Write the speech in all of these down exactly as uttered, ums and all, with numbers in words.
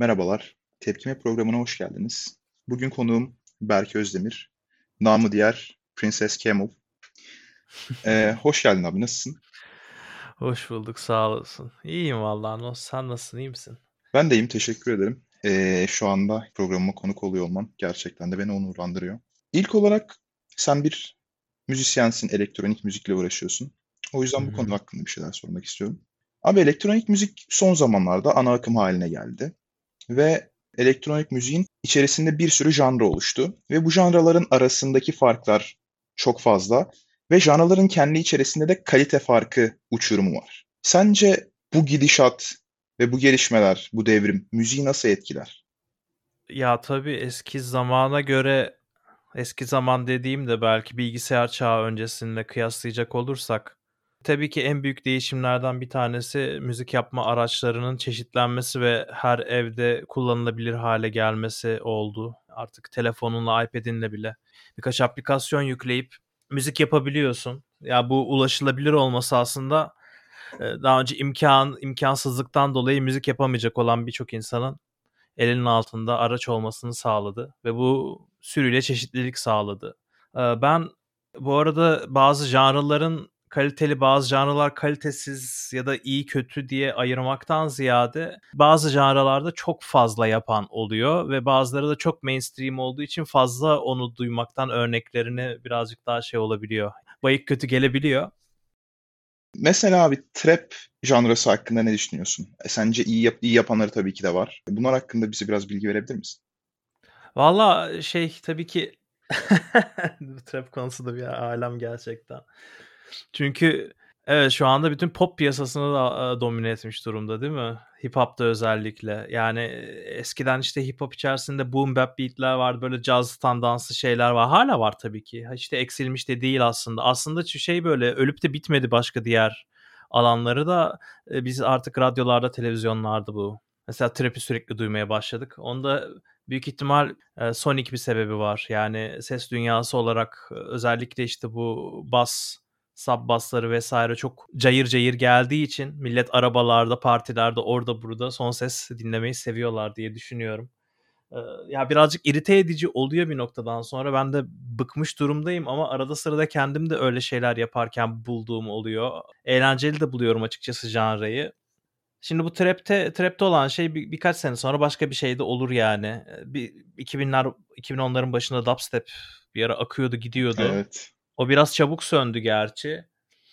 Merhabalar, Tepkime programına hoş geldiniz. Bugün konuğum Berk Özdemir, namı diğer Princess Camel. Ee, hoş geldin abi, nasılsın? Hoş bulduk, sağ olasın. İyiyim vallahi. Nos sen nasılsın, iyi misin? Ben de iyiyim, teşekkür ederim. Ee, şu anda programıma konuk oluyor olman gerçekten de beni onurlandırıyor. İlk olarak sen bir müzisyensin, elektronik müzikle uğraşıyorsun. O Hı yüzden bu konu hı. hakkında bir şeyler sormak istiyorum. Abi elektronik müzik son zamanlarda ana akım haline geldi. Ve elektronik müziğin içerisinde bir sürü janra oluştu ve bu janraların arasındaki farklar çok fazla ve janraların kendi içerisinde de kalite farkı uçurumu var. Sence bu gidişat ve bu gelişmeler, bu devrim müziği nasıl etkiler? Ya, tabii eski zamana göre eski zaman dediğimde belki bilgisayar çağı öncesinde kıyaslayacak olursak, tabii ki en büyük değişimlerden bir tanesi müzik yapma araçlarının çeşitlenmesi ve her evde kullanılabilir hâle gelmesi oldu. Artık telefonunla, iPad'inle bile birkaç aplikasyon yükleyip müzik yapabiliyorsun. Ya, bu ulaşılabilir olması aslında, eee, daha önce imkân imkânsızlıktan dolayı müzik yapamayacak olan birçok insanın elinin altında araç olmasını sağladı ve bu sürüyle çeşitlilik sağladı. Eee, ben bu arada bazı janraların kaliteli, bazı janralar kalitesiz ya da iyi kötü diye ayırmaktan ziyade bazı janralarda çok fazla yapan oluyor ve bazıları da çok mainstream olduğu için fazla onu duymaktan örneklerini birazcık daha şey olabiliyor, bayık kötü gelebiliyor. Mesela abi trap janrası hakkında ne düşünüyorsun? E, sence iyi, yap iyi yapanları tabii ki de var. Bunlar hakkında bize biraz bilgi verebilir misin? Valla şey tabii ki bu trap konusu da bir alem gerçekten. Çünkü evet, şu anda bütün pop piyasasını da, aaa, domine etmiş durumda, değil mi? Hip hop'ta özellikle. Yani, eee, eskiden, işte, hip hop içerisinde boom bap beat'ler vardı, böyle caz tandanslı şeyler var. Hâlâ var tabii ki. Ha, işte, eksilmiş de değil aslında. Aslında ç şey, böyle, ölüp de bitmedi başka diğer alanları da. Eee, biz artık radyolarda, televizyonlarda bu mesela trap'i sürekli duymaya başladık. Onda büyük ihtimal, eee, sonik bir sebebi var. Yani ses dünyası olarak, eee, özellikle, işte, bu bas sub bass'ları vesaire çok cayır cayır geldiği için millet arabalarda, partilerde, orada burada son ses dinlemeyi seviyorlar diye düşünüyorum. Eee, ya, birazcık irite edici oluyor bir noktadan sonra. Ben de bıkmış durumdayım ama arada sırada kendim de öyle şeyler yaparken bulduğum oluyor. Eğlenceli de buluyorum açıkçası janrayı. Şimdi bu trap'te trap'te olan şey bir birkaç sene sonra başka bir şey de olur yani. Eee, bir iki binler iki bin onların başında dubstep bir ara akıyordu gidiyordu. Evet. O biraz çabuk söndü gerçi.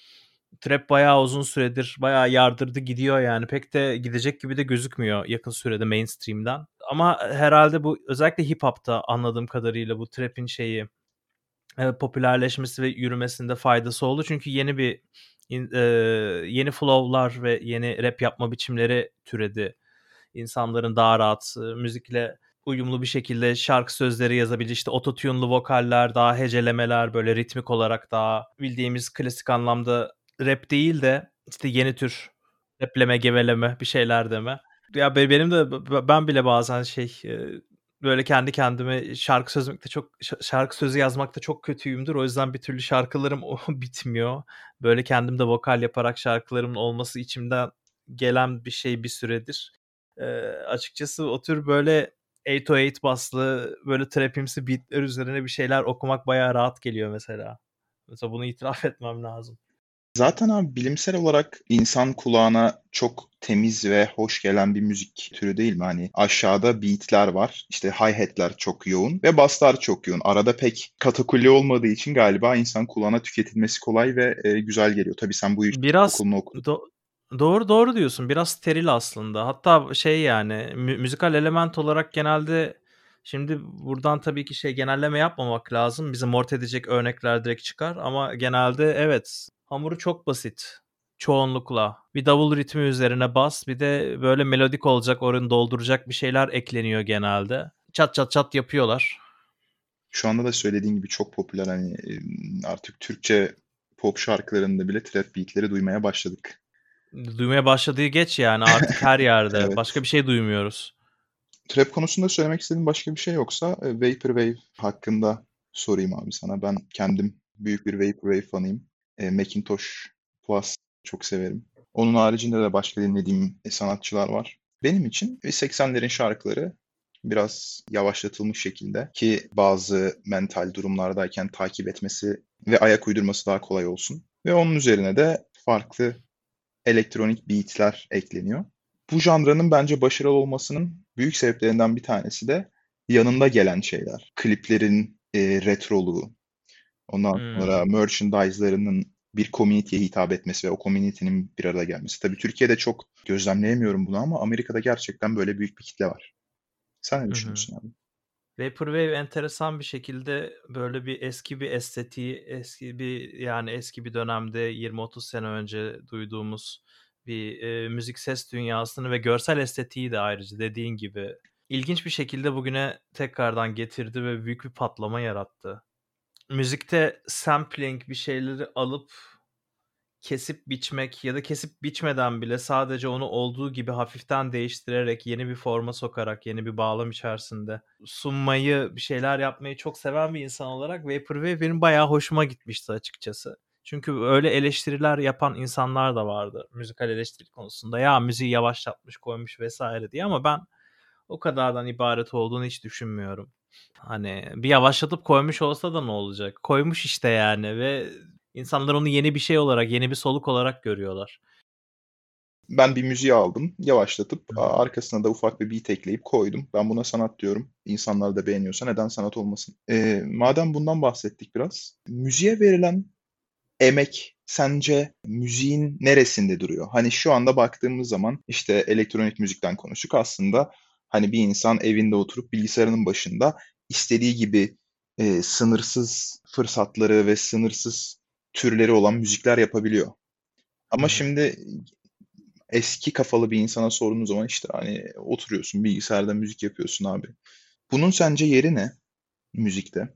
Trap bayağı uzun süredir bayağı yardırdı gidiyor yani. Pek de gidecek gibi de gözükmüyor yakın sürede mainstream'den. Ama herhâlde bu özellikle hip hop'ta anladığım kadarıyla bu trap'in şeyi, eee, popülerleşmesi ve yürümesinde faydası oldu. Çünkü yeni bir in eee, yeni flow'lar ve yeni rap yapma biçimleri türedi. İnsanların daha rahat, ııı, müzikle uyumlu bir şekilde şarkı sözleri yazabildiği, işte, ototune'lu vokaller, daha hecelemeler, böyle ritmik olarak daha bildiğimiz klasik anlamda rap değil de, işte, yeni tür rapleme, geveleme, bir şeyler deme. Ya, be benim de b b ben bile bazen şey, eee, böyle kendi kendime şarkı sözlükte çok ş şarkı sözü yazmakta çok kötüyümdür. O yüzden bir türlü şarkılarım o bitmiyor. Böyle kendim de vokal yaparak şarkılarımın olması içimden gelen bir şey bir süredir. Eee, açıkçası o tür böyle sekiz yüz sekiz baslı, böyle trapimsi beat'ler üzerine bir şeyler okumak bayağı rahat geliyor mesela. Mesela bunu itiraf etmem lazım. Zaten abi bilimsel olarak insan kulağına çok temiz ve hoş gelen bir müzik türü değil mi? Hani aşağıda beat'ler var, işte hi-hat'ler çok yoğun ve bass'lar çok yoğun. Arada pek katakulli olmadığı için galiba insan kulağına tüketilmesi kolay ve, eee, güzel geliyor. Tabii sen bu işin Biraz okulunu okudun. do doğru, doğru diyorsun. Biraz steril aslında. Hatta şey, yani, mü müzikal element olarak genelde şimdi buradan tabii ki şey, genelleme yapmamak lazım. Bizi mort edecek örnekler direkt çıkar ama genelde evet, hamuru çok basit çoğunlukla. Bir davul ritmi üzerine bas, bir de böyle melodik olacak, oranı dolduracak bir şeyler ekleniyor genelde. Çat çat çat yapıyorlar. Şu anda da söylediğin gibi çok popüler, hani, emm, artık Türkçe pop şarkılarında bile trap beat'leri duymaya başladık. Duymaya başladığı geç yani artık her yerde. Başka Evet. bir şey duymuyoruz. Trap konusunda söylemek istediğin başka bir şey yoksa, eee, Vaporwave hakkında sorayım abi sana. Ben kendim büyük bir Vaporwave fanıyım. Eee, Macintosh Plus çok severim. Onun haricinde de başka dinlediğim, eee, sanatçılar var. Benim için e, seksenlerin şarkıları biraz yavaşlatılmış şekilde ki bazı mental durumlardayken takip etmesi ve ayak uydurması daha kolay olsun. Ve onun üzerine de farklı elektronik beat'ler ekleniyor. Bu janranın bence başarılı olmasının büyük sebeplerinden bir tanesi de yanında gelen şeyler. Kliplerin e, retroluğu, ondan sonra Hımm. merchandise'larının bir community'ye hitap etmesi ve o community'nin bir arada gelmesi. Tabii Türkiye'de çok gözlemleyemiyorum bunu ama Amerika'da gerçekten böyle büyük bir kitle var. Sen ne Hı hı. düşünüyorsun abi? Vaporwave enteresan bir şekilde böyle bir eski bir estetiği, eski bir yani eski bir dönemde yirmi otuz sene önce duyduğumuz bir, eee, müzik ses dünyasını ve görsel estetiği de ayrıca dediğin gibi ilginç bir şekilde bugüne tekrardan getirdi ve büyük bir patlama yarattı. Müzikte sampling bir şeyleri alıp kesip biçmek ya da kesip biçmeden bile sadece onu olduğu gibi hafiften değiştirerek, yeni bir forma sokarak, yeni bir bağlam içerisinde sunmayı, bir şeyler yapmayı çok seven bir insan olarak Vaporwave benim bayağı hoşuma gitmişti açıkçası. Çünkü öyle eleştiriler yapan insanlar da vardı müzikal eleştiri konusunda. Ya müziği yavaşlatmış, koymuş vesaire diye ama ben o kadardan ibaret olduğunu hiç düşünmüyorum. Hani bir yavaşlatıp koymuş olsa da ne olacak? Koymuş işte yani ve insanlar onu yeni bir şey olarak, yeni bir soluk olarak görüyorlar. Ben bir müziği aldım, yavaşlatıp Hı a- hı. arkasına da ufak bir beat ekleyip koydum. Ben buna sanat diyorum. İnsanlar da beğeniyorsa neden sanat olmasın? Ee, madem bundan bahsettik biraz, müziğe verilen emek sence müziğin neresinde duruyor? Hani şu anda baktığımız zaman işte elektronik müzikten konuştuk. Aslında hani bir insan evinde oturup bilgisayarının başında istediği gibi e, sınırsız fırsatları ve sınırsız türleri olan müzikler yapabiliyor. Hı Ama hı. şimdi eski kafalı bir insana sorduğunuz zaman işte hani oturuyorsun bilgisayarda müzik yapıyorsun abi. Bunun sence yeri ne müzikte?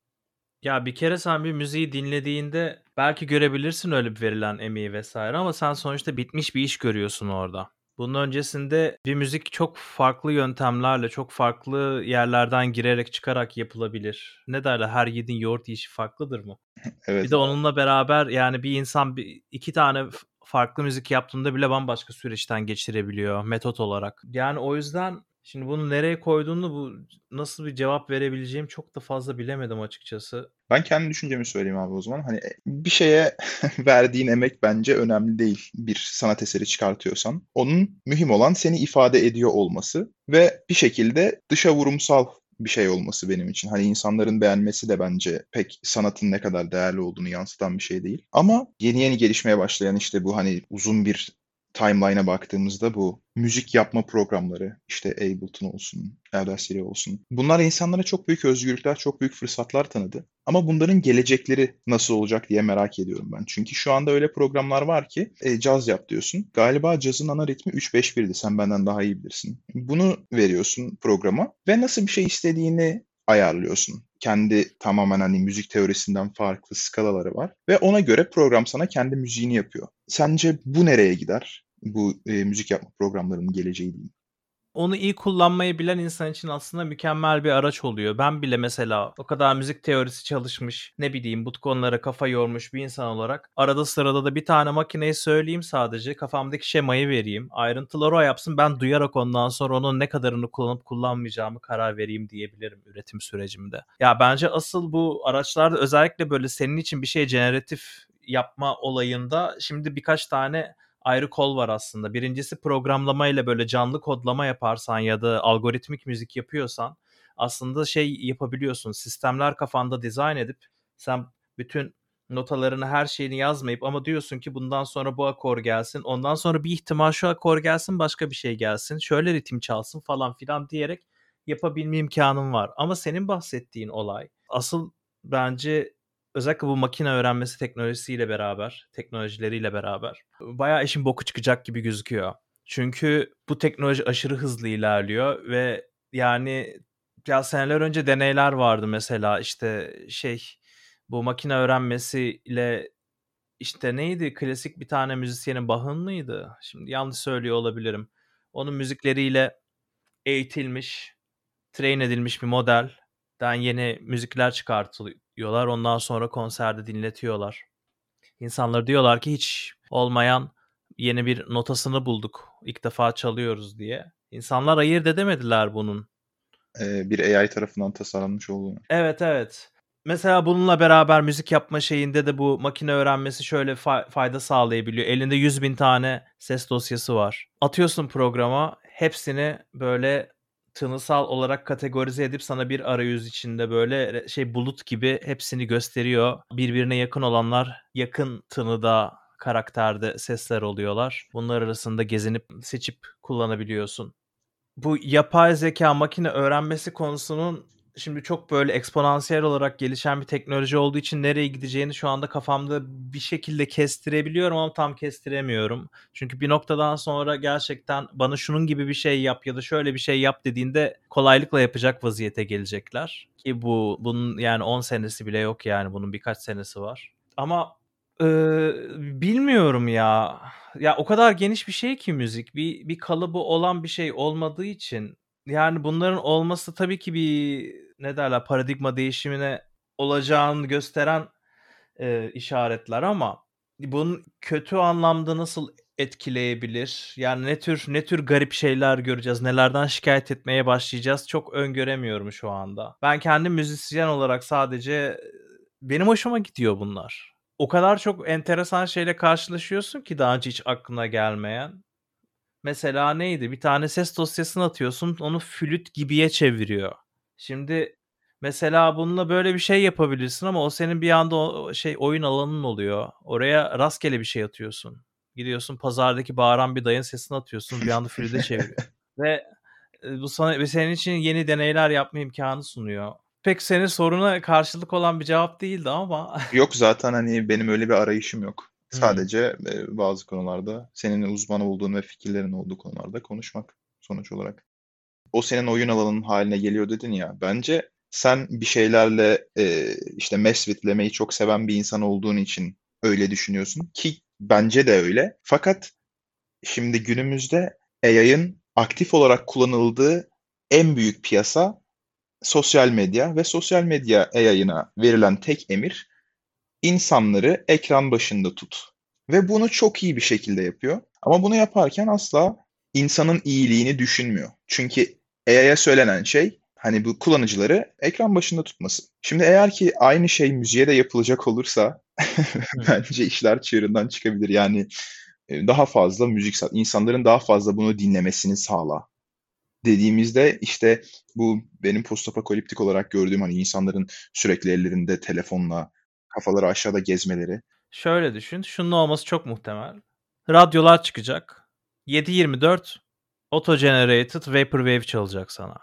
Ya bir kere sen bir müziği dinlediğinde belki görebilirsin öyle bir verilen emeği vesaire ama sen sonuçta bitmiş bir iş görüyorsun orada. Bunun öncesinde bir müzik çok farklı yöntemlerle, çok farklı yerlerden girerek çıkarak yapılabilir. Ne derler? Her yiğidin yoğurt yiyişi farklıdır mı? Bir Evet de abi. onunla beraber yani bir insan bir iki tane f farklı müzik yaptığında bile bambaşka süreçten geçirebiliyor metot olarak. Yani o yüzden şimdi bunu nereye koyduğunu, bu nasıl bir cevap verebileceğim çok da fazla bilemedim açıkçası. Ben kendi düşüncemi söyleyeyim abi o zaman. Hani e, bir şeye verdiğin emek bence önemli değil. Bir sanat eseri çıkartıyorsan. Onun mühim olan seni ifade ediyor olması ve bir şekilde dışa vurumsal bir şey olması benim için. Hani insanların beğenmesi de bence pek sanatın ne kadar değerli olduğunu yansıtan bir şey değil. Ama yeni yeni gelişmeye başlayan işte bu hani uzun bir timeline'a baktığımızda bu müzik yapma programları işte Ableton olsun, Audacity olsun. Bunlar insanlara çok büyük özgürlükler, çok büyük fırsatlar tanıdı. Ama bunların gelecekleri nasıl olacak diye merak ediyorum ben. Çünkü şu anda öyle programlar var ki e, caz yap diyorsun. Galiba cazın ana ritmi üç beş birdi. Sen benden daha iyi bilirsin. Bunu veriyorsun programa ve nasıl bir şey istediğini ayarlıyorsun. Kendi tamamen hani müzik teorisinden farklı skalaları var ve ona göre program sana kendi müziğini yapıyor. Sence bu nereye gider? Bu e, müzik yapma programlarının geleceği diyeyim. Onu iyi kullanmayı bilen insan için aslında mükemmel bir araç oluyor. Ben bile mesela o kadar müzik teorisi çalışmış, ne bileyim bu konulara kafa yormuş bir insan olarak arada sırada da bir tane makineyi söyleyeyim sadece, kafamdaki şemayı vereyim, ayrıntıları o yapsın, ben duyarak ondan sonra onun ne kadarını kullanıp kullanmayacağımı karar vereyim diyebilirim üretim sürecimde. Ya bence asıl bu araçlarda özellikle böyle senin için bir şey generatif yapma olayında şimdi birkaç tane ayrı kol var aslında. Birincisi programlama ile böyle canlı kodlama yaparsan ya da algoritmik müzik yapıyorsan aslında şey yapabiliyorsun. Sistemler kafanda dizayn edip sen bütün notalarını, her şeyini yazmayıp ama diyorsun ki bundan sonra bu akor gelsin. Ondan sonra bir ihtimal şu akor gelsin, başka bir şey gelsin. Şöyle ritim çalsın falan filan diyerek yapabilme imkanın var. Ama senin bahsettiğin olay asıl bence özellikle bu makine öğrenmesi teknolojisiyle beraber, teknolojileriyle beraber bayağı işin boku çıkacak gibi gözüküyor. Çünkü bu teknoloji aşırı hızlı ilerliyor ve yani ya seneler önce deneyler vardı mesela işte şey bu makine öğrenmesiyle işte neydi klasik bir tane müzisyenin Bach'ın mıydı? Şimdi yanlış söylüyor olabilirim. Onun müzikleriyle eğitilmiş, train edilmiş bir modelden yeni müzikler çıkartıyorlar. Ondan sonra konserde dinletiyorlar. İnsanlar diyorlar ki hiç olmayan yeni bir notasını bulduk. İlk defa çalıyoruz diye. İnsanlar ayırt edemediler bunun. Eee, bir A I tarafından tasarlanmış olduğunu. Evet, evet. Mesela bununla beraber müzik yapma şeyinde de bu makine öğrenmesi şöyle fa fayda sağlayabiliyor. Elinde yüz bin tane ses dosyası var. Atıyorsun programa, hepsini böyle tınısal olarak kategorize edip sana bir arayüz içinde böyle re şey bulut gibi hepsini gösteriyor. Birbirine yakın olanlar yakın tınıda, karakterde sesler oluyorlar. Bunlar arasında gezinip seçip kullanabiliyorsun. Bu yapay zekâ, makine öğrenmesi konusunun şimdi çok böyle eksponansiyel olarak gelişen bir teknoloji olduğu için nereye gideceğini şu anda kafamda bir şekilde kestirebiliyorum ama tam kestiremiyorum. Çünkü bir noktadan sonra gerçekten bana şunun gibi bir şey yap ya da şöyle bir şey yap dediğinde kolaylıkla yapacak vaziyete gelecekler. Ki bu bunun yani on senesi bile yok yani bunun birkaç senesi var. Ama, ııı, bilmiyorum ya. Ya o kadar geniş bir şey ki müzik. Bir bir kalıbı olan bir şey olmadığı için yani bunların olması tabii ki bir ne derler paradigma değişimine olacağını gösteren, eee, işaretler ama bunun kötü anlamda nasıl etkileyebilir? Yani ne tür ne tür garip şeyler göreceğiz? Nelerden şikâyet etmeye başlayacağız? Çok öngöremiyorum şu anda. Ben kendim müzisyen olarak sadece benim hoşuma gidiyor bunlar. O kadar çok enteresan şeyle karşılaşıyorsun ki daha önce hiç aklına gelmeyen. Mesela neydi? Bir tane ses dosyasını atıyorsun, onu flüt gibiye çeviriyor. Şimdi mesela bununla böyle bir şey yapabilirsin ama o senin bir anda o şey oyun alanın oluyor. Oraya rastgele bir şey atıyorsun. Gidiyorsun pazardaki bağıran bir dayının sesini atıyorsun, bir anda flüte çeviriyor. Ve, eee, bu sana ve senin için yeni deneyler yapma imkânı sunuyor. Pek senin soruna karşılık olan bir cevap değildi ama. Yok zaten, hani, benim öyle bir arayışım yok. Hımm. Sadece, eee, bazı konularda senin uzman olduğun ve fikirlerin olduğu konularda konuşmak sonuç olarak. O senin oyun alanın hâline geliyor dedin ya, bence sen bir şeylerle, eee, işte, mesvetlemeyi çok seven bir insan olduğun için öyle düşünüyorsun ki bence de öyle. Fakat şimdi günümüzde A I'ın aktif olarak kullanıldığı en büyük piyasa sosyal medya ve sosyal medya A I'ına verilen tek emir, insanları ekran başında tut ve bunu çok iyi bir şekilde yapıyor ama bunu yaparken asla insanın iyiliğini düşünmüyor. Çünkü A I'ya söylenen şey, hani, bu kullanıcıları ekran başında tutması. Şimdi eğer ki aynı şey müziğe de yapılacak olursa Hı. bence işler çığırından çıkabilir. Yani, eee, daha fazla müzik sa insanların daha fazla bunu dinlemesini sağla dediğimizde, işte, bu benim postapokaliptik olarak gördüğüm, hani, insanların sürekli ellerinde telefonla kafaları aşağıda gezmeleri. Şöyle düşün, şunun olması çok muhtemel. Radyolar çıkacak. yedi yirmi dört auto generated vaporwave çalacak sana.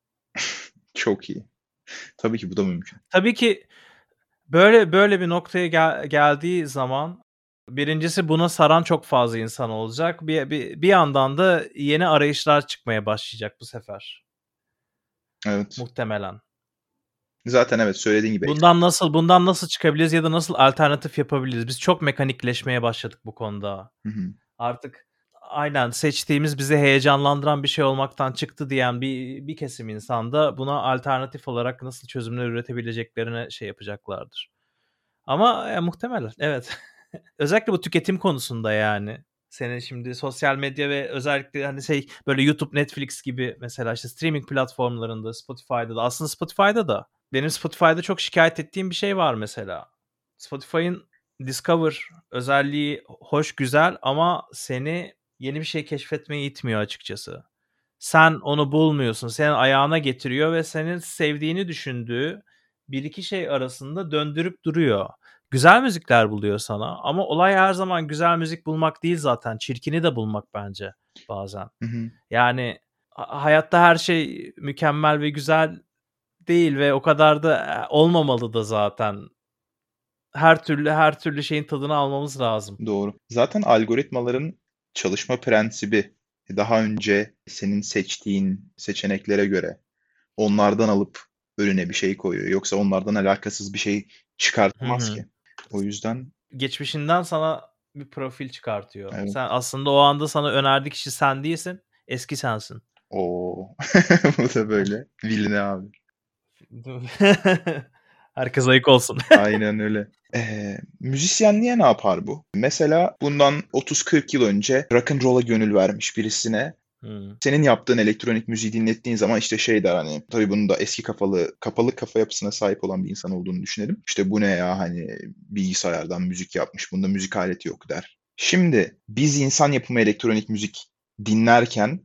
Çok iyi. Tabii ki bu da mümkün. Tabii ki böyle böyle bir noktaya gel geldiği zaman birincisi buna saran çok fazla insan olacak. Bir bir bir yandan da yeni arayışlar çıkmaya başlayacak bu sefer Evet. muhtemelen. Zaten evet, söylediğin gibi ekran. Bundan nasıl bundan nasıl çıkabiliriz ya da nasıl alternatif yapabiliriz? Biz çok mekanikleşmeye başladık bu konuda. Hı hı. Artık aynen seçtiğimiz bizi heyecanlandıran bir şey olmaktan çıktı diyen bir bir kesim insan da buna alternatif olarak nasıl çözümler üretebileceklerine şey yapacaklardır. Ama, eee, muhtemelen evet. Özellikle bu tüketim konusunda yani. Senin şimdi sosyal medya ve özellikle, hani, şey, böyle YouTube, Netflix gibi mesela, işte, streaming platformlarında, Spotify'da da aslında Spotify'da da benim Spotify'da çok şikâyet ettiğim bir şey var mesela. Spotify'ın Discover özelliği hoş, güzel ama seni yeni bir şey keşfetmeye itmiyor açıkçası. Sen onu bulmuyorsun, senin ayağına getiriyor ve senin sevdiğini düşündüğü bir iki şey arasında döndürüp duruyor. Güzel müzikler buluyor sana ama olay her zaman güzel müzik bulmak değil zaten, çirkini de bulmak bence bazen. Hı hı. Yani ha hayatta her şey mükemmel ve güzel değil ve o kadar da, eee, olmamalı da zaten. Her türlü her türlü şeyin tadını almamız lazım. Doğru. Zaten algoritmaların çalışma prensibi daha önce senin seçtiğin seçeneklere göre onlardan alıp önüne bir şey koyuyor. Yoksa onlardan alakasız bir şey Hı çıkartamaz hı. ki. O yüzden Geçmişinden sana bir profil çıkartıyor. evet. Sen aslında o anda sana önerdiği kişi sen değilsin, eski sensin. O! Bu da böyle. Vilne abi. Herkes ayık olsun. Aynen öyle. Eee, müzisyenliğe ne yapar bu? Mesela bundan otuz kırk yıl önce rock'n'roll'a gönül vermiş birisine Hımm. senin yaptığın elektronik müziği dinlettiğin zaman işte şey der hani, tabii bunun da eski kafalı, kapalı kafa yapısına sahip olan bir insan olduğunu düşünelim. İşte bu ne ya hani bilgisayardan müzik yapmış, bunda müzik aleti yok der. Şimdi biz insan yapımı elektronik müzik dinlerken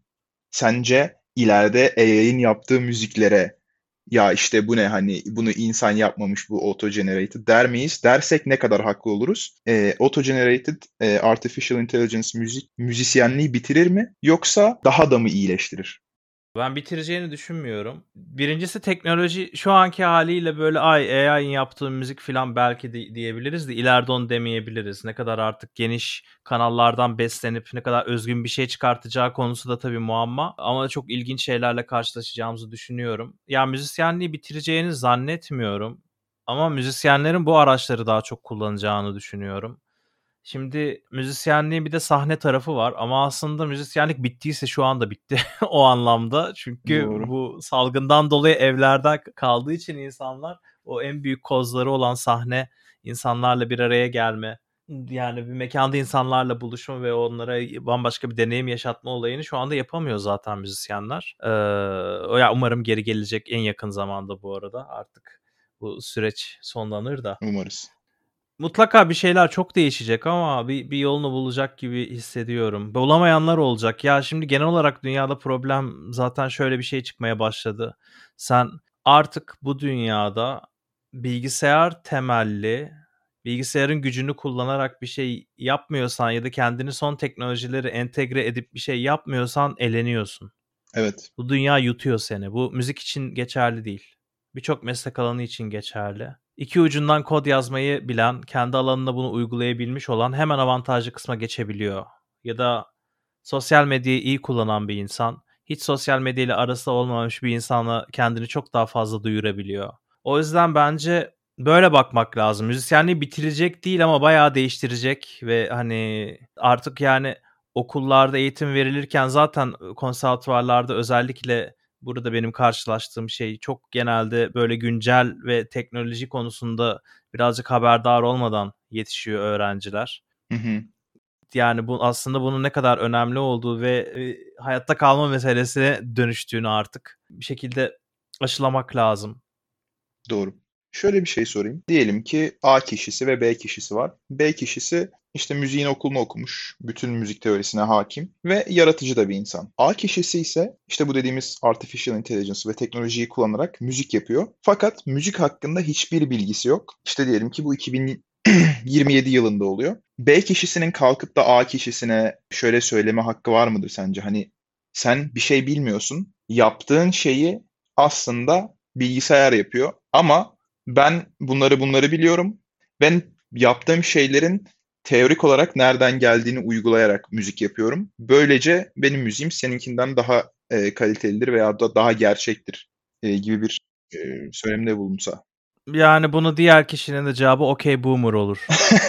sence ileride A I'nin yaptığı müziklere ya işte bu ne hani bunu insan yapmamış bu auto generated der miyiz? Dersek ne kadar haklı oluruz? Eee, auto generated eee, artificial intelligence müzik müzisyenliği bitirir mi? Yoksa daha da mı iyileştirir? Ben bitireceğini düşünmüyorum. Birincisi teknoloji şu anki hâliyle böyle ay A I'nin yaptığı müzik filan belki de diyebiliriz de ileride onu demeyebiliriz. Ne kadar artık geniş kanallardan beslenip ne kadar özgün bir şey çıkartacağı konusu da tabii muamma ama çok ilginç şeylerle karşılaşacağımızı düşünüyorum. Ya müzisyenliği bitireceğini zannetmiyorum ama müzisyenlerin bu araçları daha çok kullanacağını düşünüyorum. Şimdi müzisyenliğin bir de sahne tarafı var ama aslında müzisyenlik bittiyse şu anda bitti o anlamda. Çünkü Doğru. bu salgından dolayı evlerde k kaldığı için insanlar o en büyük kozları olan sahne, insanlarla bir araya gelme, yani bir mekânda insanlarla buluşma ve onlara bambaşka bir deneyim yaşatma olayını şu anda yapamıyor zaten müzisyenler. Eee, o ya umarım geri gelecek en yakın zamanda bu arada. Artık bu süreç sonlanır da. Umarız. Mutlaka bir şeyler çok değişecek ama bir bir yolunu bulacak gibi hissediyorum. Bulamayanlar olacak. Ya, şimdi genel olarak dünyada problem zaten şöyle bir şey çıkmaya başladı. Sen artık bu dünyada bilgisayar temelli, bilgisayarın gücünü kullanarak bir şey yapmıyorsan ya da kendini son teknolojileri entegre edip bir şey yapmıyorsan eleniyorsun. Evet. Bu dünya yutuyor seni. Bu müzik için geçerli değil. Birçok meslek alanı için geçerli. İki ucundan kod yazmayı bilen, kendi alanında bunu uygulayabilmiş olan hemen avantajlı kısma geçebiliyor. Ya da sosyal medyayı iyi kullanan bir insan, hiç sosyal medyayla arası olmamış bir insana kendini çok daha fazla duyurabiliyor. O yüzden bence böyle bakmak lazım. Müzisyenliği bitirecek değil ama bayağı değiştirecek ve hani artık yani okullarda eğitim verilirken zaten konservatuvarlarda özellikle burada benim karşılaştığım şey çok genelde böyle güncel ve teknoloji konusunda birazcık haberdar olmadan yetişiyor öğrenciler. Hı hı. Yani bu aslında bunun ne kadar önemli olduğu ve eee, hayatta kalma meselesine dönüştüğünü artık bir şekilde aşılamak lazım. Doğru. Şöyle bir şey sorayım. Diyelim ki A kişisi ve B kişisi var. B kişisi işte müziğin okulunu okumuş, bütün müzik teorisine hakim ve yaratıcı da bir insan. A kişisi ise işte bu dediğimiz artificial intelligence ve teknolojiyi kullanarak müzik yapıyor. Fakat müzik hakkında hiçbir bilgisi yok. İşte diyelim ki bu iki bin yirmi yedi yılında oluyor. B kişisinin kalkıp da A kişisine şöyle söyleme hakkı var mıdır sence? Hani sen bir şey bilmiyorsun. Yaptığın şeyi aslında bilgisayar yapıyor ama ben bunları bunları biliyorum. Ben yaptığım şeylerin teorik olarak nereden geldiğini uygulayarak müzik yapıyorum. Böylece benim müziğim seninkinden daha e, kalitelidir veya da daha gerçektir e, gibi bir e, söylemde bulunsa. Yani bunu diğer kişinin de cevabı okay boomer olur.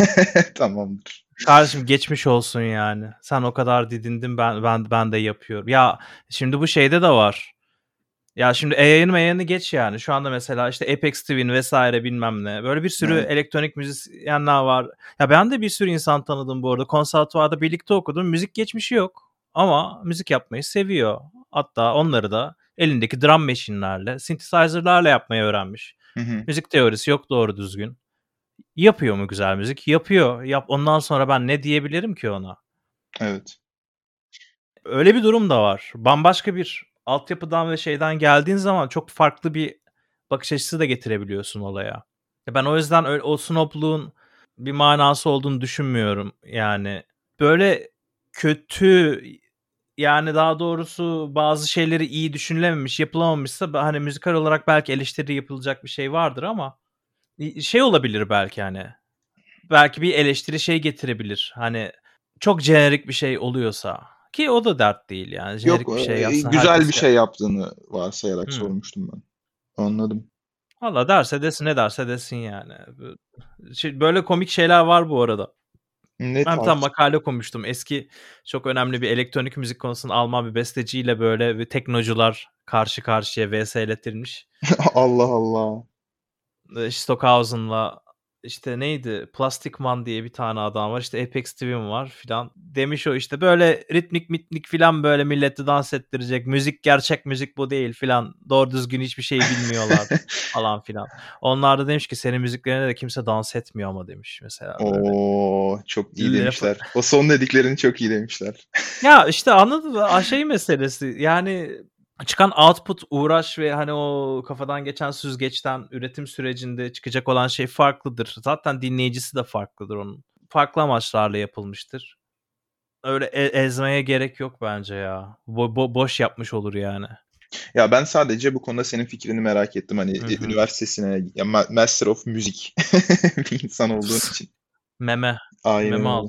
Tamamdır. Kardeşim geçmiş olsun yani. Sen o kadar didindin ben ben ben de yapıyorum. Ya şimdi bu şeyde de var. Ya şimdi A I'ın mayını geç yani. Şu anda mesela işte Apex Twin vesaire bilmem ne. Böyle bir sürü Evet. elektronik müzisyenler var. Ya ben de bir sürü insan tanıdım bu arada. Konservatuvarda birlikte okudum. Müzik geçmişi yok. Ama müzik yapmayı seviyor. Hatta onları da elindeki drum machine'lerle, synthesizer'larla yapmayı öğrenmiş. Hı hı. Müzik teorisi yok doğru düzgün. Yapıyor mu güzel müzik? Yapıyor. Yap ondan sonra ben ne diyebilirim ki ona? Evet. Öyle bir durum da var. Bambaşka bir altyapıdan ve şeyden geldiğin zaman çok farklı bir bakış açısı da getirebiliyorsun olaya. Ya ben o yüzden öyle o snobluğun bir manası olduğunu düşünmüyorum yani. Böyle kötü yani daha doğrusu bazı şeyleri iyi düşünülememiş, yapılamamışsa be hani müzikal olarak belki eleştiri yapılacak bir şey vardır ama i şey olabilir belki hani, belki bir eleştiri şey getirebilir, hani çok jenerik bir şey oluyorsa ki o da dert değil yani Yok, jenerik bir şey eee, yazsa güzel bir herkes ya. şey yaptığını varsayarak Hımm. sormuştum ben. Anladım. Valla derse desin, ne derse desin yani. Bö şi böyle komik şeyler var bu arada. Ne Ben bir tane tarz? makale okumuştum. Eski çok önemli bir elektronik müzik konusunda Alman bir besteciyle böyle bir teknocular karşı karşıya vs'lettirmiş. Allah Allah. Eee, Stockhausen'la işte neydi? Plastic Man diye bir tane adam var. İşte Apex Twin var filan. Demiş o işte böyle ritmik mitmik filan böyle milleti dans ettirecek. Müzik gerçek müzik bu değil filan. Doğru düzgün hiçbir şey bilmiyorlar falan filan. Onlar da demiş ki senin müziklerine de kimse dans etmiyor ama demiş mesela böyle. Oo, çok iyi Laf- demişler. O son dediklerini çok iyi demişler. Ya işte anladın mı? A- Şey meselesi yani çıkan output, uğraş ve hani o kafadan geçen süzgeçten üretim sürecinde çıkacak olan şey farklıdır. Zaten dinleyicisi de farklıdır onun. Farklı amaçlarla yapılmıştır. Öyle e- ezmeye gerek yok bence ya. Bo- bo- boş yapmış olur yani. Ya ben sadece bu konuda senin fikrini merak ettim. Hani Hı e, hı. üniversitesine ya Ma- Master of Music bir insan olduğun için. Meme. Aynen Meme al. öyle.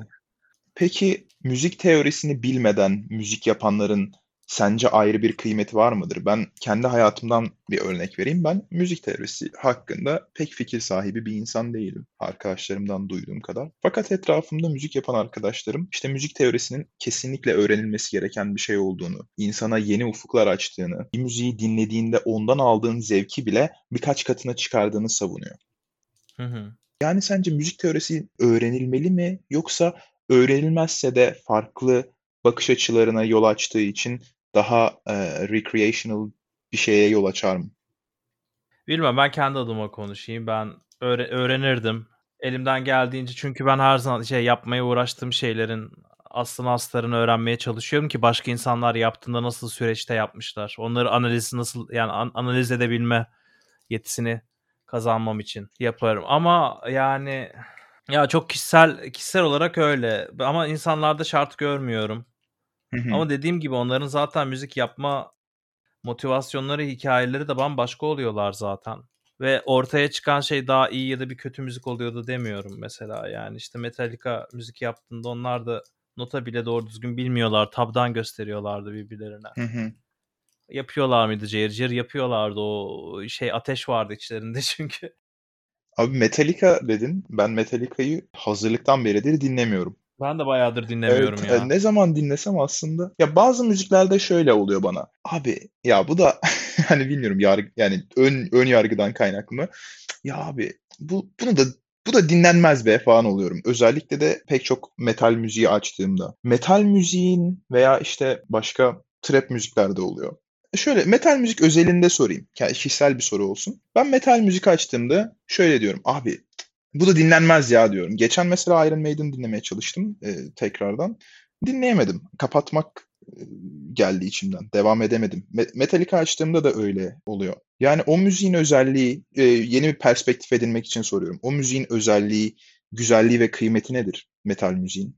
Peki müzik teorisini bilmeden müzik yapanların sence ayrı bir kıymeti var mıdır? Ben kendi hayatımdan bir örnek vereyim. Ben müzik teorisi hakkında pek fikir sahibi bir insan değilim. Arkadaşlarımdan duyduğum kadar. Fakat etrafımda müzik yapan arkadaşlarım işte müzik teorisinin kesinlikle öğrenilmesi gereken bir şey olduğunu, insana yeni ufuklar açtığını, bir müziği dinlediğinde ondan aldığın zevki bile birkaç katına çıkardığını savunuyor. Hı hı. Yani sence müzik teorisi öğrenilmeli mi yoksa öğrenilmezse de farklı bakış açılarına yol açtığı için daha eee, recreational bir şeye yol açar mı? Bilmem, ben kendi adıma konuşayım. Ben öğre- öğrenirdim. Elimden geldiğince, çünkü ben her zaman şey yapmaya uğraştığım şeylerin aslını astarını öğrenmeye çalışıyorum ki başka insanlar yaptığında nasıl süreçte yapmışlar. Onları analiz nasıl yani an- analiz edebilme yetisini kazanmam için yaparım. Ama yani ya çok kişisel kişisel olarak öyle. Ama insanlarda şart görmüyorum. Hı hı. Ama dediğim gibi onların zaten müzik yapma motivasyonları, hikayeleri de bambaşka oluyorlar zaten. Ve ortaya çıkan şey daha iyi ya da bir kötü müzik oluyordu demiyorum mesela. Yani işte Metallica müzik yaptığında onlar da nota bile doğru düzgün bilmiyorlar. Tabdan gösteriyorlardı birbirlerine. Hı hı. Yapıyorlar mıydı cayır cayır? Yapıyorlardı, o şey ateş vardı içlerinde çünkü. Abi Metallica dedin. Ben Metallica'yı hazırlıktan beridir dinlemiyorum. Ben de bayağıdır Evet, dinlemiyorum e, ya. ne zaman dinlesem aslında ya bazı müziklerde şöyle oluyor bana. Abi ya bu da hani bilmiyorum yargı yani ön ön yargıdan kaynaklı mı? Ya abi bu bunu da bu da dinlenmez be falan oluyorum. Özellikle de pek çok metal müziği açtığımda. Metal müziğin veya işte başka trap müziklerde oluyor. E, Şöyle metal müzik özelinde sorayım. Yani kişisel bir soru olsun. Ben metal müzik açtığımda şöyle diyorum. Abi bu da dinlenmez ya diyorum. Geçen mesela Iron Maiden dinlemeye çalıştım e, tekrardan. Dinleyemedim. Kapatmak e, geldi içimden. Devam edemedim. Me- Metallica açtığımda da öyle oluyor. Yani o müziğin özelliği, e, yeni bir perspektif edinmek için soruyorum. O müziğin özelliği, güzelliği ve kıymeti nedir metal müziğin?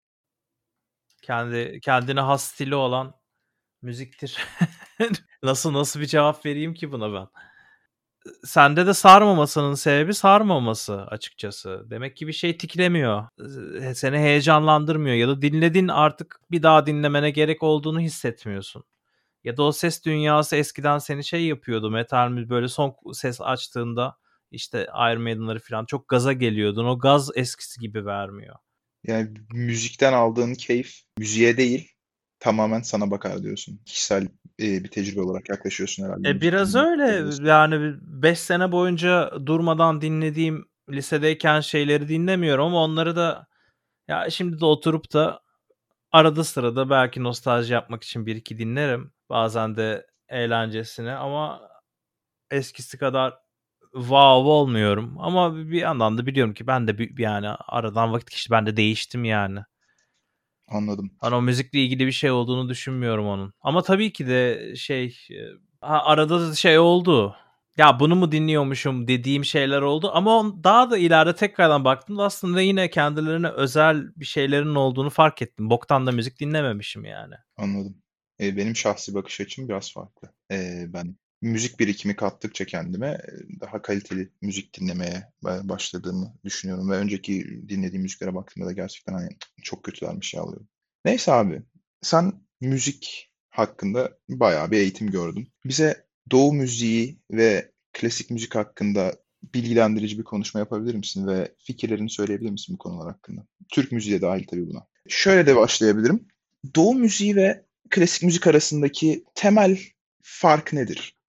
Kendi kendine has stili olan müziktir. Nasıl nasıl bir cevap vereyim ki buna ben? Sende de sarmamasının sebebi sarmaması açıkçası. Demek ki bir şey tiklemiyor. Eee, Seni heyecanlandırmıyor ya da dinledin, artık bir daha dinlemene gerek olduğunu hissetmiyorsun. Ya da o ses dünyası eskiden seni şey yapıyordu. Metal mü böyle son ses açtığında işte Iron Maiden'ları falan çok gaza geliyordun. O gaz eskisi gibi vermiyor. Yani müzikten aldığın keyif müziğe değil, tamamen sana bakar diyorsun. Kişisel e, bir tecrübe olarak yaklaşıyorsun herhalde E müzik biraz dinleme öyle. teorisine. Yani beş sene boyunca durmadan dinlediğim, lisedeyken şeyleri dinlemiyorum ama onları da ya şimdi de oturup da arada sırada belki nostalji yapmak için bir iki dinlerim. Bazen de eğlencesine, ama eskisi kadar wow olmuyorum. Ama bir yandan da biliyorum ki ben de bir, yani aradan vakit geçti. Ben de değiştim yani. Anladım. Hani o müzikle ilgili bir şey olduğunu düşünmüyorum onun. Ama tabii ki de şey e, ha, arada da şey oldu. Ya bunu mu dinliyormuşum dediğim şeyler oldu. Ama on, daha da ileride tekrardan baktığımda aslında yine kendilerine özel bir şeylerin olduğunu fark ettim. Boktan da müzik dinlememişim yani. Anladım. Eee, benim şahsi bakış açım biraz farklı. Eee, ben müzik birikimi kattıkça kendime eee, daha kaliteli müzik dinlemeye ba- başladığımı düşünüyorum ve önceki dinlediğim müziklere baktığımda da gerçekten hani çok kötülermiş ya alıyorum. Neyse abi, sen müzik hakkında bayağı bir eğitim gördün. Bize Doğu müziği ve klasik müzik hakkında bilgilendirici bir konuşma yapabilir misin ve fikirlerini söyleyebilir misin bu konular hakkında? Türk müziği de dahil tabii buna. Şöyle de başlayabilirim. Doğu müziği ve klasik müzik arasındaki temel fark nedir?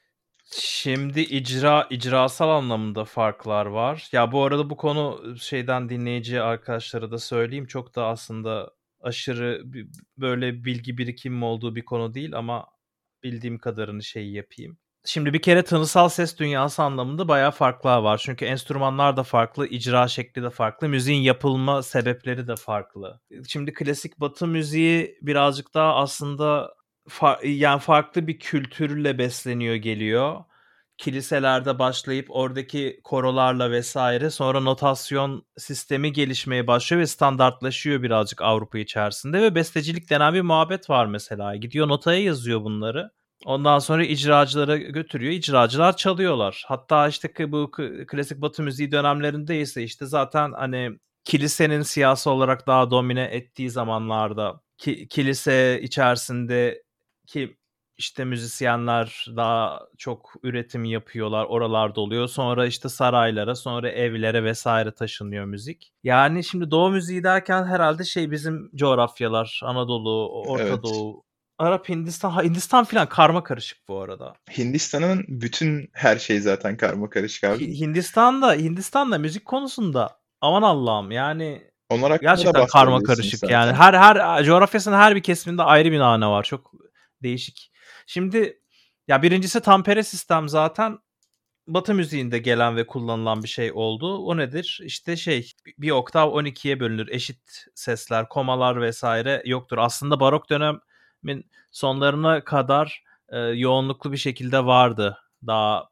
Şimdi icra icrasal anlamında farklar var. Ya, bu arada bu konu şeyden dinleyici arkadaşlara da söyleyeyim, çok da aslında aşırı bi böyle bilgi birikimim olduğu bir konu değil ama bildiğim kadarını şey yapayım. Şimdi bir kere tınısal ses dünyası anlamında bayağı farklar var. Çünkü enstrümanlar da farklı, icra şekli de farklı, müziğin yapılma sebepleri de farklı. Şimdi klasik Batı müziği birazcık daha aslında fa yani farklı bir kültürle besleniyor geliyor. Kiliselerde başlayıp oradaki korolarla vesaire sonra notasyon sistemi gelişmeye başlıyor ve standartlaşıyor birazcık Avrupa içerisinde ve bestecilik denen bir muhabbet var mesela. Gidiyor notaya yazıyor bunları. Ondan sonra icracılara götürüyor. İcracılar çalıyorlar. Hatta işte k- bu k- klasik Batı müziği dönemlerinde ise işte zaten hani kilisenin siyasi olarak daha domine ettiği zamanlarda ki, kilise içerisindeki işte müzisyenler daha çok üretim yapıyorlar. Oralarda oluyor. Sonra işte saraylara, sonra evlere vesaire taşınıyor müzik. Yani şimdi Doğu müziği derken herhalde şey bizim coğrafyalar, Anadolu, Orta Evet. Doğu, Arap, Hindistan, ha, Hindistan filan karma karışık bu arada. Hindistan'ın bütün her şeyi zaten karma karışık abi. Hi- Hindistan'da Hindistan'da müzik konusunda aman Allah'ım yani Onlar hakkında da gerçekten karma bahsedebilirsin karışık yani. istersen. Her her coğrafyasının her bir kesiminde ayrı bir nane var. Çok değişik. Şimdi ya birincisi tampere sistem zaten Batı müziğinde gelen ve kullanılan bir şey oldu. O nedir? İşte şey bir oktav on ikiye bölünür. Eşit sesler, komalar vesaire yoktur. Aslında barok dönemin sonlarına kadar e, yoğunluklu bir şekilde vardı. Daha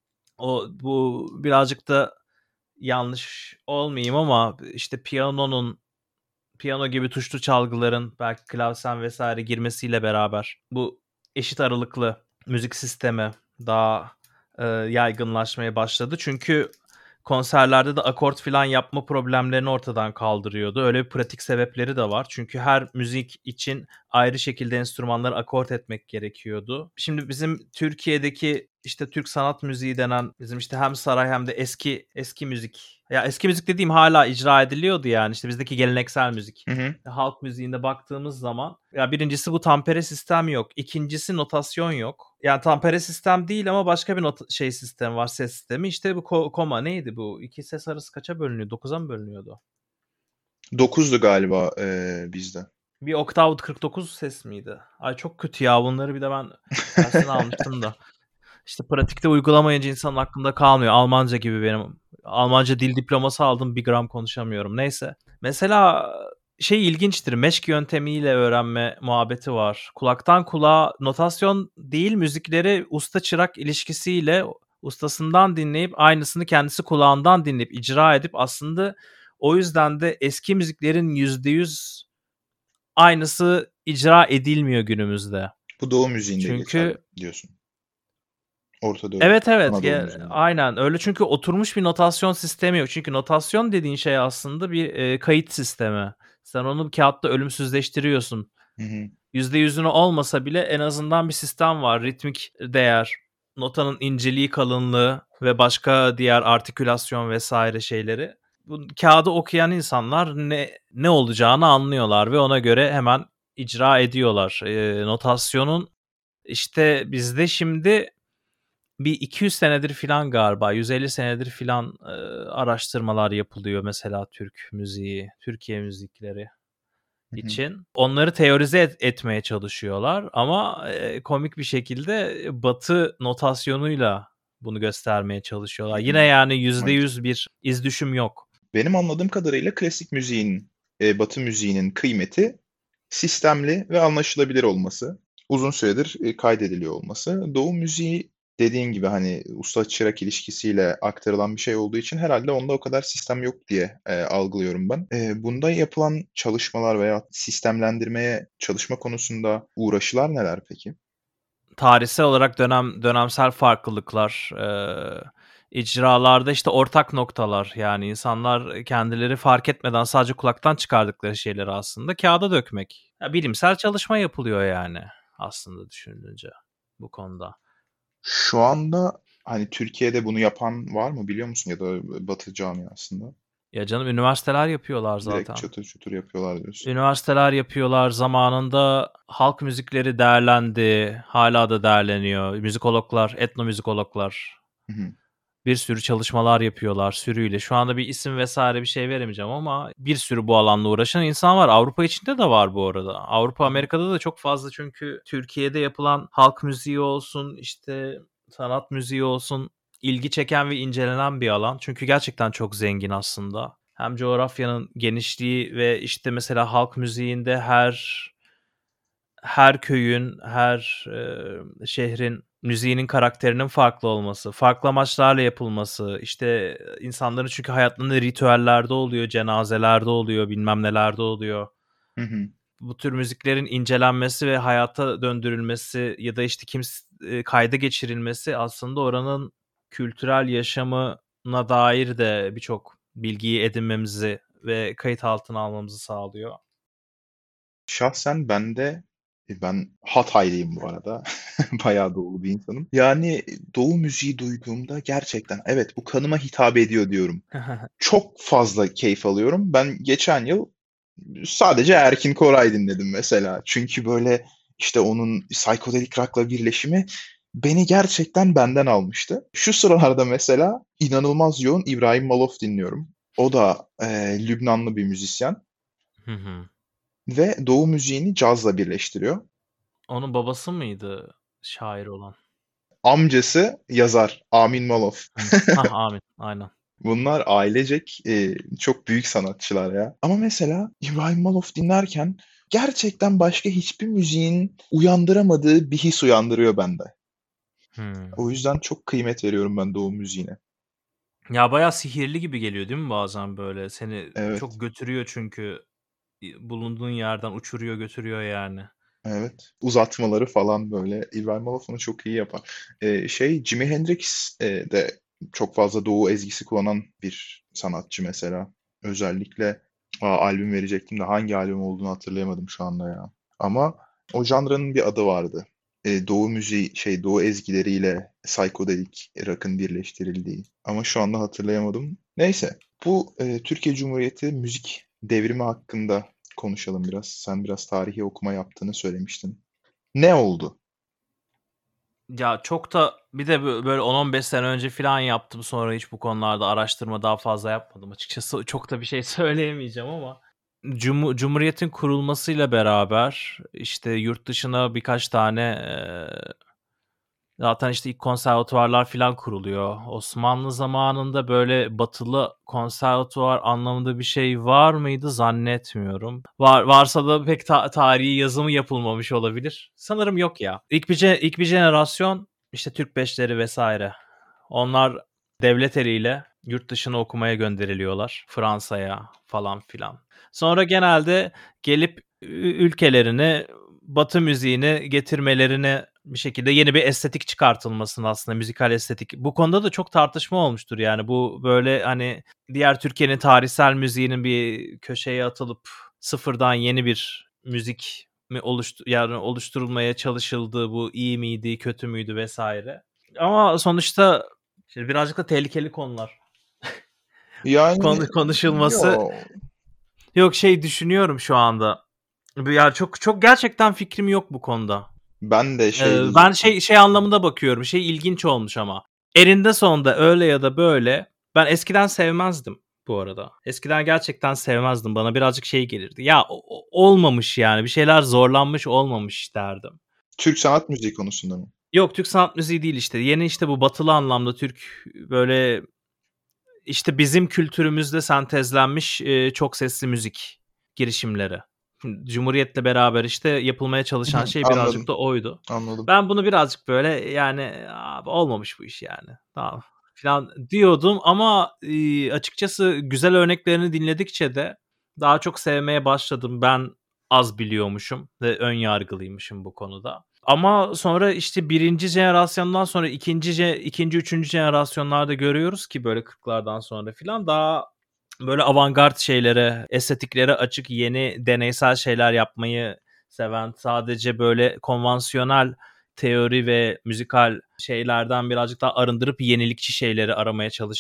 o bu birazcık da yanlış olmayayım ama işte piyanonun piyano gibi tuşlu çalgıların belki klavsen vesaire girmesiyle beraber bu eşit aralıklı müzik sistemi daha e, yaygınlaşmaya başladı. Çünkü konserlerde de akort falan yapma problemlerini ortadan kaldırıyordu. Öyle bir pratik sebepleri de var. Çünkü her müzik için ayrı şekilde enstrümanları akort etmek gerekiyordu. Şimdi bizim Türkiye'deki işte Türk sanat müziği denen bizim işte hem saray hem de eski eski müzik. Ya eski müzik dediğim hala icra ediliyordu yani işte bizdeki geleneksel müzik. Hı hı. Halk müziğinde baktığımız zaman ya birincisi bu tampere sistem yok. İkincisi notasyon yok. Yani tampere sistem değil ama başka bir not şey sistem var, ses sistemi. İşte bu ko- koma neydi bu? İki ses arası kaça bölünüyor? Dokuza mı bölünüyordu? Dokuzdu galiba eee, bizde. Bir oktav kırk dokuz ses miydi? Ay çok kötü ya. Bunları bir de ben dersini almıştım da. İşte pratikte uygulamayınca insanın aklında kalmıyor. Almanca gibi benim. Almanca dil diploması aldım. Bir gram konuşamıyorum. Neyse. Mesela şey ilginçtir. Meşk yöntemiyle öğrenme muhabbeti var. Kulaktan kulağa notasyon değil müzikleri usta çırak ilişkisiyle ustasından dinleyip aynısını kendisi kulağından dinleyip icra edip aslında o yüzden de eski müziklerin yüzde yüz aynısı icra edilmiyor günümüzde. Bu Doğu müziğinde geçerli Çünkü diyorsun. Orta Doğu, evet, evet. Anadolu Ge müziğinde. aynen öyle çünkü oturmuş bir notasyon sistemi yok. Çünkü notasyon dediğin şey aslında bir, eee, kayıt sistemi. Sen onu kağıtta ölümsüzleştiriyorsun. Hı hı. yüzde yüzünü olmasa bile en azından bir sistem var. Ritmik değer, notanın inceliği, kalınlığı ve başka diğer artikülasyon vesaire şeyleri. Bu kağıdı okuyan insanlar ne ne olacağını anlıyorlar ve ona göre hemen icra ediyorlar. Eee, notasyonun işte bizde şimdi bir iki yüz senedir filan galiba, yüz elli senedir filan, eee, araştırmalar yapılıyor mesela Türk müziği, Türkiye müzikleri Hı hı. için. Onları teorize et etmeye çalışıyorlar ama, eee, komik bir şekilde Batı notasyonuyla bunu göstermeye çalışıyorlar. Hı Yine hı. yani yüzde Evet. yüz bir iz düşüm yok. Benim anladığım kadarıyla klasik müziğin, eee, Batı müziğinin kıymeti sistemli ve anlaşılabilir olması. Uzun süredir, eee, kaydediliyor olması. Doğu müziği dediğin gibi, hani, usta çırak ilişkisiyle aktarılan bir şey olduğu için herhâlde onda o kadar sistem yok diye, eee, algılıyorum ben. Eee, bunda yapılan çalışmalar veya sistemlendirmeye çalışma konusunda uğraşılar neler peki? Tarihsel olarak dönem dönemsel farklılıklar, eee, icralarda, işte, ortak noktalar, yani, insanlar kendileri fark etmeden sadece kulaktan çıkardıkları şeyleri aslında kağıda dökmek. Ya, bilimsel çalışma yapılıyor, yani, aslında düşününce bu konuda. Şu anda, hani, Türkiye'de bunu yapan var mı biliyor musun ya da Batı camiasında? Ya canım üniversiteler yapıyorlar Direkt zaten. çatır çutur yapıyorlar diyorsun. Üniversiteler yapıyorlar. Zamanında halk müzikleri değerlendi. Hala da değerleniyor. Müzikologlar, etnomüzikologlar Hı hı. bir sürü çalışmalar yapıyorlar sürüyle. Şu anda bir isim vesaire bir şey veremeyeceğim ama bir sürü bu alanla uğraşan insan var. Avrupa içinde de var bu arada. Avrupa, Evet. Amerika'da da çok fazla çünkü Türkiye'de yapılan halk müziği olsun, işte sanat müziği olsun ilgi çeken ve incelenen bir alan. Çünkü gerçekten çok zengin aslında. Hem coğrafyanın genişliği ve işte mesela halk müziğinde her her köyün, her e, şehrin müziğinin karakterinin farklı olması, farklı amaçlarla yapılması, işte insanların çünkü hayatlarında ritüellerde oluyor, cenazelerde oluyor, bilmem nelerde oluyor. Hı hı. Bu tür müziklerin incelenmesi ve hayata döndürülmesi ya da işte kim e, kayda geçirilmesi aslında oranın kültürel yaşamına dair de birçok bilgiyi edinmemizi ve kayıt altına almamızı sağlıyor. Şahsen ben de e, ben Hataylıyım bu arada. Bayağı doğulu bir insanım. Yani Doğu müziği duyduğumda gerçekten evet bu kanıma hitap ediyor diyorum. Çok fazla keyif alıyorum. Ben geçen yıl sadece Erkin Koray dinledim mesela. Çünkü böyle işte onun psikodelik rock'la birleşimi beni gerçekten benden almıştı. Şu sıralarda mesela inanılmaz yoğun İbrahim Maluf dinliyorum. O da e, Lübnanlı bir müzisyen Hı hı. ve Doğu müziğini cazla birleştiriyor. Onun babası mıydı şair olan? Amcası yazar Amin Maluf. Hıı. Hah, Amin. Aynen. Bunlar ailecek e, çok büyük sanatçılar ya. Ama mesela İbrahim Maluf dinlerken gerçekten başka hiçbir müziğin uyandıramadığı bir his uyandırıyor bende. Hımm. O yüzden çok kıymet veriyorum ben Doğu müziğine. Ya, bayağı sihirli gibi geliyor değil mi bazen böyle? Seni Evet, çok götürüyor çünkü, iii, bulunduğun yerden uçuruyor götürüyor yani. evet. Uzatmaları falan böyle. İbrahim Maluf onu çok iyi yapar. E, şey Jimi Hendrix e, de çok fazla Doğu ezgisi kullanan bir sanatçı mesela. Özellikle aa, albüm verecektim de hangi albüm olduğunu hatırlayamadım şu anda ya. Ama o janranın bir adı vardı. E, Doğu müziği şey Doğu ezgileriyle psychedelic rock'ın birleştirildiği. Ama şu anda hatırlayamadım. Neyse, bu e, Türkiye Cumhuriyeti müzik devrimi hakkında konuşalım biraz. Sen biraz tarihi okuma yaptığını söylemiştin. Ne oldu? Ya, çok da bir de bö böyle on on beş sene önce filan yaptım. Sonra hiç bu konularda araştırma daha fazla yapmadım açıkçası. Çok da bir şey söyleyemeyeceğim ama Cumu Cumhuriyet'in kurulmasıyla beraber, işte, yurt dışına birkaç tane, eee zaten, işte, ilk konservatuvarlar filan kuruluyor. Osmanlı zamanında, böyle, batılı konservatuvar anlamında bir şey var mıydı zannetmiyorum. Var varsa da pek ta tarihi yazımı yapılmamış olabilir. Sanırım yok ya. İlk bir ce ilk bir jenerasyon, işte, Türk beşleri vesaire. Onlar devlet eliyle yurt dışına okumaya gönderiliyorlar. Fransa'ya falan filan. Sonra genelde gelip ü ülkelerine Batı müziğini getirmelerini bir şekilde yeni bir estetik çıkartılmasını aslında müzikal estetik. Bu konuda da çok tartışma olmuştur yani. Bu böyle hani diğer Türkiye'nin tarihsel müziğinin bir köşeye atılıp sıfırdan yeni bir müzik mi oluştu yani oluşturulmaya çalışıldığı bu iyi miydi, kötü müydü vesaire. Ama sonuçta şimdi birazcık da tehlikeli konular. Yani Konu konuşulması. yo Yok şey düşünüyorum şu anda. Ya çok çok gerçekten fikrim yok bu konuda. ben de şey Eee, ben diyecektim. şey şey anlamında bakıyorum. Şey ilginç olmuş ama. Eninde sonunda öyle ya da böyle ben eskiden sevmezdim bu arada. Eskiden gerçekten sevmezdim. Bana birazcık şey gelirdi. Ya o- o- olmamış yani. Bir şeyler zorlanmış olmamış derdim. Türk sanat müziği konusunda mı? Yok Türk sanat müziği değil işte. Yeni işte bu batılı anlamda Türk böyle işte bizim kültürümüzde sentezlenmiş eee, çok sesli müzik girişimleri. Cumhuriyet'le beraber işte yapılmaya Hı çalışan hı, şey birazcık anladım, da oydu. anladım. Ben bunu birazcık böyle yani abi olmamış bu iş yani. Tamam falan diyordum ama eee, açıkçası güzel örneklerini dinledikçe de daha çok sevmeye başladım. Ben az biliyormuşum ve ön yargılıymışım bu konuda. Ama sonra işte birinci jenerasyondan sonra ikinci je ikinci üçüncü jenerasyonlarda görüyoruz ki böyle kırklardan sonra filan daha böyle avantgard şeylere, estetiklere açık yeni deneysel şeyler yapmayı seven, sadece böyle konvansiyonel teori ve müzikal şeylerden birazcık daha arındırıp yenilikçi şeyleri aramaya çalışan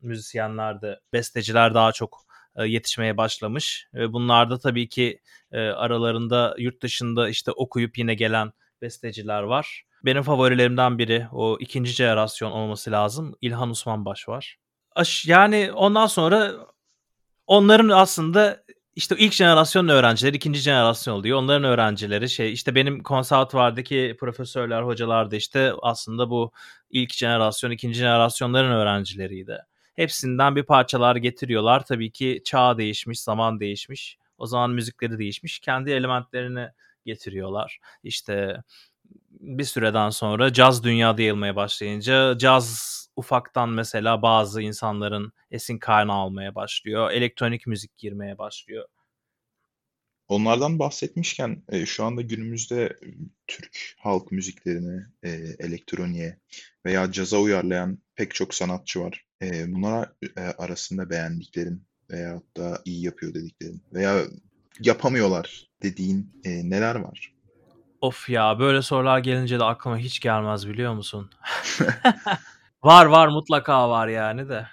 müzisyenlerde besteciler daha çok e, yetişmeye başlamış. Ve bunlar da tabii ki e, aralarında yurt dışında işte okuyup yine gelen besteciler var. Benim favorilerimden biri o ikinci jenerasyon olması lazım. İlhan Osmanbaş var. Aş- Yani ondan sonra onların aslında işte ilk jenerasyon öğrencileri ikinci jenerasyon oluyor. Onların öğrencileri şey işte benim konservatuvardaki profesörler, hocalar da işte aslında bu ilk jenerasyon, ikinci jenerasyonların öğrencileriydi. Hepsinden bir parçalar getiriyorlar. Tabii ki çağ değişmiş, zaman değişmiş. O zaman müzikleri değişmiş. Kendi elementlerini getiriyorlar. İşte bir süreden sonra caz dünyada yayılmaya başlayınca caz ufaktan mesela bazı insanların esin kaynağı almaya başlıyor. Elektronik müzik girmeye başlıyor. Onlardan bahsetmişken e, şu anda günümüzde e, Türk halk müziklerini e, elektroniğe veya caza uyarlayan pek çok sanatçı var. E, bunlara e, arasında beğendiklerin veyahut da iyi yapıyor dediklerin veya yapamıyorlar dediğin e, neler var? Of ya, böyle sorular gelince de aklıma hiç gelmez biliyor musun? Var var, mutlaka var yani de.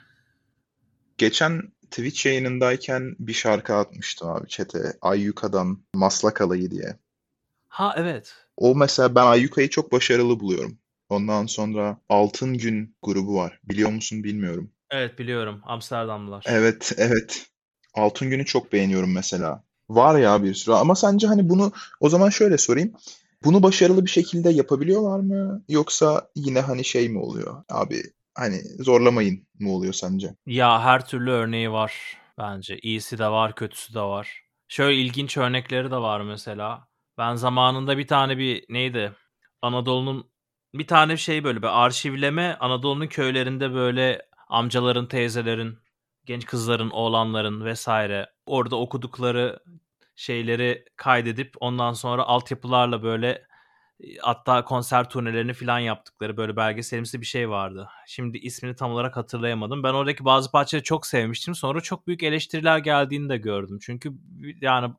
Geçen Twitch yayınındayken bir şarkı atmıştım abi chat'e. Ayyuka'dan Maslak Alayı diye. Ha evet. O mesela ben Ayyuka'yı çok başarılı buluyorum. Ondan sonra Altın Gün grubu var. Biliyor musun bilmiyorum. Evet biliyorum. Amsterdamlılar. Evet, evet. Altın Gün'ü çok beğeniyorum mesela. Var ya bir sürü ama sence hani bunu o zaman şöyle sorayım. Bunu başarılı bir şekilde yapabiliyorlar mı? Yoksa yine hani şey mi oluyor? Abi hani zorlamayın mı oluyor sence? Ya her türlü örneği var bence. İyisi de var, kötüsü de var. Şöyle ilginç örnekleri de var mesela. Ben zamanında bir tane bir neydi? Anadolu'nun bir tane şey böyle bir arşivleme Anadolu'nun köylerinde böyle amcaların, teyzelerin, genç kızların, oğlanların vesaire orada okudukları şeyleri kaydedip ondan sonra altyapılarla böyle hatta konser turnelerini falan yaptıkları böyle belgeselimsi bir şey vardı. Şimdi ismini tam olarak hatırlayamadım. Ben oradaki bazı parçaları çok sevmiştim. Sonra çok büyük eleştiriler geldiğini de gördüm. Çünkü yani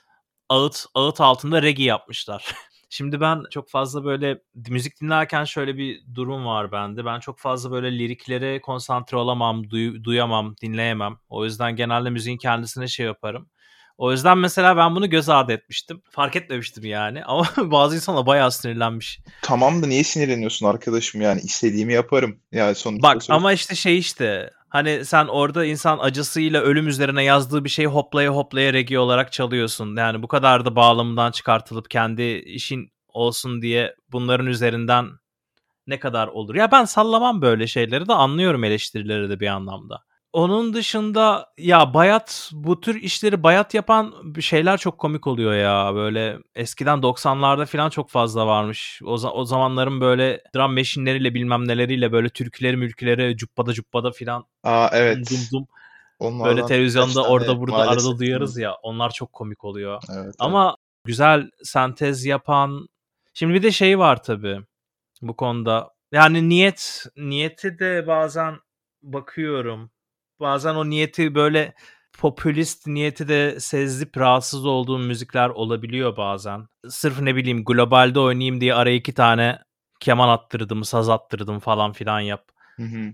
ağıt ağıt altında reggae yapmışlar. Şimdi ben çok fazla böyle müzik dinlerken şöyle bir durum var bende. Ben çok fazla böyle liriklere konsantre olamam, duy- duyamam, dinleyemem. O yüzden genelde müziğin kendisine şey yaparım. O yüzden mesela ben bunu göz ardı etmiştim. Fark etmemiştim yani. Ama bazı insanlar bayağı sinirlenmiş. Tamam da niye sinirleniyorsun arkadaşım yani istediğimi yaparım. Yani sonuçta Bak söz. ama işte şey işte hani sen orada insan acısıyla ölüm üzerine yazdığı bir şeyi hoplaya hoplaya reggae olarak çalıyorsun. Yani bu kadar da bağlamından çıkartılıp kendi işin olsun diye bunların üzerinden ne kadar olur? Ya ben sallamam böyle şeyleri de anlıyorum eleştirileri de bir anlamda. Onun dışında ya bayat bu tür işleri bayat yapan şeyler çok komik oluyor ya. Böyle eskiden doksanlarda falan çok fazla varmış. O, za- o zamanların böyle drum machine'leriyle bilmem neleriyle böyle türküleri mülküleri cuppada cuppada falan Aa dum dum evet. dum böyle Onlardan birkaç televizyonda tane orada burada arada maalesef duyarız dinledim. ya. Onlar çok komik oluyor. Evet, evet. Ama güzel sentez yapan şimdi bir de şey var tabii bu konuda. Yani niyet niyeti de bazen bakıyorum. Bazen o niyeti böyle popülist niyeti de sezip rahatsız olduğum müzikler olabiliyor bazen. Sırf ne bileyim globalde oynayayım diye araya iki tane keman attırdım, saz attırdım falan filan yap. Hı hı.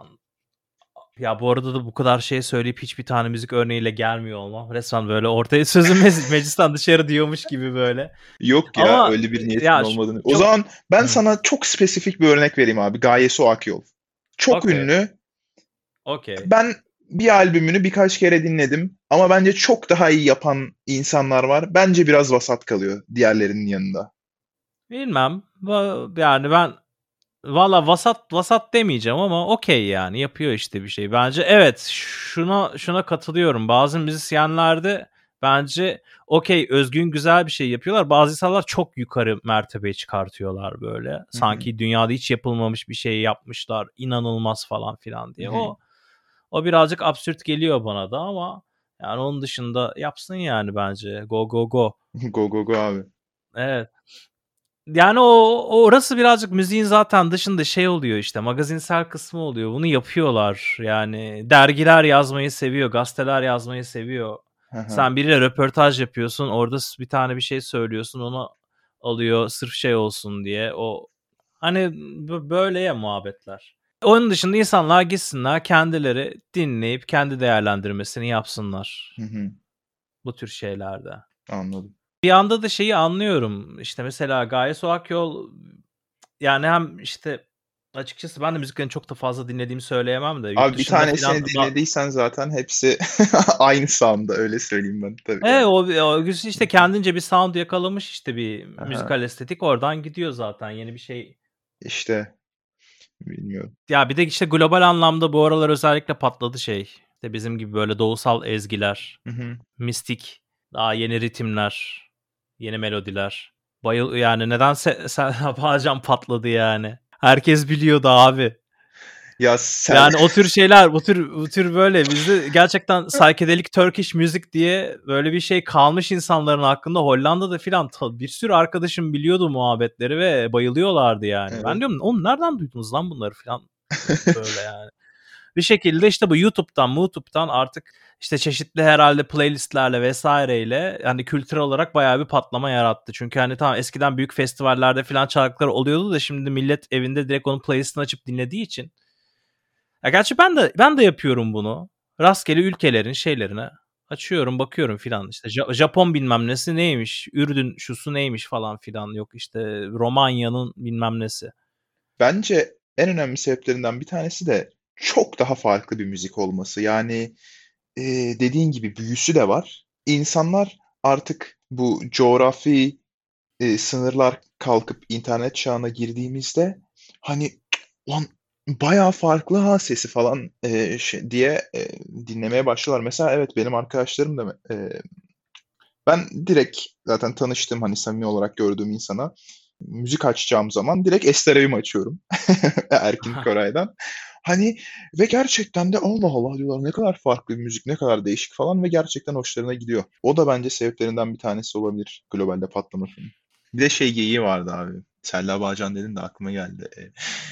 Ya bu arada da bu kadar şey söyleyip hiçbir tane müzik örneğiyle gelmiyor olmam. Resmen böyle ortaya sözüm mec- meclisten dışarı diyormuş gibi böyle. Yok ya Ama öyle bir niyetin ya ş- olmadığını. O çok... zaman ben Hı. sana çok spesifik bir örnek vereyim abi. Gaye Su Akyol. Çok Okey. ünlü. Okey. Ben bir albümünü birkaç kere dinledim ama bence çok daha iyi yapan insanlar var. Bence biraz vasat kalıyor diğerlerinin yanında. Bilmem. Va- Yani ben valla vasat vasat demeyeceğim ama okey yani yapıyor işte bir şey. Bence evet şuna şuna katılıyorum. Bazı müzisyenlerde bence okey özgün güzel bir şey yapıyorlar. Bazı insanlar çok yukarı mertebeye çıkartıyorlar böyle. Hı hı, Sanki dünyada hiç yapılmamış bir şey yapmışlar. İnanılmaz falan filan hı diye. hı. O o birazcık absürt geliyor bana da ama yani onun dışında yapsın yani bence. Go go go. Go go go abi. Evet. Yani o orası birazcık müziğin zaten dışında şey oluyor işte magazinsel kısmı oluyor. Bunu yapıyorlar. Yani dergiler yazmayı seviyor, gazeteler yazmayı seviyor. Hı hı. Sen biriyle röportaj yapıyorsun, orada s- bir tane bir şey söylüyorsun, onu alıyor sırf şey olsun diye. O hani b- böyle ya muhabbetler. Onun dışında insanlar gitsinler, kendileri dinleyip kendi değerlendirmesini yapsınlar Hı hı. bu tür şeylerde. Anladım. Bir anda da şeyi anlıyorum. İşte mesela Gaye Su Akyol yani hem işte açıkçası ben de müziklerini çok da fazla dinlediğimi söyleyemem de yurt Abi bir dışında tanesini filan ba dinlediysen zaten hepsi aynı sound'da, öyle söyleyeyim ben tabii Evet, yani. o o işte Hı hı. kendince bir sound yakalamış işte bir Hı hı. müzikal estetik oradan gidiyor zaten yeni bir şey. İşte bilmiyorum. Ya bir de işte global anlamda bu aralar özellikle patladı şey. İşte bizim gibi böyle doğusal ezgiler, Hı hı. mistik, daha yeni ritimler, yeni melodiler. Bayıl yani nedense Selda Bağcan patladı yani. Herkes biliyordu abi. Ya sen Yani o tür şeyler, bu tür bu tür böyle bizde gerçekten psychedelic Turkish music diye böyle bir şey kalmış insanların hakkında. Hollanda'da filan ta- bir sürü arkadaşım biliyordu muhabbetleri ve bayılıyorlardı yani. Ben Evet. diyorum oğlum nereden duydunuz lan bunları filan böyle yani. Bir şekilde işte bu YouTube'dan, YouTube'dan artık işte çeşitli herhalde playlistlerle vesaireyle yani kültürel olarak bayağı bir patlama yarattı. Çünkü hani tamam eskiden büyük festivallerde filan çalgılar oluyordu da şimdi millet evinde direkt onun playlistini açıp dinlediği için. Ya gerçi ben de ben de yapıyorum bunu. Rastgele ülkelerin şeylerine açıyorum, bakıyorum filan. İşte Ja- Japon bilmem nesi neymiş, Ürdün şusu neymiş falan filan. Yok işte Romanya'nın bilmem nesi. Bence en önemli sebeplerinden bir tanesi de çok daha farklı bir müzik olması. Yani, eee, dediğin gibi büyüsü de var. İnsanlar artık bu coğrafi, eee, sınırlar kalkıp internet çağına girdiğimizde, hani, "Lan, bayağı farklı ha sesi." falan, eee, şey diye, eee, dinlemeye başlıyorlar. Mesela evet, benim arkadaşlarım da eee, ben direkt zaten tanıştığım, hani, samimi olarak gördüğüm insana müzik açacağım zaman direkt Estereo'mu açıyorum Erkin Koray'dan. Hani ve gerçekten de "Allah Allah!" diyorlar, "Ne kadar farklı bir müzik, ne kadar değişik." falan ve gerçekten hoşlarına gidiyor. O da bence sebeplerinden bir tanesi olabilir globalde patlamasının. Bir de şey geyiği vardı abi. Selda Bağcan dedin de aklıma geldi. Eee,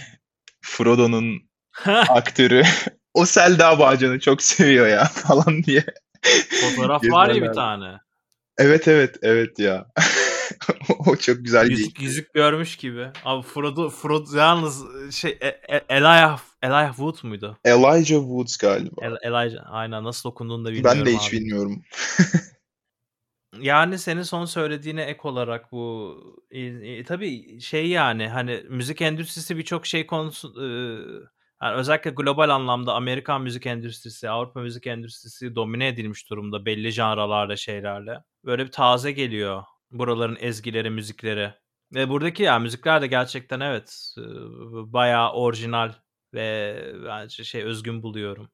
Frodo'nun aktörü "O Selda Bağcan'ı çok seviyor ya." falan diye Fotoğraf var ya bir gezerlerdi. tane. Evet, evet, evet ya. O çok güzel Yüzük geyikti. yüzük görmüş gibi. Abi Frodo Frodo yalnız şey E- E- Elijah Elijah Wood muydu? Elijah Woods galiba. El- Elijah aynen nasıl okunduğunu da Ben de bilmiyorum hiç abi. bilmiyorum. Yani senin son söylediğine ek olarak bu e, e, tabii şey yani hani müzik endüstrisi birçok şey konusu e, yani özellikle global anlamda Amerikan müzik endüstrisi, Avrupa müzik endüstrisi domine edilmiş durumda belli janralarla şeylerle. Böyle bir taze geliyor buraların ezgileri, müzikleri. Ve buradaki ya müzikler de gerçekten evet e, bayağı orijinal ve bence şey özgün buluyorum.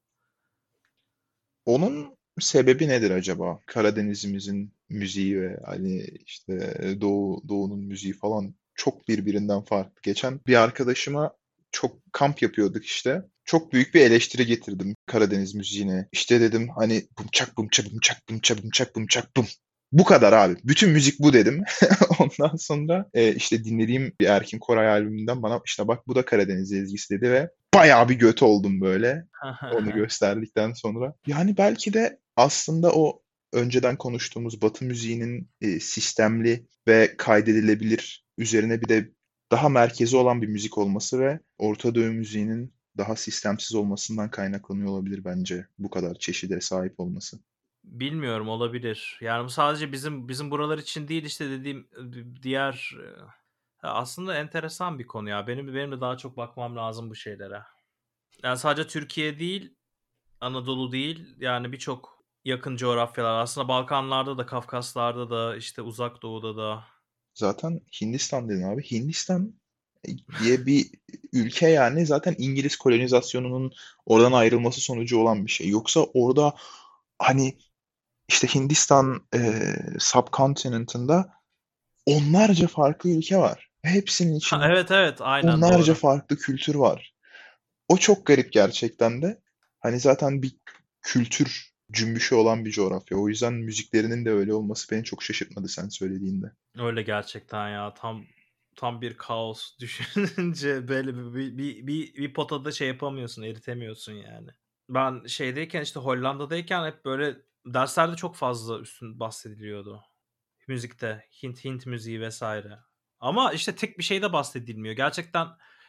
Onun sebebi nedir acaba? Karadenizimizin müziği ve hani işte Doğu, Doğu'nun müziği falan çok birbirinden farklı. Geçen bir arkadaşıma çok kamp yapıyorduk işte. Çok büyük bir eleştiri getirdim Karadeniz müziğine. İşte dedim hani bumçak bumçak bumçak bumçak bumçak bumçak bum. Bu kadar abi. Bütün müzik bu dedim. Ondan sonra e, işte dinlediğim bir Erkin Koray albümünden bana işte bak bu da Karadeniz ezgisi dedi ve bayağı bir göt oldum böyle. Onu gösterdikten sonra. Yani belki de aslında o önceden konuştuğumuz Batı müziğinin, eee, sistemli ve kaydedilebilir, üzerine bir de daha merkezi olan bir müzik olması ve Orta Doğu müziğinin daha sistemsiz olmasından kaynaklanıyor olabilir bence bu kadar çeşide sahip olması. Bilmiyorum, olabilir. Yani bu sadece bizim bizim buralar için değil, işte, dediğim, d diğer, eee, aslında enteresan bir konu ya. Benim benim de daha çok bakmam lazım bu şeylere. Yani sadece Türkiye değil, Anadolu değil, yani birçok yakın coğrafyalar. Aslında Balkanlarda da, Kafkaslar'da da, işte, Uzak Doğu'da da. Zaten Hindistan dedin abi. Hindistan, eee, diye bir ülke yani zaten İngiliz kolonizasyonunun oradan ayrılması sonucu olan bir şey. Yoksa orada, hani, İşte Hindistan, eee, subcontinent'ında onlarca farklı ülke var. Hepsinin Ha, içinde evet, evet, aynen onlarca doğru. farklı kültür var. O çok garip gerçekten de. Hani zaten bir kültür cümbüşü olan bir coğrafya. O yüzden müziklerinin de öyle olması beni çok şaşırtmadı sen söylediğinde. Öyle gerçekten ya. Tam tam bir kaos düşününce böyle bir bir bir bir bir potada şey yapamıyorsun, eritemiyorsun yani. Ben şeydeyken, işte, Hollanda'dayken hep böyle derslerde çok fazla üstün bahsediliyordu müzikte. Hint Hint müziği vesaire. Ama, işte, tek bir şeyde bahsedilmiyor. Gerçekten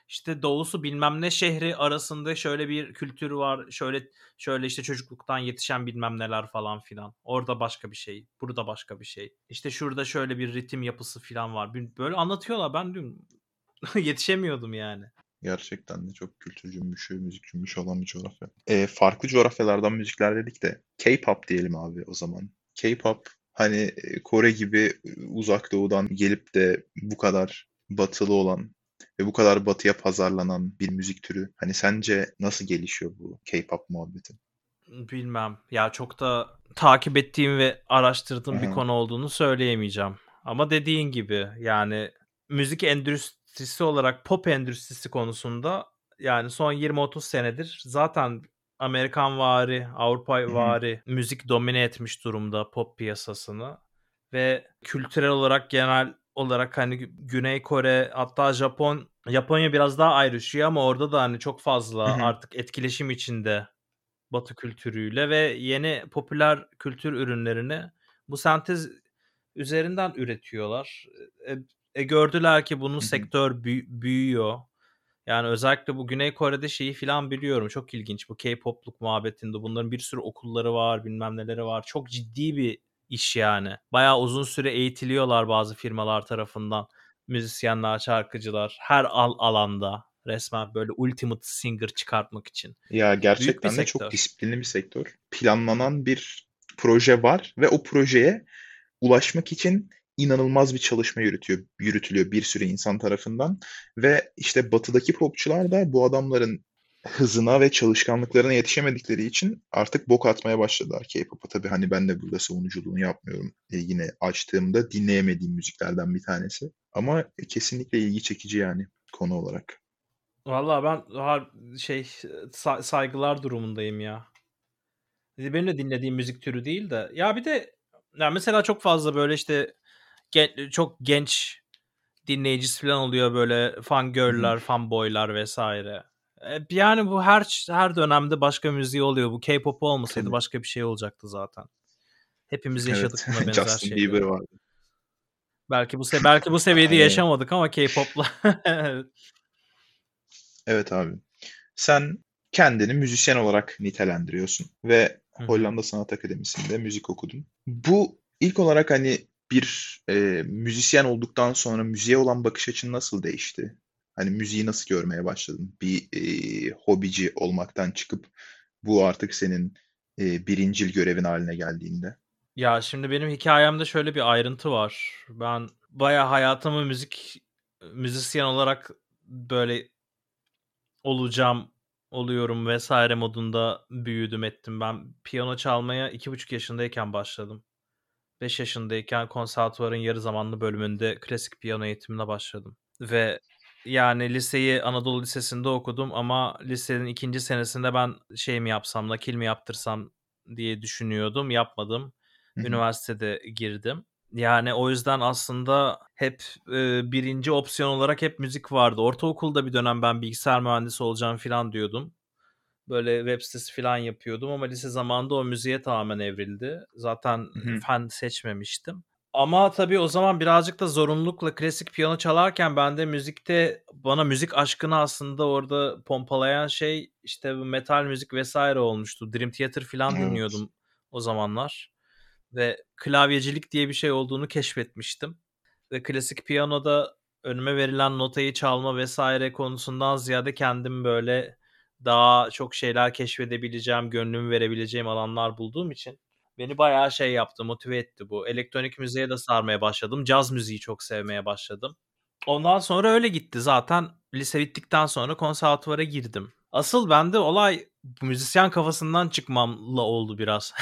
işte doğusu bilmem ne şehri arasında şöyle bir kültür var. Şöyle şöyle işte çocukluktan yetişen bilmem neler falan filan. Orada başka bir şey, burada başka bir şey. İşte şurada şöyle bir ritim yapısı filan var. Bil- Böyle anlatıyorlar. Ben diyorum yetişemiyordum yani. Gerçekten de çok kültür cümbüşü, müzik cümbüşü olan bir coğrafya. Ee, farklı coğrafyalardan müzikler dedik de K-pop diyelim abi o zaman. K-pop hani e, Kore gibi e, uzak doğudan gelip de bu kadar batılı olan ve bu kadar batıya pazarlanan bir müzik türü. Hani sence nasıl gelişiyor bu K-pop muhabbeti? Bilmem. Ya çok da takip ettiğim ve araştırdığım bir Aha. konu olduğunu söyleyemeyeceğim. Ama dediğin gibi yani müzik endüstrisi olarak pop endüstrisi konusunda yani son yirmi otuz senedir zaten Amerikanvari, Hı hı. Avrupavari müzik domine etmiş durumda pop piyasasını ve kültürel olarak genel olarak hani Gü- Güney Kore hatta Japon Japonya biraz daha ayrışıyor ama orada da hani çok Hı fazla hı. artık etkileşim içinde Batı kültürüyle ve yeni popüler kültür ürünlerini bu sentez üzerinden üretiyorlar. E, e, gördüler ki bunun Hı hı. sektör büy- büyüyor. Yani özellikle bu Güney Kore'de şeyi filan biliyorum. Çok ilginç bu K-pop'luk muhabbetinde. Bunların bir sürü okulları var, bilmem neleri var. Çok ciddi bir iş yani. Bayağı uzun süre eğitiliyorlar bazı firmalar tarafından. Müzisyenler, şarkıcılar her al- alanda resmen böyle ultimate singer çıkartmak için. Ya Büyük bir gerçekten de çok sektör. disiplinli bir sektör. Planlanan bir proje var ve o projeye ulaşmak için inanılmaz bir çalışma yürütüyor, yürütülüyor bir sürü insan tarafından ve işte batıdaki popçular da bu adamların hızına ve çalışkanlıklarına yetişemedikleri için artık bok atmaya başladılar K-pop'a. Tabii hani ben de burada savunuculuğunu yapmıyorum. E, yine açtığımda dinleyemediğim müziklerden bir tanesi. Ama kesinlikle ilgi çekici yani konu olarak. Vallahi ben har şey sa- saygılar durumundayım ya. Benim de dinlediğim müzik türü değil de. Ya bir de ya mesela çok fazla böyle işte gen- çok genç dinleyicisi falan oluyor böyle Hı hı. fangirl'ler, fanboy'lar vesaire. E, yani bu her her dönemde başka müziği oluyor. Bu K-pop olmasaydı Tabii. başka bir şey olacaktı zaten. Hepimiz yaşadık Evet. buna benzer Justin Bieber şeyleri. vardı. Belki bu se belki bu seviyede Aynen. yaşamadık ama K-pop'la Evet abi. Sen kendini müzisyen olarak nitelendiriyorsun ve Hı hı. Hollanda Sanat Akademisi'nde müzik okudun. Bu ilk olarak hani bir e, müzisyen olduktan sonra müziğe olan bakış açın nasıl değişti? Hani müziği nasıl görmeye başladın? Bir e, hobici olmaktan çıkıp bu artık senin e, birincil görevin haline geldiğinde. Ya, şimdi benim hikâyemde şöyle bir ayrıntı var. Ben bayağı hayatımı müzik müzisyen olarak, böyle, olacağım, oluyorum vesaire modunda büyüdüm ettim. Ben piyano çalmaya iki buçuk yaşındayken başladım. beş yaşındayken konservatuvarın yarı zamanlı bölümünde klasik piyano eğitimine başladım ve, yani, liseyi Anadolu Lisesi'nde okudum ama lisenin ikinci senesinde ben şey mi yapsam, nakil mi yaptırsam diye düşünüyordum, yapmadım. Hı hı, Üniversitede girdim. Yani, o yüzden aslında hep, eee, birinci opsiyon olarak hep müzik vardı. Ortaokulda bir dönem ben bilgisayar mühendisi olacağım filan diyordum. Böyle web sitesi filan yapıyordum ama lise zamanında o müziğe tamamen evrildi. Zaten hı hı, fen seçmemiştim. Ama tabii o zaman birazcık da zorunlulukla klasik piyano çalarken ben de müzikte bana müzik aşkını aslında orada pompalayan şey işte bu metal müzik vesaire olmuştu. Dream Theater filan evet. dinliyordum o zamanlar ve klavyecilik diye bir şey olduğunu keşfetmiştim. Ve klasik piyanoda önüme verilen notayı çalma vesaire konusundan ziyade kendim böyle daha çok şeyler keşfedebileceğim, gönlümü verebileceğim alanlar bulduğum için beni bayağı şey yaptı, motive etti bu. Elektronik müziğe de sarmaya başladım. Caz müziği çok sevmeye başladım. Ondan sonra öyle gitti. Zaten lise bittikten sonra konservatuvara girdim. Asıl bende olay müzisyen kafasından çıkmamla oldu biraz.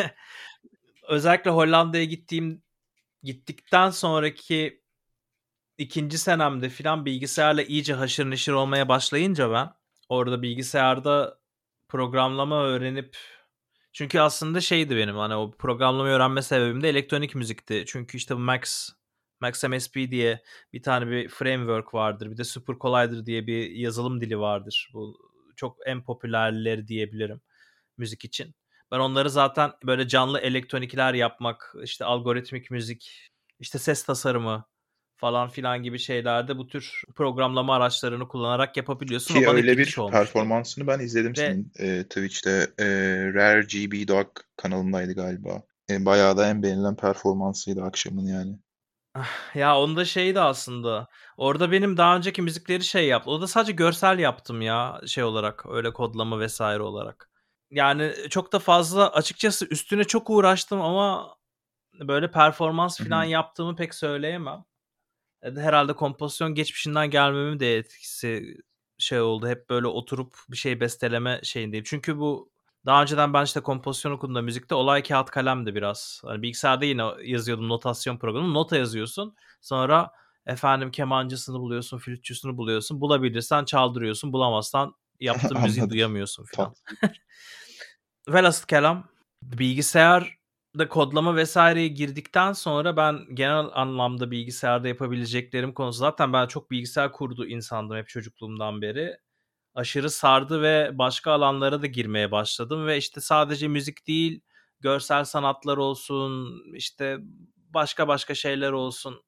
Özellikle Hollanda'ya gittiğim gittikten sonraki ikinci senemde filan bilgisayarla iyice haşır neşir olmaya başlayınca ben, orada bilgisayarda programlama öğrenip çünkü aslında şeydi benim, hani, o programlamayı öğrenme sebebim de elektronik müzikti. Çünkü, işte, bu Max, Max M S P diye bir tane bir framework vardır. Bir de Super Collider diye bir yazılım dili vardır. Bu çok en popülerleri diyebilirim müzik için. Ben onları zaten böyle canlı elektronikler yapmak, işte, algoritmik müzik, işte, ses tasarımı falan filan gibi şeylerde bu tür programlama araçlarını kullanarak yapabiliyorsun ve Ki bana öyle giriş bir olmuştu. performansını ben izledim Ve senin eee, Twitch'te eee RareGBdog kanalındaydı galiba. E, bayağı da en beğenilen performansıydı akşamın yani. Ah, ya onda şeydi aslında. Orada benim daha önceki müzikleri şey yaptı. Orada sadece görsel yaptım ya şey olarak, öyle kodlama vesaire olarak. Yani çok da fazla açıkçası üstüne çok uğraştım ama böyle performans Hı filan hı. yaptığımı pek söyleyemem. E, herhâlde kompozisyon geçmişinden gelmemin de etkisi şey oldu. Hep böyle oturup bir şey besteleme şeyindeyim. Çünkü bu daha önceden ben işte kompozisyon okuduğumda müzikte olay kağıt kalemdi biraz. Hani bilgisayarda yine yazıyordum notasyon programı. Nota yazıyorsun. Sonra efendim kemancısını buluyorsun, flütçüsünü buluyorsun. Bulabilirsen çaldırıyorsun. Bulamazsan yaptığın müziği Anladım. duyamıyorsun filan. Tatlıymış. Velhasıl kelam bilgisayarda kodlama vesaireye girdikten sonra ben genel anlamda bilgisayarda yapabileceklerim konusu zaten ben çok bilgisayar kurdu insandım hep çocukluğumdan beri. Aşırı sardı ve başka alanlara da girmeye başladım ve işte sadece müzik değil, görsel sanatlar olsun, işte başka başka şeyler olsun.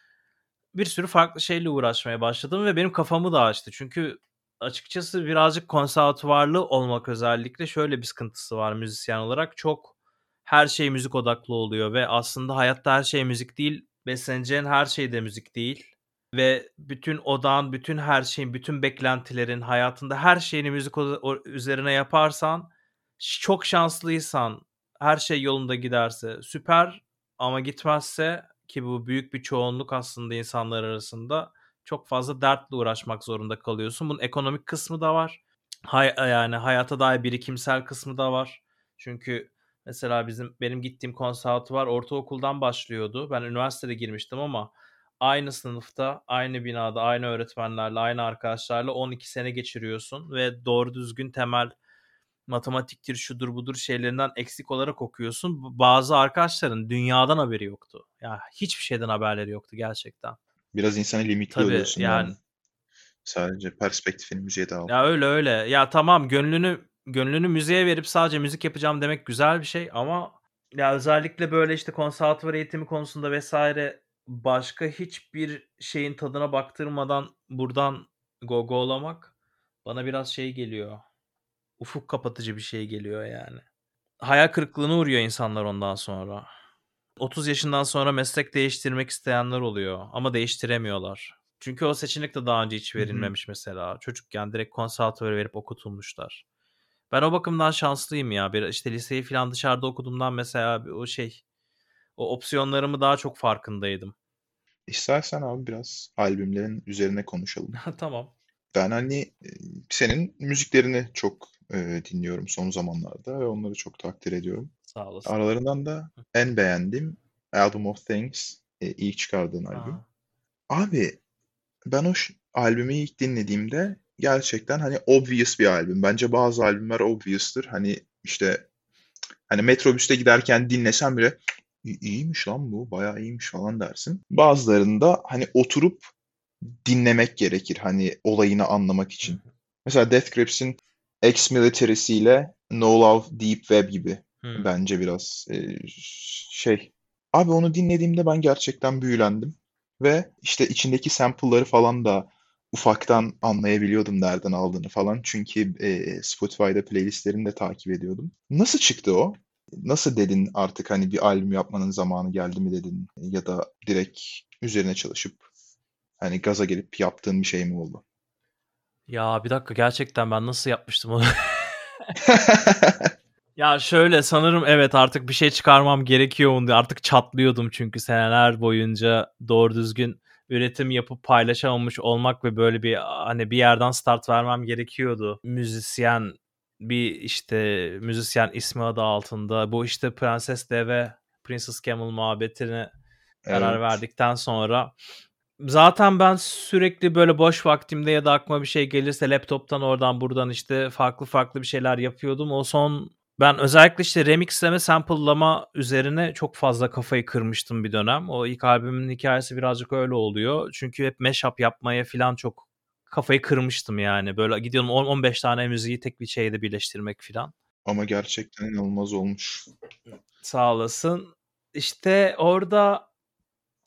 Bir sürü farklı şeyle uğraşmaya başladım ve benim kafamı da açtı. Çünkü açıkçası birazcık konservatuvarlı olmak özellikle şöyle bir sıkıntısı var müzisyen olarak. Çok her şey müzik odaklı oluyor ve aslında hayatta her şey müzik değil, besleneceğin her şey de müzik değil. Ve bütün odağın, bütün her şeyin, bütün beklentilerin, hayatında her şeyini müzik oda- o- üzerine yaparsan, ş- çok şanslıysan, her şey yolunda giderse süper ama gitmezse ki bu büyük bir çoğunluk aslında insanlar arasında çok fazla dertle uğraşmak zorunda kalıyorsun. Bunun ekonomik kısmı da var. Hay yani hayata dair birikimsel kısmı da var. Çünkü mesela bizim benim gittiğim konservatuvar ortaokuldan başlıyordu. Ben üniversitede girmiştim ama aynı sınıfta, aynı binada, aynı öğretmenlerle, aynı arkadaşlarla on iki sene geçiriyorsun ve doğru düzgün temel matematiktir, şudur budur şeylerinden eksik olarak okuyorsun. B bazı arkadaşların dünyadan haberi yoktu. Ya, hiçbir şeyden haberleri yoktu gerçekten. Biraz insanı limitliyor Tabii, diyorsun yani. yani. Sadece perspektifini müziğe Ya, dağıtıyor. öyle, öyle. Ya, tamam, gönlünü gönlünü müziğe verip sadece müzik yapacağım demek güzel bir şey ama ya, özellikle, böyle, işte, konservatuvar eğitimi konusunda vesaire başka hiçbir şeyin tadına baktırmadan buradan gogo'lamak bana biraz şey geliyor, ufuk kapatıcı bir şey geliyor yani. Hayal kırıklığına uğruyor insanlar ondan sonra. otuz yaşından sonra meslek değiştirmek isteyenler oluyor ama değiştiremiyorlar. Çünkü o seçenek de daha önce hiç Hı hı. verilmemiş mesela. Çocukken direkt konservatuvara verip okutulmuşlar. Ben o bakımdan şanslıyım ya. Bir işte liseyi falan dışarıda okuduğumdan mesela o şey, o opsiyonlarımı daha çok farkındaydım. İstersen abi biraz albümlerin üzerine konuşalım. Tamam. Ben hani e, senin müziklerini çok e, dinliyorum son zamanlarda ve onları çok takdir ediyorum. Sağ olasın. Aralarından da en beğendiğim Album of Things, e, ilk çıkardığın albüm. Ha. Abi ben o ş- albümü ilk dinlediğimde gerçekten hani obvious bir albüm. Bence bazı albümler obvious'tır. Hani işte hani metrobüste giderken dinlesen bile "İ- iyiymiş lan bu, bayağı iyiymiş falan dersin. Bazılarında hani oturup dinlemek gerekir hani olayını anlamak Hı için. hı. Mesela Death Grips'in Ex-Military'siyle No Love Deep Web gibi Hıı. bence biraz e, şey. Abi onu dinlediğimde ben gerçekten büyülendim. Ve işte içindeki sample'ları falan da ufaktan anlayabiliyordum nereden aldığını falan. Çünkü e, Spotify'da playlistlerini de takip ediyordum. Nasıl çıktı o? Nasıl dedin artık hani bir albüm yapmanın zamanı geldi mi dedin? Ya da direkt üzerine çalışıp hani gaza gelip yaptığın bir şey mi oldu? Ya, bir dakika gerçekten ben nasıl yapmıştım onu? Ya, şöyle, sanırım evet, artık bir şey çıkarmam gerekiyor onu artık çatlıyordum çünkü seneler boyunca doğru düzgün üretim yapıp paylaşamamış olmak ve böyle bir, hani, bir yerden start vermem gerekiyordu. Müzisyen, bir, işte, müzisyen ismi adı altında bu, işte, Prenses D ve Princess Camel muhabbetine karar Evet. verdikten sonra zaten ben sürekli böyle boş vaktimde ya da aklıma bir şey gelirse laptop'tan oradan buradan, işte, farklı farklı bir şeyler yapıyordum. O son ben özellikle, işte, remixleme, sample'lama üzerine çok fazla kafayı kırmıştım bir dönem. O ilk albümün hikâyesi birazcık öyle oluyor. Çünkü hep mashup yapmaya filan çok kafayı kırmıştım yani. Böyle gidiyorum on on beş tane müziği tek bir şeyde birleştirmek filan. Ama gerçekten inanılmaz olmuş. Sağ olasın. İşte, orada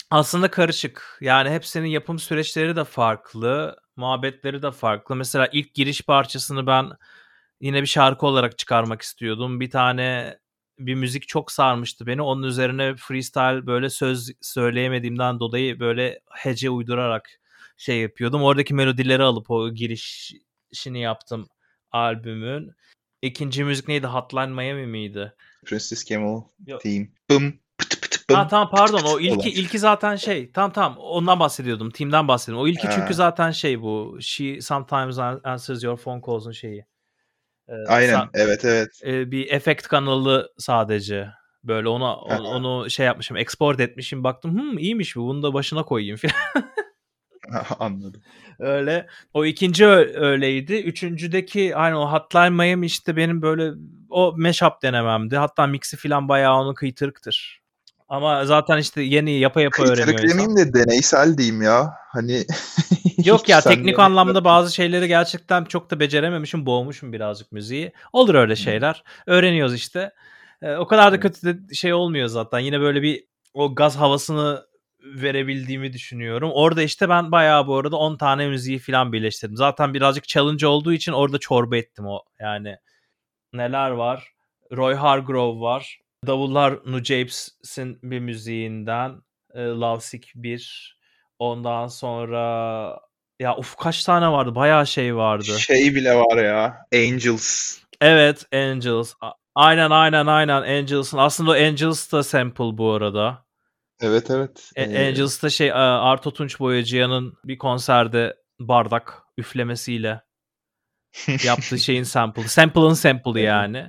Aslında karışık. Yani hepsinin yapım süreçleri de farklı, muhabbetleri de farklı. Mesela ilk giriş parçasını ben yine bir şarkı olarak çıkarmak istiyordum. Bir tane bir müzik çok sarmıştı beni. Onun üzerine freestyle böyle söz söyleyemediğimden dolayı böyle hece uydurarak şey yapıyordum. Oradaki melodileri alıp o girişini yaptım albümün. İkinci müzik neydi? Hotline Miami miydi? Princess Camel Yok. theme. Bım pıt pıt Ha bım tamam pıt pardon, o pıt ilki olan. ilki zaten şey tamam tamam ondan bahsediyordum, team'den bahsediyordum. O ilki çünkü Ha, zaten şey, bu She Sometimes Answers Your Phone Calls'un şeyi. Ee, sa- aynen evet evet. e, bir efekt kanalı sadece. Böyle ona Ha, onu, onu şey yapmışım, export etmişim, baktım hmm iyiymiş bu, bunu da başına koyayım falan. ha, anladım. Öyle. O ikinci ö- öyleydi. Üçüncüdeki aynı o Hotline Miami işte benim böyle o mashup denememdi. Hatta mixi falan bayağı onun kıytırıktır. Ama zaten işte yeni yapa yapa öğreniyor Kıytırık insan. demeyeyim de deneysel diyeyim ya. Hani Yok hiç ya, sende teknik ne anlamda bazı şeyleri gerçekten çok da becerememişim. Boğmuşum birazcık müziği. Olur öyle Hmm. şeyler. Öğreniyoruz işte. Ee, o kadar da Evet. kötü de şey olmuyor zaten. Yine böyle bir o gaz havasını verebildiğimi düşünüyorum. Orada işte ben bayağı bu arada on tane müziği falan birleştirdim. Zaten birazcık challenge olduğu için orada çorba ettim o. Yani neler var? Roy Hargrove var. Davullar Nujabes'in bir müziğinden. E, Lovesick bir. Ondan sonra ya uf kaç tane vardı? Bayağı şey vardı. Şey bile var ya. Angels. Evet, Angels. A- Aynen aynen aynen Angels'ın. Aslında o Angels da sample bu arada. Evet evet. E- Ee, Angels'ta şey, e, Arto Tunç Boyacıyan'ın bir konserde bardak üflemesiyle yaptığı şeyin sample'ı. Sample'ın sample'ı evet. yani.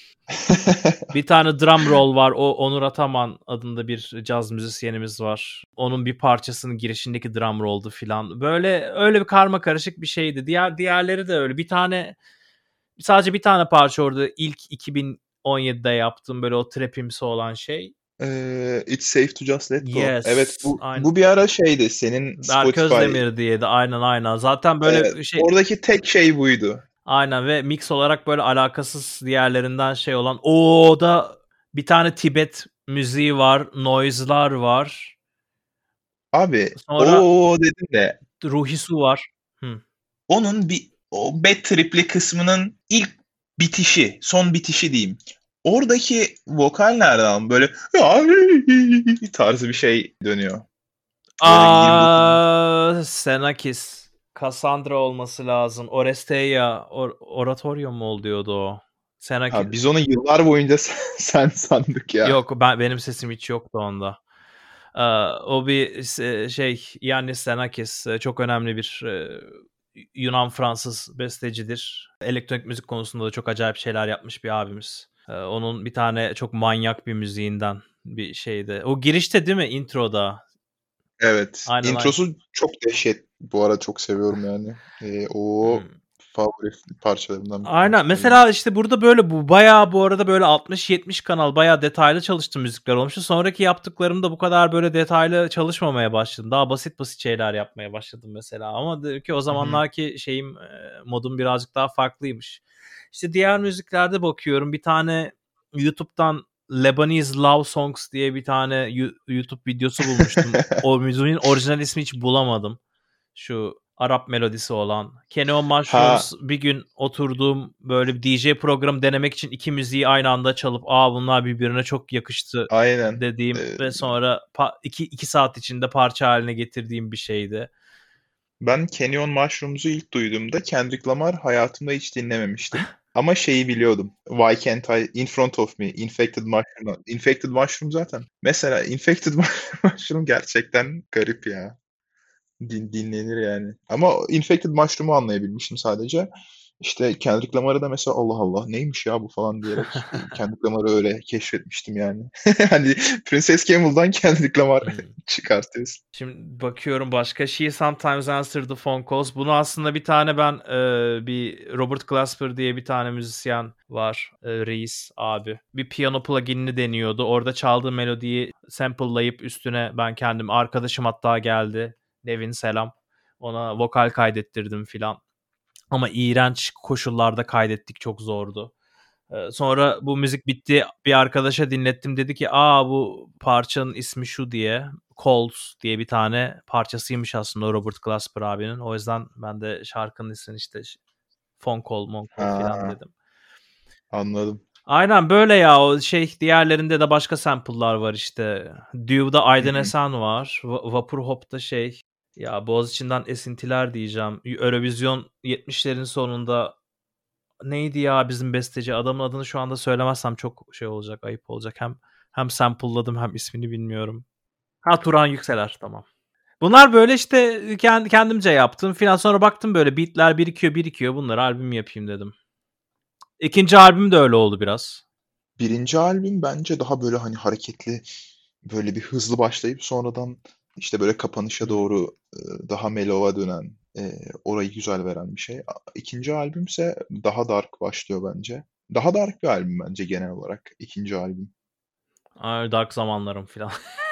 Bir tane drum roll var. O Onur Ataman adında bir caz müzisyenimiz var. Onun bir parçasının girişindeki drum roll'du filan. Böyle öyle bir karma karışık bir şeydi. Diğer diğerleri de öyle. Bir tane sadece bir tane parça orada ilk iki bin on yedide yaptığım böyle o trapimsi olan şey. Ee, It's Safe to Just Let Go. Evet Yes. bu Aynen. bu bir ara şeydi senin Berk Spotify. Özdemir diyeydi. Aynen aynen. Zaten Evet, böyle şey, oradaki tek şey buydu. aynen, ve mix olarak böyle alakasız diğerlerinden şey olan. O da bir tane Tibet müziği var. Noise'lar var. Abi Sonra o dedin de Ruhi Su var. Hı. onun bir o bad trip'li kısmının ilk bitişi, son bitişi diyeyim. Oradaki vokal nereden böyle tarzı bir şey dönüyor. Böyle yirmi dokuz. Aa, Senakis. Cassandra olması lazım. Oresteia. Or- Oratorio mu oluyordu o? Senakis. Ha biz onu yıllar boyunca sen, sen sandık ya. Yok, ben benim sesim hiç yoktu onda. Ee, o bir se- şey, Yannis Senakis, e, çok önemli bir e, Yunan Fransız bestecidir. Elektronik müzik konusunda da çok acayip şeyler yapmış bir abimiz. Ee, onun bir tane çok manyak bir müziğinden bir şeydi. O girişte değil mi, introda? Evet. Aynen aynen. Introsu çok dehşet. Bu arada çok seviyorum yani. Ee, o Hmm. favori parçalarımdan bir Aynen. tanesi harbiden. Mesela işte burada böyle bu bayağı bu arada böyle altmış yetmiş kanal bayağı detaylı çalıştığım müzikler olmuştu. Sonraki yaptıklarımda bu kadar böyle detaylı çalışmamaya başladım. Daha basit basit şeyler yapmaya başladım mesela. Ama dedim ki o Hı hı. zamanlarki şeyim, e, modum birazcık daha farklıymış. İşte diğer müziklerde bakıyorum. Bir tane YouTube'dan Lebanese Love Songs diye bir tane Yu- YouTube videosu bulmuştum. O müziğin orijinal ismi hiç bulamadım. Şu Arap melodisi olan. Kenny on Ha Mushrooms, bir gün oturduğum böyle bir D J programı denemek için iki müziği aynı anda çalıp aa bunlar birbirine çok yakıştı aynen. dediğim Ee, ve sonra pa- iki, iki saat içinde parça haline getirdiğim bir şeydi. ben Canyon Mushrooms'u ilk duyduğumda Kendrick Lamar hayatımda hiç dinlememiştim. Ama şeyi biliyordum. Why Can't I In Front of Me, Infected Mushroom. Infected Mushroom zaten. Mesela Infected Mushroom gerçekten garip ya. Din, dinlenir yani. Ama Infected Mushroom'u anlayabilmiştim sadece. İşte Kendrick Lamar'ı da mesela Allah Allah neymiş ya bu falan diyerek e, Kendrick Lamar'ı öyle keşfetmiştim yani. Hani Princess Camel'dan Kendrick Lamar Hmm. çıkartıyorsun. Şimdi bakıyorum başka. She Sometimes Answer the Phone Calls. Bunu aslında bir tane ben, e, bir Robert Glasper diye bir tane müzisyen var. E, reis abi. Bir piyano pluginini deniyordu. Orada çaldığı melodiyi sample'layıp üstüne ben kendim, arkadaşım hatta geldi. Nevin selam. Ona vokal kaydettirdim filan. Ama iğrenç koşullarda kaydettik. Çok zordu. Eee, sonra bu müzik bitti. Bir arkadaşa dinlettim. Dedi ki aa bu parçanın ismi şu diye. Calls diye bir tane parçasıymış aslında o Robert Glasper abinin. O yüzden ben de şarkının ismini işte phone call, mon call filan Ha, dedim. anladım. Aynen böyle ya o şey diğerlerinde de başka sample'lar var işte. Duve'da Aydın Esen var. Va- Vapur Hop'ta şey ya Boğaziçi'nden esintiler diyeceğim. Eurovision yetmişlerin sonunda neydi ya bizim besteci adamın adını şu anda söylemezsem çok şey olacak ayıp olacak. Hem hem sample'ladım hem ismini bilmiyorum. Ha Turan Yükseler tamam. Bunlar böyle işte kendi kendimce yaptım filan sonra baktım böyle beatler birikiyor birikiyor bunları albüm yapayım dedim. İkinci albüm de öyle oldu biraz. Birinci albüm bence daha böyle hani hareketli, böyle bir hızlı başlayıp sonradan işte böyle kapanışa doğru e, daha mellow'a dönen, e, orayı güzel veren bir şey. A- İkinci albümse daha dark başlıyor bence. Daha dark bir albüm bence genel olarak ikinci albüm. Ay, Dark zamanlarım filan.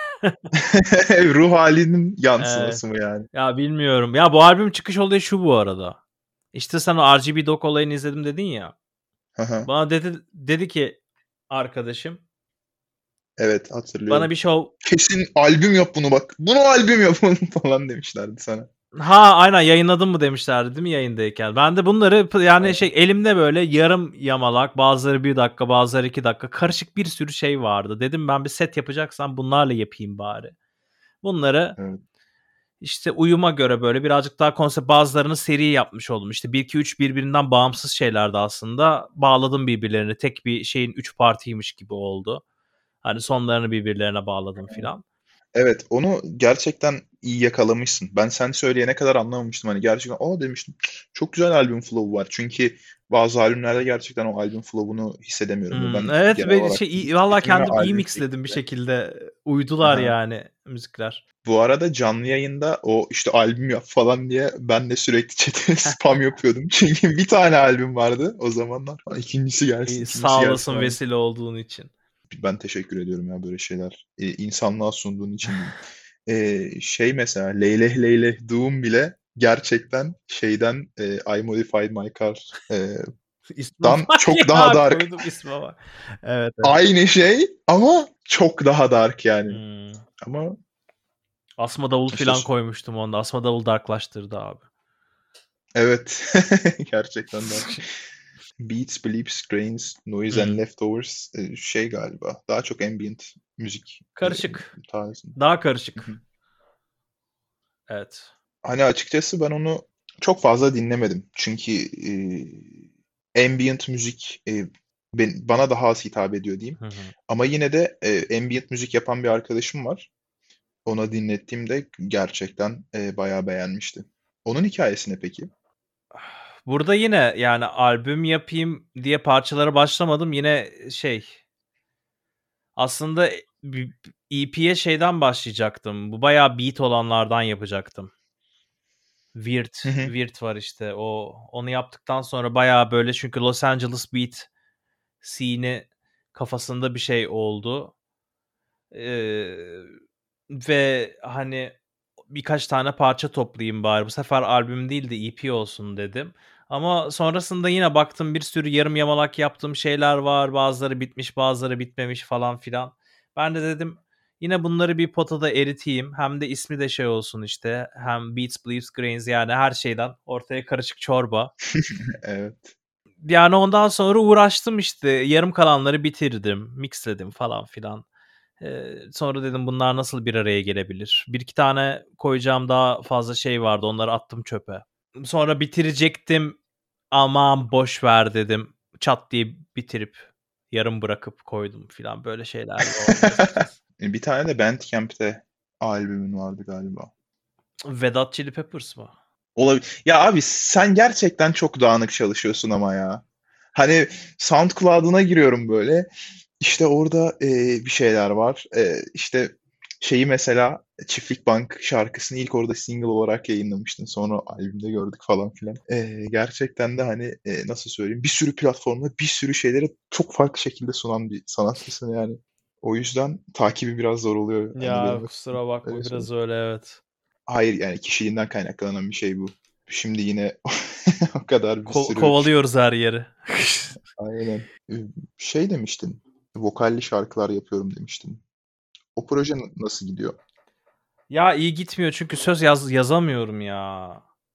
Ruh halinin Evet. yansıması mı yani? Ya bilmiyorum. Ya bu albüm çıkış olayı şu bu arada. İşte sen o R G B Doc olayını izledim dedin ya. Hı hı. Bana dedi dedi ki arkadaşım Evet, bana hatırlıyorum. bir show Kesin albüm yap bunu bak. Bunu albüm yapın falan demişlerdi sana. ha aynen yayınladın mı demişlerdi değil mi yayındayken. Ben de bunları p- yani Evet. şey elimde böyle yarım yamalak bazıları bir dakika bazıları iki dakika karışık bir sürü şey vardı. Dedim ben bir set yapacaksam bunlarla yapayım bari. Bunları Evet. İşte uyuma göre böyle birazcık daha konsept bazılarını seri yapmış oldum. İşte bir iki üç birbirinden bağımsız şeylerdi aslında. Bağladım birbirlerini. Tek bir şeyin üç partiymiş gibi oldu. Hani sonlarını birbirlerine bağladım filan. Evet, onu gerçekten iyi yakalamışsın. Ben sen söyleyene kadar anlamamıştım. Hani gerçekten o demiştim. Çok güzel albüm flow var. Çünkü bazı albümlerde gerçekten o albüm flow'unu hissedemiyorum. Ve Hmm, ben evet genel ve olarak şey iyi- müzik valla tüketimimi kendim iyi albüm mixledim bir şeklinde. şekilde. Uydular Aha. yani müzikler. Bu arada canlı yayında o işte albüm yap falan diye ben de sürekli chat'e spam yapıyordum. Çünkü bir tane albüm vardı o zamanlar. İkincisi gelsin, İyi, ikincisi sağ gelsin olasın falan. vesile olduğun için. Ben teşekkür ediyorum ya böyle şeyler. Ee, insanlığa sunduğun için diyeyim. Ee, şey mesela Leyleh Leyleh Doom bile gerçekten şeyden e, I Modified My Car e, İsme dan bak çok daha ya dark. koydum isme bak. Evet, evet. Aynı şey ama çok daha dark yani. Hmm. Ama Asma davul işte filan koymuştum onda. Asma davul darklaştırdı abi. evet gerçekten dark. Beats, Bleeps, Grains, Noise and Hmm. Leftovers e, şey galiba. Daha çok ambient müzik e, Karışık. tarzı. Daha Hı hı. karışık. Evet. Hani açıkçası ben onu çok fazla dinlemedim. Çünkü e, ambient müzik e, ben, bana daha az hitap ediyor diyeyim. Hı hı. Ama yine de e, ambient müzik yapan bir arkadaşım var. Ona dinlettiğimde gerçekten e, bayağı beğenmişti. Onun hikayesi ne peki? Burada yine yani albüm yapayım diye parçalara başlamadım. Yine şey aslında E P'ye şeyden başlayacaktım. Bu bayağı beat olanlardan yapacaktım. Weird, Hı hı. Weird var işte. O onu yaptıktan sonra bayağı böyle çünkü Los Angeles beat scene'i kafasında bir şey oldu. Ee, ve hani birkaç tane parça toplayayım bari. Bu sefer albüm değil de E P olsun dedim. Ama sonrasında yine baktım bir sürü yarım yamalak yaptığım şeyler var. Bazıları bitmiş, bazıları bitmemiş falan filan. Ben de dedim yine bunları bir potada eriteyim. Hem de ismi de şey olsun işte. Hem Beats, Beliefs, Grains yani her şeyden ortaya karışık çorba. Evet. Yani ondan sonra uğraştım işte. Yarım kalanları bitirdim, mixledim falan filan. Ee, sonra dedim bunlar nasıl bir araya gelebilir? Bir iki tane koyacağım daha fazla şey vardı. Onları attım çöpe. Sonra bitirecektim. Aman boş ver dedim. Çat diye bitirip yarım bırakıp koydum filan. Böyle şeyler de oldu açıkçası. Bir tane de Bandcamp'te albümün vardı galiba. Vedat Chili Peppers mı? Olabilir. Ya abi sen gerçekten çok dağınık çalışıyorsun ama ya. Hani SoundCloud'una giriyorum böyle. İşte orada e, bir şeyler var. E, işte şeyi mesela Çiftlik Bank şarkısını ilk orada single olarak yayınlamıştın. Sonra albümde gördük falan filan. E, gerçekten de hani e, nasıl söyleyeyim bir sürü platformda bir sürü şeyleri çok farklı şekilde sunan bir sanatçısın yani. O yüzden takibi biraz zor oluyor hani Ya benim açımdan. kusura bakma Öyle biraz söyleyeyim. öyle evet. Hayır yani kişiliğinden kaynaklanan bir şey bu. Şimdi yine o kadar bir Ko- sürü kovalıyoruz her yeri. Aynen. Eee, şey demiştin, vokalli şarkılar yapıyorum demiştin. O proje n nasıl gidiyor? Ya, iyi gitmiyor çünkü söz yaz yazamıyorum ya.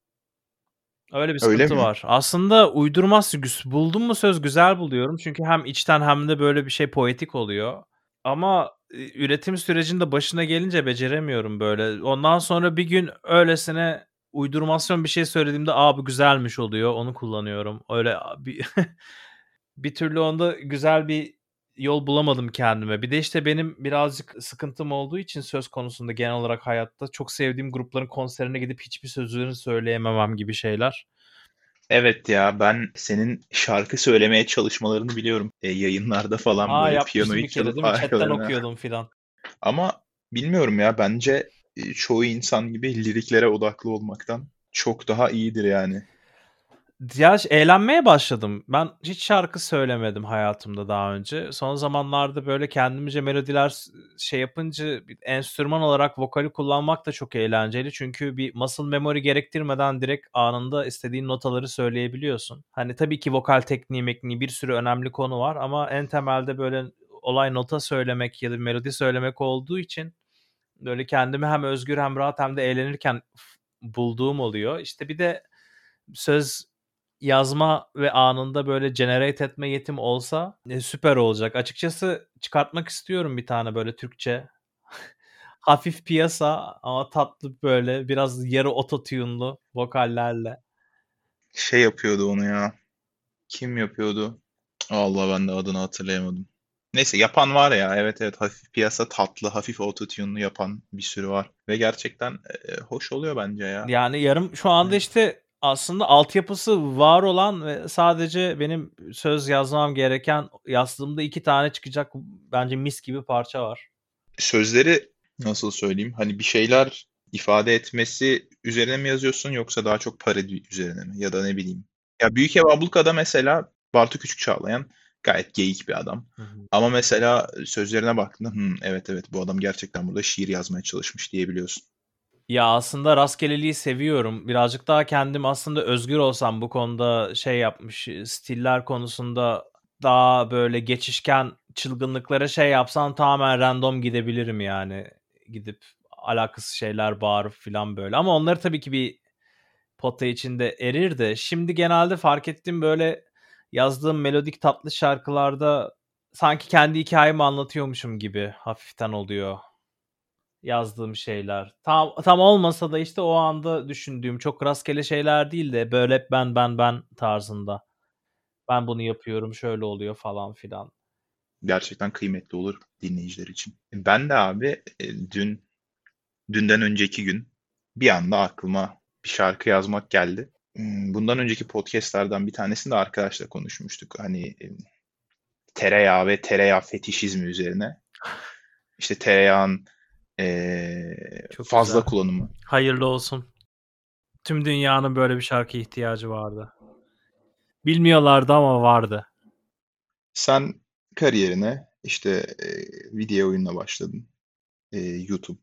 Öyle bir Öyle sıkıntı mi? var. Aslında uydurmaz güs buldum mu söz güzel buluyorum çünkü hem içten hem de böyle bir şey poetik oluyor ama, eee, üretim sürecinde başına gelince beceremiyorum böyle. Ondan sonra bir gün öylesine uydurmasyon bir şey söylediğimde, "A, bu güzelmiş." oluyor, onu kullanıyorum. Öyle a bir bir türlü onda güzel bir yol bulamadım kendime. Bir de, işte, benim birazcık sıkıntım olduğu için söz konusunda genel olarak hayatta çok sevdiğim grupların konserine gidip hiçbir sözünü söyleyememem gibi şeyler. Evet ya, ben senin şarkı söylemeye çalışmalarını biliyorum. Eee, yayınlarda falan A, böyle yapmıştım piyanoyu bir kere çalıp değil mi? Chat'ten arkalarına okuyordum filan. ama bilmiyorum ya, bence, eee, çoğu insan gibi liriklere odaklı olmaktan çok daha iyidir yani. Ya, ş eğlenmeye başladım. Ben hiç şarkı söylemedim hayatımda daha önce. Son zamanlarda, böyle, kendimce melodiler s şey yapınca bir enstrüman olarak vokali kullanmak da çok eğlenceli. Çünkü bir muscle memory gerektirmeden direkt anında istediğin notaları söyleyebiliyorsun. Hani, tabii ki vokal tekniği mekniği bir sürü önemli konu var ama en temelde, böyle, olay nota söylemek ya da melodi söylemek olduğu için, böyle, kendimi hem özgür hem rahat hem de eğlenirken f bulduğum oluyor. İşte, bir de söz yazma ve anında böyle generate etme yetim olsa, eee, süper olacak. Açıkçası çıkartmak istiyorum bir tane böyle Türkçe. Hafif piyasa ama tatlı böyle biraz yarı ototune'lu vokallerle. Şey yapıyordu onu ya, kim yapıyordu? Allah ben de adını hatırlayamadım. Neyse yapan var ya, evet, evet, hafif piyasa tatlı, hafif autotune'lu yapan bir sürü var ve gerçekten, eee, hoş oluyor bence ya. Yani yarım şu anda, Hani işte, aslında altyapısı var olan ve sadece benim söz yazmam gereken yazdığımda iki tane çıkacak bence mis gibi parça var. sözleri nasıl söyleyeyim, hani bir şeyler ifade etmesi üzerine mi yazıyorsun yoksa daha çok parodi üzerine mi ya da ne bileyim. Ya Büyük Ev Abluka'da mesela Bartu Küçükçağlayan gayet geyik bir adam Hı hı. ama mesela sözlerine baktığında, hımm, evet, evet, bu adam gerçekten burada şiir yazmaya çalışmış diyebiliyorsun. Ya, aslında rastgeleliği seviyorum. Birazcık daha kendim aslında özgür olsam bu konuda şey yapmış, eee, stiller konusunda daha böyle geçişken çılgınlıklara şey yapsam tamamen random gidebilirim yani. Gidip alakasız şeyler bağırıp filan böyle ama onları tabii ki bir pota içinde erir de şimdi genelde fark ettiğim böyle yazdığım melodik tatlı şarkılarda sanki kendi hikâyemi anlatıyormuşum gibi hafiften oluyor. Yazdığım şeyler. Tam tam olmasa da, işte, o anda düşündüğüm çok rastgele şeyler değil de böyle hep ben, ben, ben tarzında. Ben bunu yapıyorum, şöyle oluyor falan filan. Gerçekten kıymetli olur dinleyiciler için. Ben de abi, eee, dün dünden önceki gün bir anda aklıma bir şarkı yazmak geldi. Imm, bundan önceki podcast'lerden bir tanesinde arkadaşla konuşmuştuk. Hani, emm, tereyağı ve tereyağı fetişizmi üzerine. İşte tereyağın, eee, Çok güzel. fazla kullanımı. Hayırlı olsun. Tüm dünyanın böyle bir şarkıya ihtiyacı vardı. Bilmiyorlardı ama vardı. Sen kariyerine, işte, eee, video oyunla başladın. Eee, YouTube.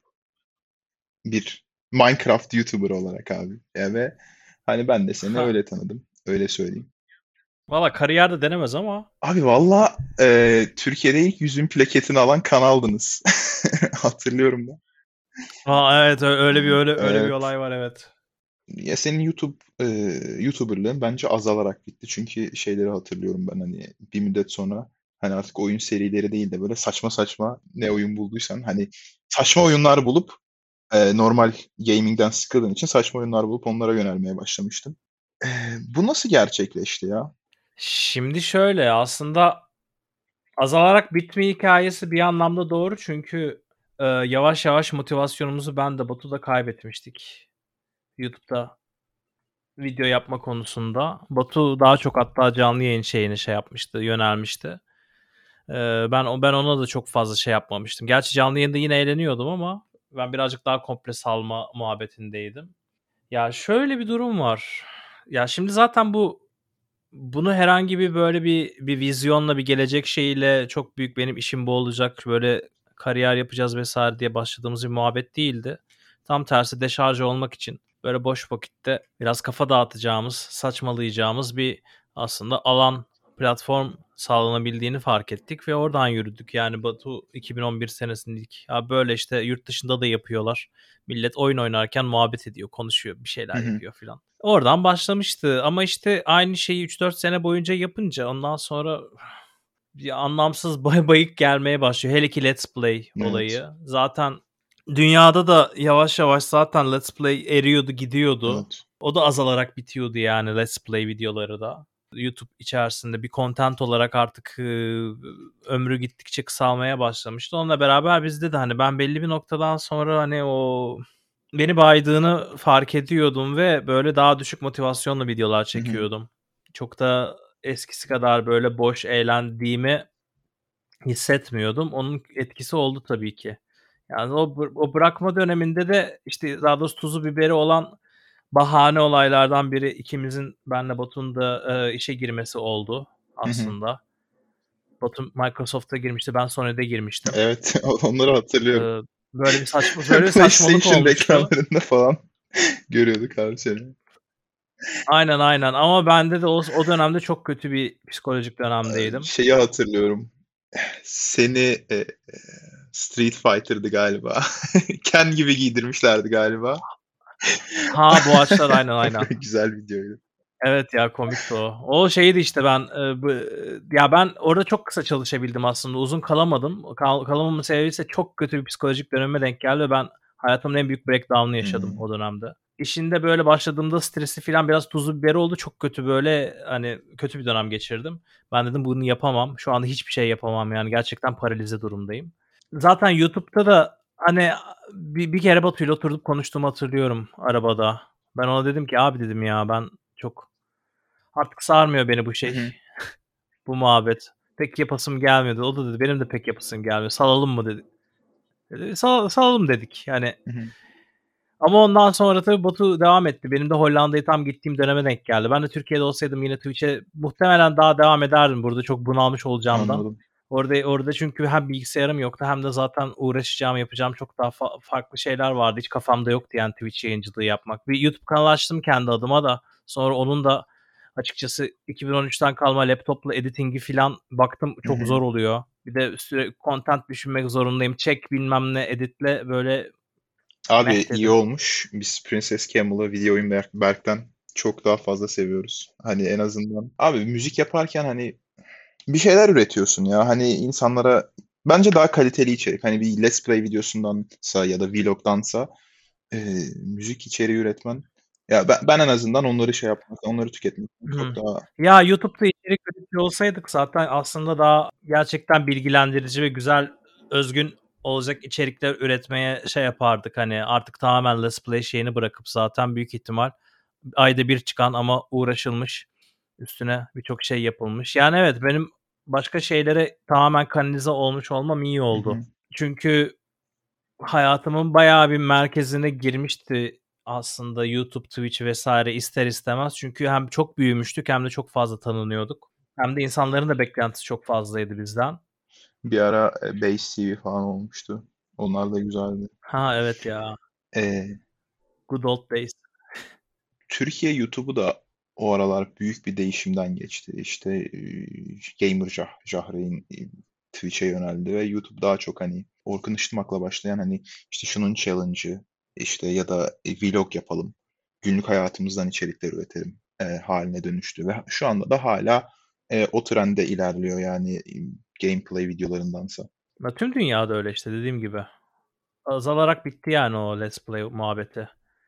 Bir Minecraft YouTuber olarak abi. Ya ve hani ben de seni Ha. öyle tanıdım. Öyle söyleyeyim. Valla kariyer de denemez ama. Abi valla, eee, Türkiye'de ilk yüzün plaketini alan kanaldınız. Hatırlıyorum ben. A, evet, ö öyle bir öyle öyle bir Evet. olay var, evet. Ya senin YouTube, eee, YouTuber'lığın bence azalarak bitti. Çünkü şeyleri hatırlıyorum ben, hani, bir müddet sonra, hani, artık oyun serileri değil de böyle saçma saçma ne oyun bulduysan, hani, saçma oyunlar bulup, eee, normal gaming'den sıkıldığın için saçma oyunlar bulup onlara yönelmeye başlamıştın. Eee, bu nasıl gerçekleşti ya? Şimdi şöyle, aslında azalarak bitme hikâyesi bir anlamda doğru çünkü, eee, yavaş yavaş motivasyonumuzu ben de Batu da kaybetmiştik YouTube'da video yapma konusunda. Batu daha çok hatta canlı yayın şeyine şey yapmıştı, yönelmişti. Eee, ben o ben ona da çok fazla şey yapmamıştım. Gerçi canlı yayında yine eğleniyordum ama ben birazcık daha komple salma muhabbetindeydim. Ya, şöyle bir durum var. Ya, şimdi zaten bu bunu herhangi bir, böyle, bir bir vizyonla, bir gelecek şeyiyle çok büyük benim işim bu olacak, böyle, kariyer yapacağız vesaire diye başladığımız bir muhabbet değildi. Tam tersi deşarj olmak için, böyle, boş vakitte biraz kafa dağıtacağımız, saçmalayacağımız bir aslında alan, platform sağlanabildiğini fark ettik ve oradan yürüdük. Yani Batu iki bin on bir senesindeki. Ya böyle işte yurt dışında da yapıyorlar. Millet oyun oynarken muhabbet ediyor, konuşuyor, bir Hı şeyler hı. yapıyor filan. Oradan başlamıştı ama işte aynı şeyi üç dört sene boyunca yapınca ondan sonra bir anlamsız bay bayık gelmeye başlıyor. Hele ki Let's Play Evet. olayı. Zaten dünyada da yavaş yavaş zaten Let's Play eriyordu, gidiyordu. Evet. O da azalarak bitiyordu yani Let's Play videoları da. YouTube içerisinde bir content olarak artık e, ömrü gittikçe kısalmaya başlamıştı. Onunla beraber bizde de hani ben belli bir noktadan sonra hani o beni baydığını fark ediyordum ve böyle daha düşük motivasyonlu videolar Hı hı. çekiyordum. Çok da eskisi kadar böyle boş eğlendiğimi hissetmiyordum. Onun etkisi oldu tabii ki. Yani o bı o bırakma döneminde de işte daha doğrusu tuzu biberi olan bahane olaylardan biri ikimizin benle Batu'nun da eee, işe girmesi oldu Hı hı. aslında. Batu Microsoft'a girmişti. Ben Sony'de girmiştim. Evet. Onları hatırlıyorum. Eee, böyle bir saçma böyle bir saçmalık PlayStation olmuştu. reklamlarında falan görüyorduk abi seni. Aynen, aynen ama bende de o o dönemde çok kötü bir psikolojik Eee, dönemdeydim. şeyi hatırlıyorum. Seni, eee, eee, Street Fighter'dı galiba. Ken gibi giydirmişlerdi galiba. Ha, Boğaçlar aynen, aynen. Güzel videoydu. Evet ya komikti o. O şeydi işte ben e, bu, ya ben orada çok kısa çalışabildim aslında. Uzun kalamadım. Kal, kalamamın sebebi ise çok kötü bir psikolojik döneme denk geldi ve ben hayatımın en büyük breakdown'unu yaşadım Hımm. o dönemde. İşinde böyle başladığımda stresi falan biraz tuzlu biberi oldu. Çok kötü böyle hani kötü bir dönem geçirdim. Ben dedim bunu yapamam. Şu anda hiçbir şey yapamam yani gerçekten paralize durumdayım. Zaten YouTube'da da hani bir, bir kere Batu'yla oturduk konuştuğumu hatırlıyorum arabada. Ben ona dedim ki abi dedim ya ben çok artık sarmıyor beni bu Hı şey, hı. bu muhabbet. Pek yapasım gelmiyordu. O da dedi benim de pek yapasım gelmiyor. Salalım mı dedi. Dedi, "Sal- salalım dedik. Yani Hı hı. ama ondan sonra tabii Batu devam etti. Benim de Hollanda'ya tam gittiğim döneme denk geldi. Ben de Türkiye'de olsaydım yine Twitch'e muhtemelen daha devam ederdim. Burada çok bunalmış olacağımdan. Anladım. Orada orada çünkü hem bilgisayarım yoktu hem de zaten uğraşacağım, yapacağım çok daha fa- farklı şeyler vardı. Hiç kafamda yoktu yani Twitch yayıncılığı yapmak. Bir YouTube kanalı açtım kendi adıma da. Sonra onun da açıkçası iki bin on üçten kalma laptopla editingi falan baktım Hı çok hı. zor oluyor. Bir de sürekli content düşünmek zorundayım. Çek bilmem ne editle böyle Abi meh iyi dedim. olmuş. Biz Princess Camel'ı Video Oyun Berk Berk'ten çok daha fazla seviyoruz. Hani en azından. Abi müzik yaparken hani bir şeyler üretiyorsun ya. Hani insanlara bence daha kaliteli içerik. Hani bir Let's Play videosundansa ya da vlogdansa eee, müzik içeriği üretmen. Ya ben, ben en azından onları şey yapmak, onları tüketmek çok Hı. daha. Ya YouTube'da içerik üretiyor olsaydık zaten aslında daha gerçekten bilgilendirici ve güzel, özgün olacak içerikler üretmeye şey yapardık. Hani artık tamamen Let's Play şeyini bırakıp zaten büyük ihtimal ayda bir çıkan ama uğraşılmış, üstüne birçok şey yapılmış. Yani evet benim başka şeylere tamamen kanalize olmuş olmam iyi Hı oldu. hı. Çünkü hayatımın bayağı bir merkezine girmişti aslında YouTube, Twitch vesaire ister istemez. Çünkü hem çok büyümüştük hem de çok fazla tanınıyorduk. Hem de insanların da beklentisi çok fazlaydı bizden. Bir ara e, Base T V falan olmuştu. Onlar da güzeldi. Ha evet ya. Eee, Good old days. Türkiye YouTube'u da o aralar büyük bir değişimden geçti. İşte eee, Gamer Jah Jahreyn eee, Twitch'e yöneldi ve YouTube daha çok hani Orkun Işıtmak'la başlayan hani işte şunun challenge'ı işte ya da e, vlog yapalım. Günlük hayatımızdan içerikler üretelim eee, haline dönüştü ve şu anda da hala eee, o trende ilerliyor yani e, gameplay videolarındansa. Ya tüm dünyada öyle işte dediğim gibi. Azalarak bitti yani o Let's Play muhabbeti.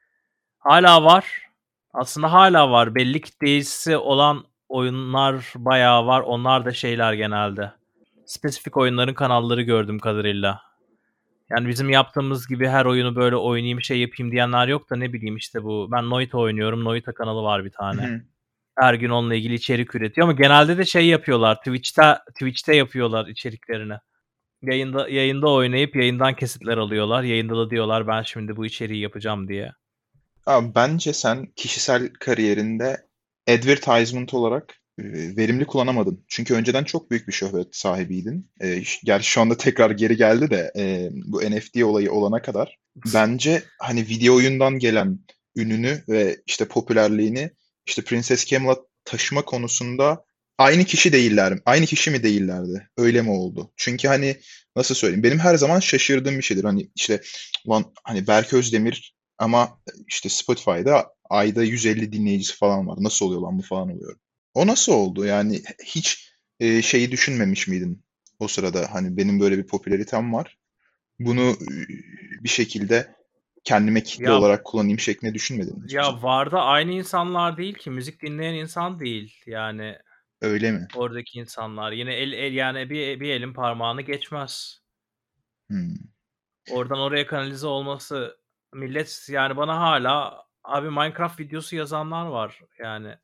Hala var. Aslında hala var. Belli kitlesi olan oyunlar bayağı var. Onlar da şeyler genelde. Spesifik oyunların kanalları gördüğüm kadarıyla. Yani bizim yaptığımız gibi her oyunu böyle oynayayım şey yapayım diyenler yok da ne bileyim işte bu. Ben Noita oynuyorum. Noita kanalı var bir Hı tane. hı. Her gün onunla ilgili içerik üretiyor ama genelde de şey yapıyorlar. Twitch'te Twitch'te yapıyorlar içeriklerini. Yayında yayında oynayıp yayından kesitler alıyorlar. Yayında da diyorlar ben şimdi bu içeriği yapacağım diye. Abi bence sen kişisel kariyerinde advertisement olarak e, verimli kullanamadın. Çünkü önceden çok büyük bir şöhret sahibiydin. E, ş- gerçi şu anda tekrar geri geldi de e, bu N F T olayı olana kadar. Bence hani video oyundan gelen ününü ve işte popülerliğini işte Princess Camelot taşıma konusunda Aynı kişi değiller mi? Aynı kişi mi değillerdi? Öyle mi oldu? Çünkü hani nasıl söyleyeyim? Benim her zaman şaşırdığım bir şeydir. Hani işte ulan hani Berk Özdemir ama işte Spotify'da ayda yüz elli dinleyicisi falan var. Nasıl oluyor lan bu falan oluyor. O nasıl oldu? Yani hiç e, şeyi düşünmemiş miydin o sırada? Hani benim böyle bir popülaritem var. Bunu e, bir şekilde kendime kitle Ya olarak kullanayım şeklinde düşünmedin mi hiçbir ya zaman? VAR'da aynı insanlar değil ki. Müzik dinleyen insan değil. Yani Öyle mi? oradaki insanlar. Yine el el yani bir bir elin parmağını geçmez. Hmm. Oradan oraya kanalize olması millet yani bana hala abi Minecraft videosu yazanlar var yani.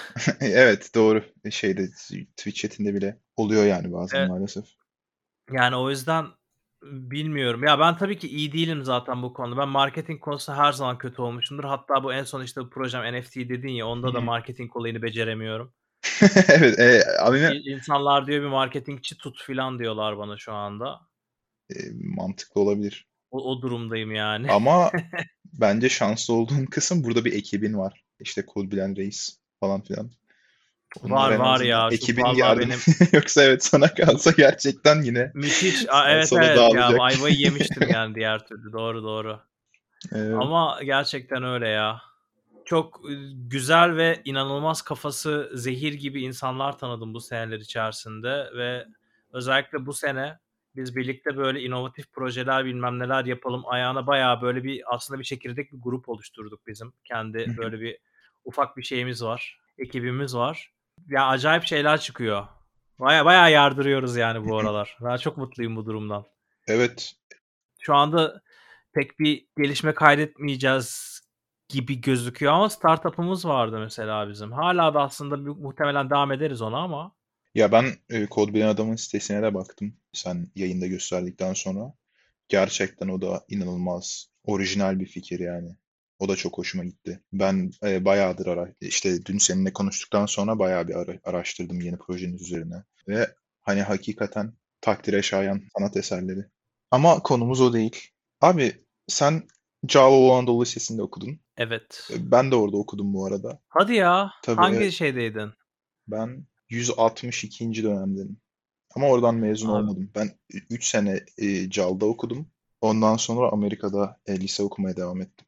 Evet, doğru. E, Şeyde Twitch chatinde bile oluyor yani bazen E, maalesef. yani o yüzden bilmiyorum. Ya ben tabii ki iyi değilim zaten bu konuda. Ben marketing konusunda her zaman kötü olmuşumdur. Hatta bu en son işte bu projem N F T dedin ya Hı onda da hı. marketing olayını beceremiyorum. Evet, e, abi İ insanlar diyor bir marketingçi tut filan diyorlar bana şu anda. e, mantıklı olabilir. O o durumdayım yani. Ama bence şanslı olduğun kısım burada bir ekibin var. İşte Kod Bilen Reis falan filan. Onlar Var, en var azından ya. Şu ekibin vallahi yardım. benim Yoksa evet sana kalsa gerçekten yine müthiş. A, sağa evet, sola evet. Ya dağılacak. ayvayı yemiştim yani diğer türlü. Doğru, doğru. Evet. Ama gerçekten öyle ya. Çok, ııı, güzel ve inanılmaz kafası zehir gibi insanlar tanıdım bu seneler içerisinde ve özellikle bu sene biz birlikte böyle inovatif projeler, bilmem neler yapalım ayağına bayağı böyle bir aslında bir çekirdek bir grup oluşturduk bizim. Hı Kendi hı. böyle bir ufak bir şeyimiz var, ekibimiz var. Ya, acayip şeyler çıkıyor. Baya bayağı yardırıyoruz yani bu aralar. Ben çok mutluyum bu durumdan. Evet. Şu anda pek bir gelişme kaydetmeyeceğiz gibi gözüküyor ama startup'ımız vardı mesela bizim. Hâlâ da aslında bu muhtemelen devam ederiz ona ama Ya ben e, Kod Bilen Adam'ın sitesine de baktım. Sen yayında gösterdikten sonra. Gerçekten o da inanılmaz orijinal bir fikir yani. O da çok hoşuma gitti. Ben e, bayağıdır ara işte dün seninle konuştuktan sonra bayağı bir ara- araştırdım yeni projeniz üzerine. Ve hani hakikaten takdire şayan sanat eserleri. Ama konumuz o değil. Abi sen Cağaloğlu Anadolu Lisesi'nde okudun. evet. E, Ben de orada okudum bu arada. Hadi ya! Tabii Hangi evet. şeydeydin? Ben yüz altmış ikinci dönemdenim. Ama oradan mezun Abi, olmadım. Ben üç sene e, Cal'da okudum. Ondan sonra Amerika'da e, lise okumaya devam ettim.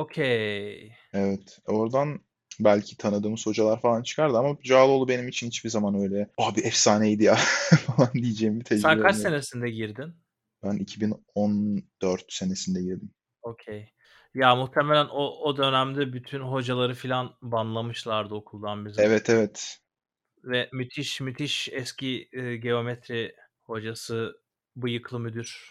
okay. Evet, oradan belki tanıdığımız hocalar falan çıkardı ama Cağaloğlu benim için hiçbir zaman öyle abi efsaneydi ya falan diyeceğim bir Sen tecrübe kaç olmadı. senesinde girdin? Ben iki bin on dört senesinde girdim. Okay. Ya, muhtemelen o o dönemde bütün hocaları filan banlamışlardı okuldan bizim Evet evet. ve müthiş, müthiş eski, eee, geometri hocası, bıyıklı müdür.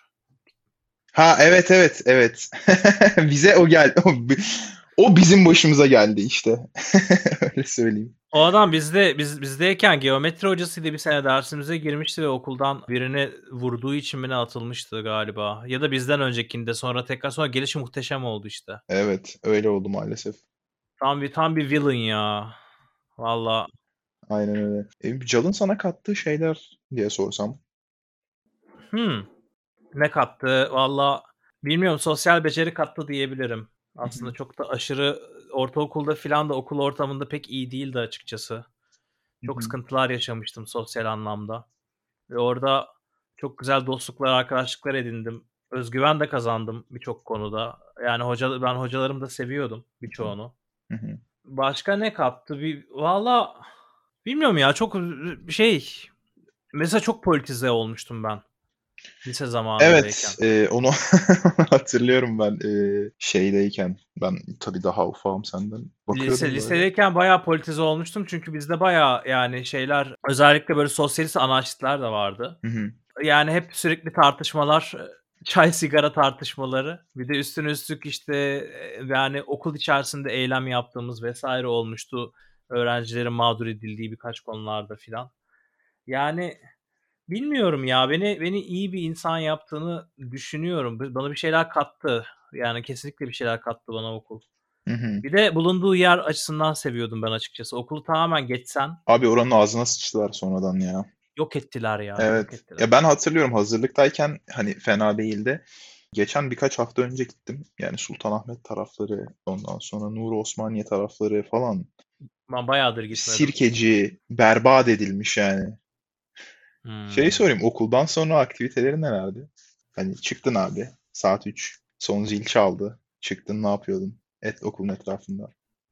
Ha evet evet evet. Bize o geldi. O, bi- o bizim başımıza geldi işte. Öyle söyleyeyim. O adam bizde biz bizdeyken geometri hocasıydı. Bir sene dersimize girmişti ve okuldan birini vurduğu için mi ne atılmıştı galiba. Ya da bizden öncekinde sonra tekrar sonra gelişi muhteşem oldu işte. Evet, öyle oldu maalesef. Tam bir tam bir villain ya. Valla. Aynen öyle. E, Cal'ın sana kattığı şeyler diye sorsam. Hımm. Ne kattı? Valla bilmiyorum, sosyal beceri kattı diyebilirim. Hı hı, Aslında çok da aşırı ortaokulda filan da okul ortamında pek iyi değildi açıkçası. hı Çok hı, sıkıntılar yaşamıştım sosyal anlamda. Ve orada çok güzel dostluklar, arkadaşlıklar edindim. Özgüven de kazandım birçok konuda. Yani hoca ben hocalarımı da seviyordum birçoğunu. hı hı. Başka ne kattı? Bir valla bilmiyorum ya çok şey mesela çok politize olmuştum ben lise zamanındayken. Evet, e, onu hatırlıyorum ben e, şeydeyken. Ben tabii daha ufağım senden. Lise Bakıyordum böyle. lisedeyken bayağı politize olmuştum çünkü bizde bayağı yani şeyler özellikle böyle sosyalist anarşistler de vardı. Hı hı, Yani hep sürekli tartışmalar, eee, çay, sigara tartışmaları. Bir de üstüne üstlük, işte, eee, yani okul içerisinde eylem yaptığımız vesaire olmuştu. Öğrencilerin mağdur edildiği birkaç konularda filan. Yani bilmiyorum ya, beni beni iyi bir insan yaptığını düşünüyorum. B bana bir şeyler kattı. Yani kesinlikle bir şeyler kattı bana okul. hı hı. Bir de bulunduğu yer açısından seviyordum ben açıkçası. Okulu tamamen geçsen Abi oranın ağzına sıçtılar sonradan ya. yok ettiler ya, yok Evet. ettiler. Ya ben hatırlıyorum hazırlıktayken hani fena değildi. Geçen birkaç hafta önce gittim. Yani Sultanahmet tarafları, ondan sonra Nur Osmaniye tarafları falan. Ben bayağıdır gitmedim. Sirkeci, berbat edilmiş yani. Şey Hımm. sorayım, okuldan sonra aktivitelerin nelerdi? Hani çıktın abi, saat üç, son zil çaldı. Çıktın, ne yapıyordun? Et okulun etrafında.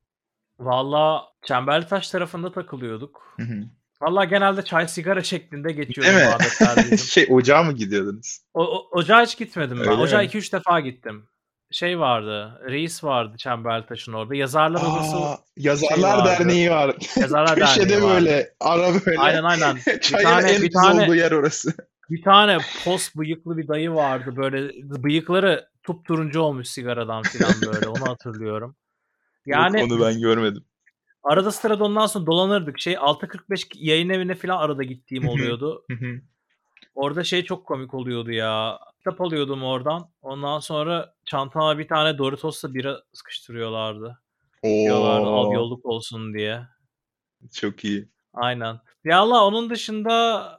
Valla Çemberlitaş tarafında takılıyorduk. Hı hı. Valla genelde çay sigara şeklinde Değil geçiyordu mi? muhabbetler bizim. Şey, ocağa mı gidiyordunuz? O o ocağa hiç gitmedim ben. Öyle Ocağa mi? iki üç defa gittim. Şey vardı, reis vardı Çemberlitaş'ın orada. Yazarlar Odası Aa, şey Yazarlar vardı. Derneği var. Yazarlar Derneği Köşede vardı. böyle, ara böyle. Aynen, aynen. Bir Çayın tane en bir ucuz olduğu tane yer orası. bir tane pos bıyıklı bir dayı vardı. Böyle bıyıkları tupturuncu olmuş sigaradan filan böyle. Onu hatırlıyorum. Yok, Yani onu ben görmedim. arada sırada ondan sonra dolanırdık. Şey altı kırk beş yayın evine filan arada gittiğim Hı hı. oluyordu. Hı hı. Orada şey çok komik oluyordu ya. Kitap alıyordum oradan. Ondan sonra çantama bir tane Doritos'la bira sıkıştırıyorlardı. Diyorlardı al Oo, yolluk olsun diye. çok iyi. Aynen. Ya Allah onun dışında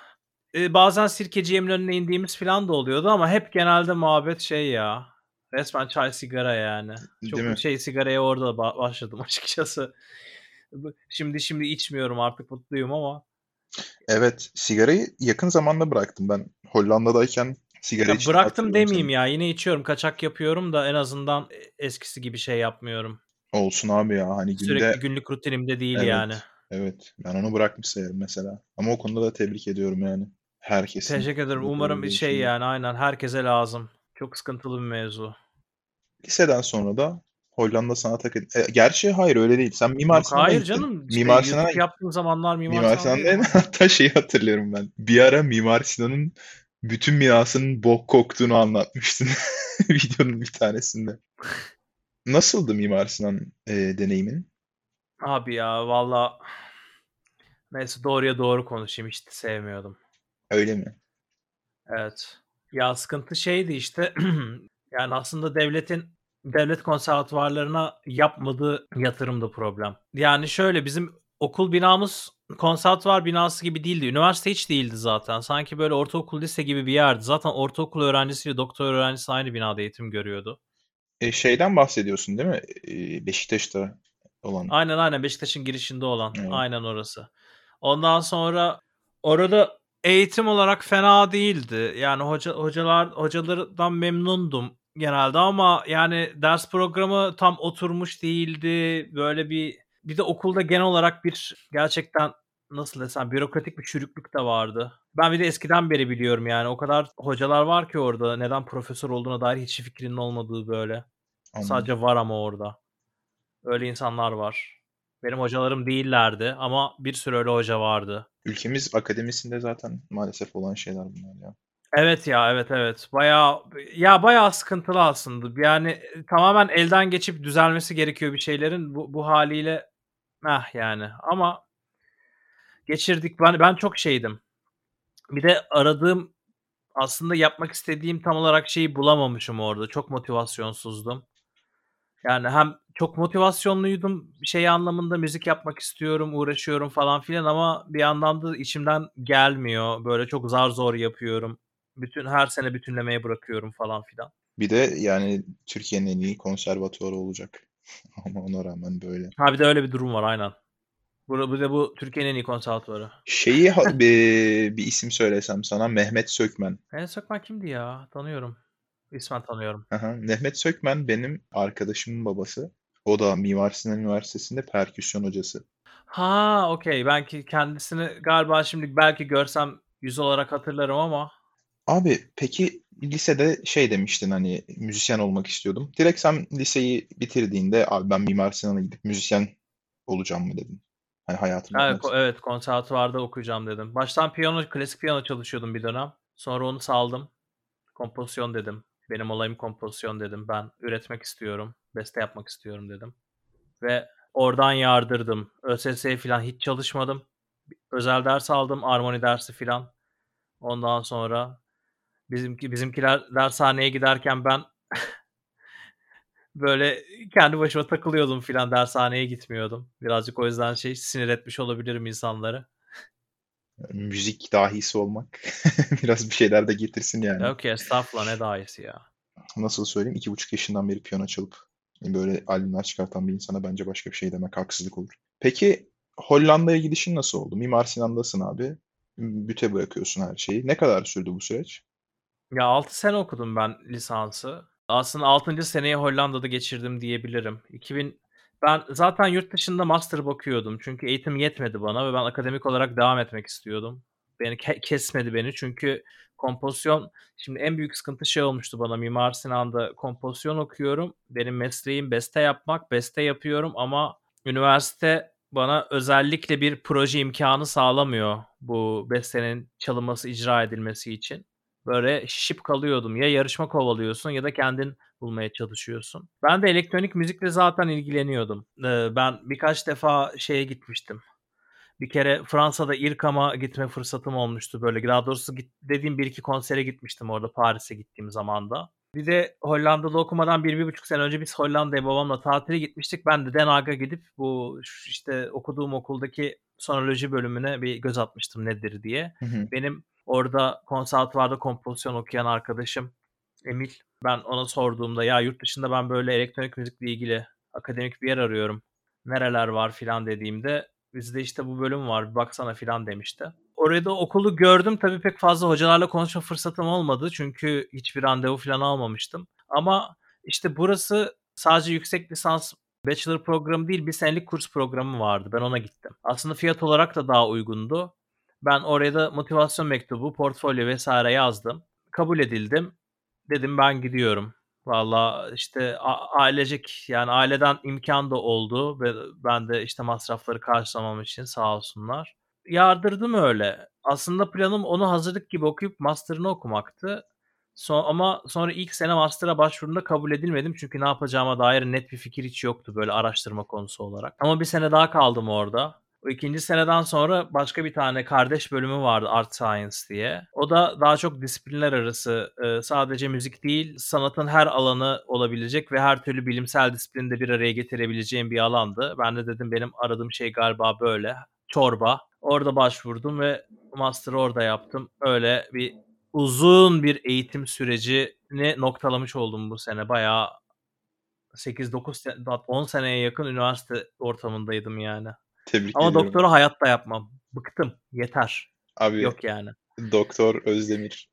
e, bazen Sirkeci Eminönü'ne indiğimiz falan da oluyordu ama hep genelde muhabbet şey ya. Resmen çay sigara yani. Değil Çok mi? şey sigaraya orada ba- başladım açıkçası. Bu- Şimdi şimdi içmiyorum artık mutluyum ama. Evet, sigarayı yakın zamanda bıraktım ben. Hollanda'dayken sigara Ya içtiğimi bıraktım hatırlıyorum demeyeyim senin. ya. Yine içiyorum. Kaçak yapıyorum da en azından e- eskisi gibi şey yapmıyorum. Olsun abi ya, hani Sürekli günde, günlük rutinimde değil yani. evet, evet, ben onu bırakmış sayarım mesela. Ama o konuda da tebrik ediyorum yani. Herkesin Teşekkür ederim. Umarım bir yapabildiği şey şeyi. yani aynen herkese lazım. Çok sıkıntılı bir mevzu. Liseden sonra da Hollanda Sanat Akademisi. E, gerçi hayır, öyle değil. Sen Mimar Yok Sinan'a hayır gittin. canım. Mimar Şey, Sinan'a YouTube gittin. yaptığım zamanlar Mimar Mimar Sinan'daydım Sinan'dayım. aynen. Hatta şeyi hatırlıyorum ben. Bir ara Mimar Sinan'ın bütün binasının bok koktuğunu anlatmıştın. Videonun bir tanesinde. Nasıldı Mimar Sinan e, deneyimin? Abi ya valla neyse doğruya doğru konuşayım. Hiç de sevmiyordum. Öyle mi? Evet. Ya sıkıntı şeydi işte yani aslında devletin devlet konservatuvarlarına yapmadığı yatırım da problem. Yani şöyle bizim okul binamız konservatuvar binası gibi değildi. Üniversite hiç değildi zaten. Sanki böyle ortaokul lise gibi bir yerdi. Zaten ortaokul öğrencisiyle doktor öğrencisi aynı binada eğitim görüyordu. E, şeyden bahsediyorsun değil mi? E, Beşiktaş'ta olan. Aynen aynen Beşiktaş'ın girişinde olan. Evet. Aynen orası. Ondan sonra orada eğitim olarak fena değildi. Yani hoca hocalar hocalardan memnundum genelde ama yani ders programı tam oturmuş değildi. Böyle bir bir de okulda genel olarak bir gerçekten nasıl desem bürokratik bir çürüklük de vardı. Ben bir de eskiden beri biliyorum yani o kadar hocalar var ki orada neden profesör olduğuna dair hiç fikrinin olmadığı böyle. Anladım. Sadece var ama orada. Öyle insanlar var. Benim hocalarım değillerdi ama bir sürü öyle hoca vardı. Ülkemiz akademisinde zaten maalesef olan şeyler bunlar ya. Evet ya, evet, evet. Bayağı ya bayağı sıkıntılı aslında. Yani e, tamamen elden geçip düzelmesi gerekiyor bir şeylerin. Bu, bu haliyle eh yani. Ama geçirdik. Ben ben çok şeydim. Bir de aradığım aslında yapmak istediğim tam olarak şeyi bulamamışım orada. Çok motivasyonsuzdum. Yani hem çok motivasyonluydum şey anlamında müzik yapmak istiyorum, uğraşıyorum falan filan ama bir yandan da içimden gelmiyor. Böyle çok zar zor yapıyorum. Bütün her sene bütünlemeye bırakıyorum falan filan. Bir de yani Türkiye'nin en iyi konservatuvarı olacak. Ama ona rağmen böyle. Ha bir de öyle bir durum var aynen. Bu, bir de bu Türkiye'nin en iyi konservatuvarı. Şeyi ha- bir, bir isim söylesem sana, Mehmet Sökmen. Enes Sökmen kimdi ya? Tanıyorum. İsmen tanıyorum. Aha, Mehmet Sökmen benim arkadaşımın babası. O da Mimar Sinan Üniversitesi'nde perküsyon hocası. Ha okey. Ben ki kendisini galiba şimdi belki görsem yüz olarak hatırlarım ama Abi peki lisede şey demiştin, hani müzisyen olmak istiyordum. Direkt sen liseyi bitirdiğinde abi ben Mimar Sinan'a gidip müzisyen olacağım mı dedin? Hani hayatımı evet, yapmak ko- istiyorum. evet konservatuvarda okuyacağım dedim. Baştan piyano, klasik piyano çalışıyordum bir dönem. Sonra onu saldım. Kompozisyon dedim. Benim olayım kompozisyon dedim. Ben üretmek istiyorum. Beste yapmak istiyorum dedim. Ve oradan yardırdım. ÖSS'ye falan hiç çalışmadım. Özel ders aldım. Armoni dersi falan. Ondan sonra bizimki bizimkiler dershaneye giderken ben böyle kendi başıma takılıyordum filan dershaneye gitmiyordum. Birazcık o yüzden şey sinir etmiş olabilirim insanları. Müzik dahisi olmak biraz bir şeyler de getirsin yani. Yok ya estağfurullah ne daha iyisi ya. Nasıl söyleyeyim? İki buçuk yaşından beri piyano çalıp böyle albümler çıkartan bir insana bence başka bir şey demek haksızlık olur. Peki Hollanda'ya gidişin nasıl oldu? Mimar Sinan'dasın abi. Büte bırakıyorsun her şeyi. Ne kadar sürdü bu süreç? Ya altı sene okudum ben lisansı. Aslında altıncı seneyi Hollanda'da geçirdim diyebilirim. iki bin Ben zaten yurt dışında master bakıyordum. Çünkü eğitim yetmedi bana ve ben akademik olarak devam etmek istiyordum. Beni ke- kesmedi beni çünkü kompozisyon şimdi en büyük sıkıntı şey olmuştu bana. Mimar Sinan'da kompozisyon okuyorum. Benim mesleğim beste yapmak. Beste yapıyorum ama üniversite bana özellikle bir proje imkanı sağlamıyor bu bestenin çalınması, icra edilmesi için. Böyle şişip kalıyordum. Ya yarışma kovalıyorsun ya da kendin bulmaya çalışıyorsun. Ben de elektronik müzikle zaten ilgileniyordum. Eee, ben birkaç defa şeye gitmiştim. Bir kere Fransa'da IRCAM'a gitme fırsatım olmuştu böyle. Daha doğrusu git, dediğim bir iki konsere gitmiştim orada Paris'e gittiğim zamanda. Bir de Hollanda'da okumadan bir, bir buçuk sene önce biz Hollanda'ya babamla tatile gitmiştik. Ben de Den Haag'a gidip bu işte okuduğum okuldaki sonoloji bölümüne bir göz atmıştım nedir diye. Hı hı. Benim orada konservatuvarda kompozisyon okuyan arkadaşım Emil. Ben ona sorduğumda ya yurt dışında ben böyle elektronik müzikle ilgili akademik bir yer arıyorum. Nereler var filan dediğimde bizde işte bu bölüm var bir baksana filan demişti. Orada okulu gördüm. Tabii pek fazla hocalarla konuşma fırsatım olmadı. Çünkü hiçbir randevu falan almamıştım. Ama işte burası sadece yüksek lisans bachelor programı değil bir senelik kurs programı vardı. Ben ona gittim. Aslında fiyat olarak da daha uygundu. Ben oraya da motivasyon mektubu, portfolyo vesaire yazdım. Kabul edildim. Dedim ben gidiyorum. Valla işte a- ailecek yani aileden imkan da oldu ve ben de işte masrafları karşılamam için sağ olsunlar. Yardırdım öyle. Aslında planım onu hazırlık gibi okuyup master'ını okumaktı. Son, ama sonra ilk sene master'a başvurduğumda kabul edilmedim. Çünkü ne yapacağıma dair net bir fikir hiç yoktu böyle araştırma konusu olarak. Ama bir sene daha kaldım orada. O ikinci seneden sonra başka bir tane kardeş bölümü vardı Art Science diye. O da daha çok disiplinler arası e, sadece müzik değil sanatın her alanı olabilecek ve her türlü bilimsel disiplini de bir araya getirebileceğim bir alandı. Ben de dedim benim aradığım şey galiba böyle. Çorba. Orada başvurdum ve master'ı orada yaptım. Öyle bir uzun bir eğitim sürecini noktalamış oldum bu sene. Bayağı sekiz dokuz on seneye yakın üniversite ortamındaydım yani. Tebrik Ama ediyorum. doktora hayatta yapmam. Bıktım. Yeter. Abi Yok yani. Doktor Özdemir.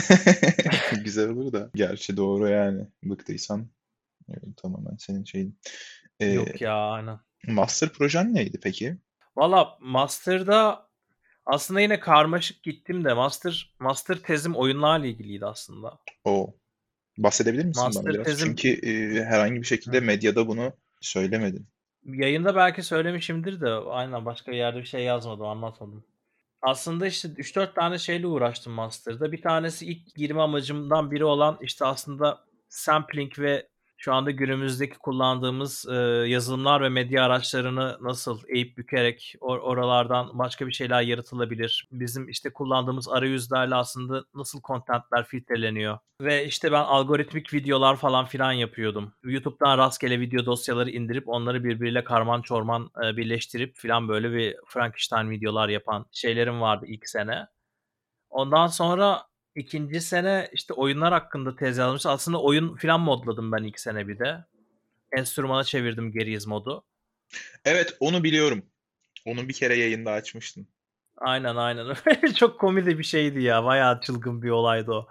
Güzel olur da. Gerçi doğru yani. Bıktıysan e, tamamen senin şeyin. E, Yok ya aynen. master projen neydi peki? Valla master'da aslında yine karmaşık gittim de master master tezim oyunlarla ilgiliydi aslında. O. Bahsedebilir misin bana Master biraz? tezim Çünkü e, herhangi bir şekilde Hı. medyada bunu söylemedin. Yayında belki söylemişimdir de aynen başka bir yerde bir şey yazmadım, anlatmadım. Aslında işte üç dört tane şeyle uğraştım master'da. Bir tanesi ilk girme amacımdan biri olan işte aslında sampling ve şu anda günümüzdeki kullandığımız e, yazılımlar ve medya araçlarını nasıl eğip bükerek or- oralardan başka bir şeyler yaratılabilir. Bizim işte kullandığımız arayüzlerle aslında nasıl contentler filtreleniyor. Ve işte ben algoritmik videolar falan filan yapıyordum. YouTube'dan rastgele video dosyaları indirip onları birbiriyle karman çorman e, birleştirip filan böyle bir Frankenstein videolar yapan şeylerim vardı ilk sene. Ondan sonra ikinci sene işte oyunlar hakkında tez yazmış. Aslında oyun filan modladım ben ilk sene bir de. Enstrümana çevirdim Gears modu. Evet, onu biliyorum. Onu bir kere yayında açmıştın. Aynen aynen. Çok komedi bir şeydi ya. Bayağı çılgın bir olaydı o.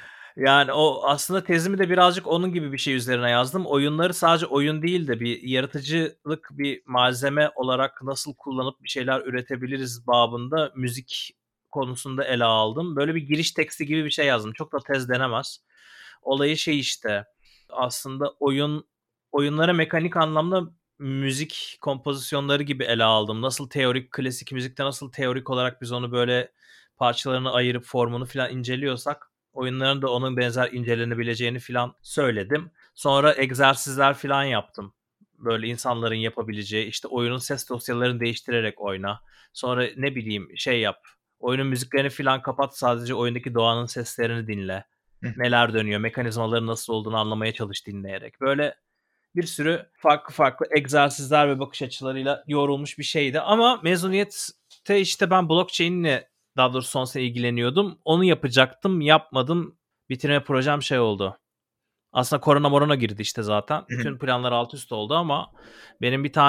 Yani o aslında tezimi de birazcık onun gibi bir şey üzerine yazdım. Oyunları sadece oyun değil de bir yaratıcılık bir malzeme olarak nasıl kullanıp bir şeyler üretebiliriz babında müzik konusunda ele aldım. Böyle bir giriş teksti gibi bir şey yazdım. Çok da tez denemez. Olayı şey işte aslında oyun oyunlara mekanik anlamda müzik kompozisyonları gibi ele aldım. Nasıl teorik, klasik müzikte nasıl teorik olarak biz onu böyle parçalarını ayırıp formunu filan inceliyorsak oyunların da onun benzer incelenebileceğini filan söyledim. Sonra egzersizler filan yaptım. Böyle insanların yapabileceği işte oyunun ses dosyalarını değiştirerek oyna. Sonra ne bileyim şey yap. Oyunun müziklerini filan kapat sadece oyundaki doğanın seslerini dinle. Hı. Neler dönüyor, mekanizmaların nasıl olduğunu anlamaya çalış dinleyerek. Böyle bir sürü farklı farklı egzersizler ve bakış açılarıyla yoğrulmuş bir şeydi. Ama mezuniyette işte ben blockchain'le daha doğrusu son sene ilgileniyordum. Onu yapacaktım, yapmadım. Bitirme projem şey oldu. Aslında korona morona girdi işte zaten. Hı hı. Bütün planlar alt üst oldu ama benim bir tane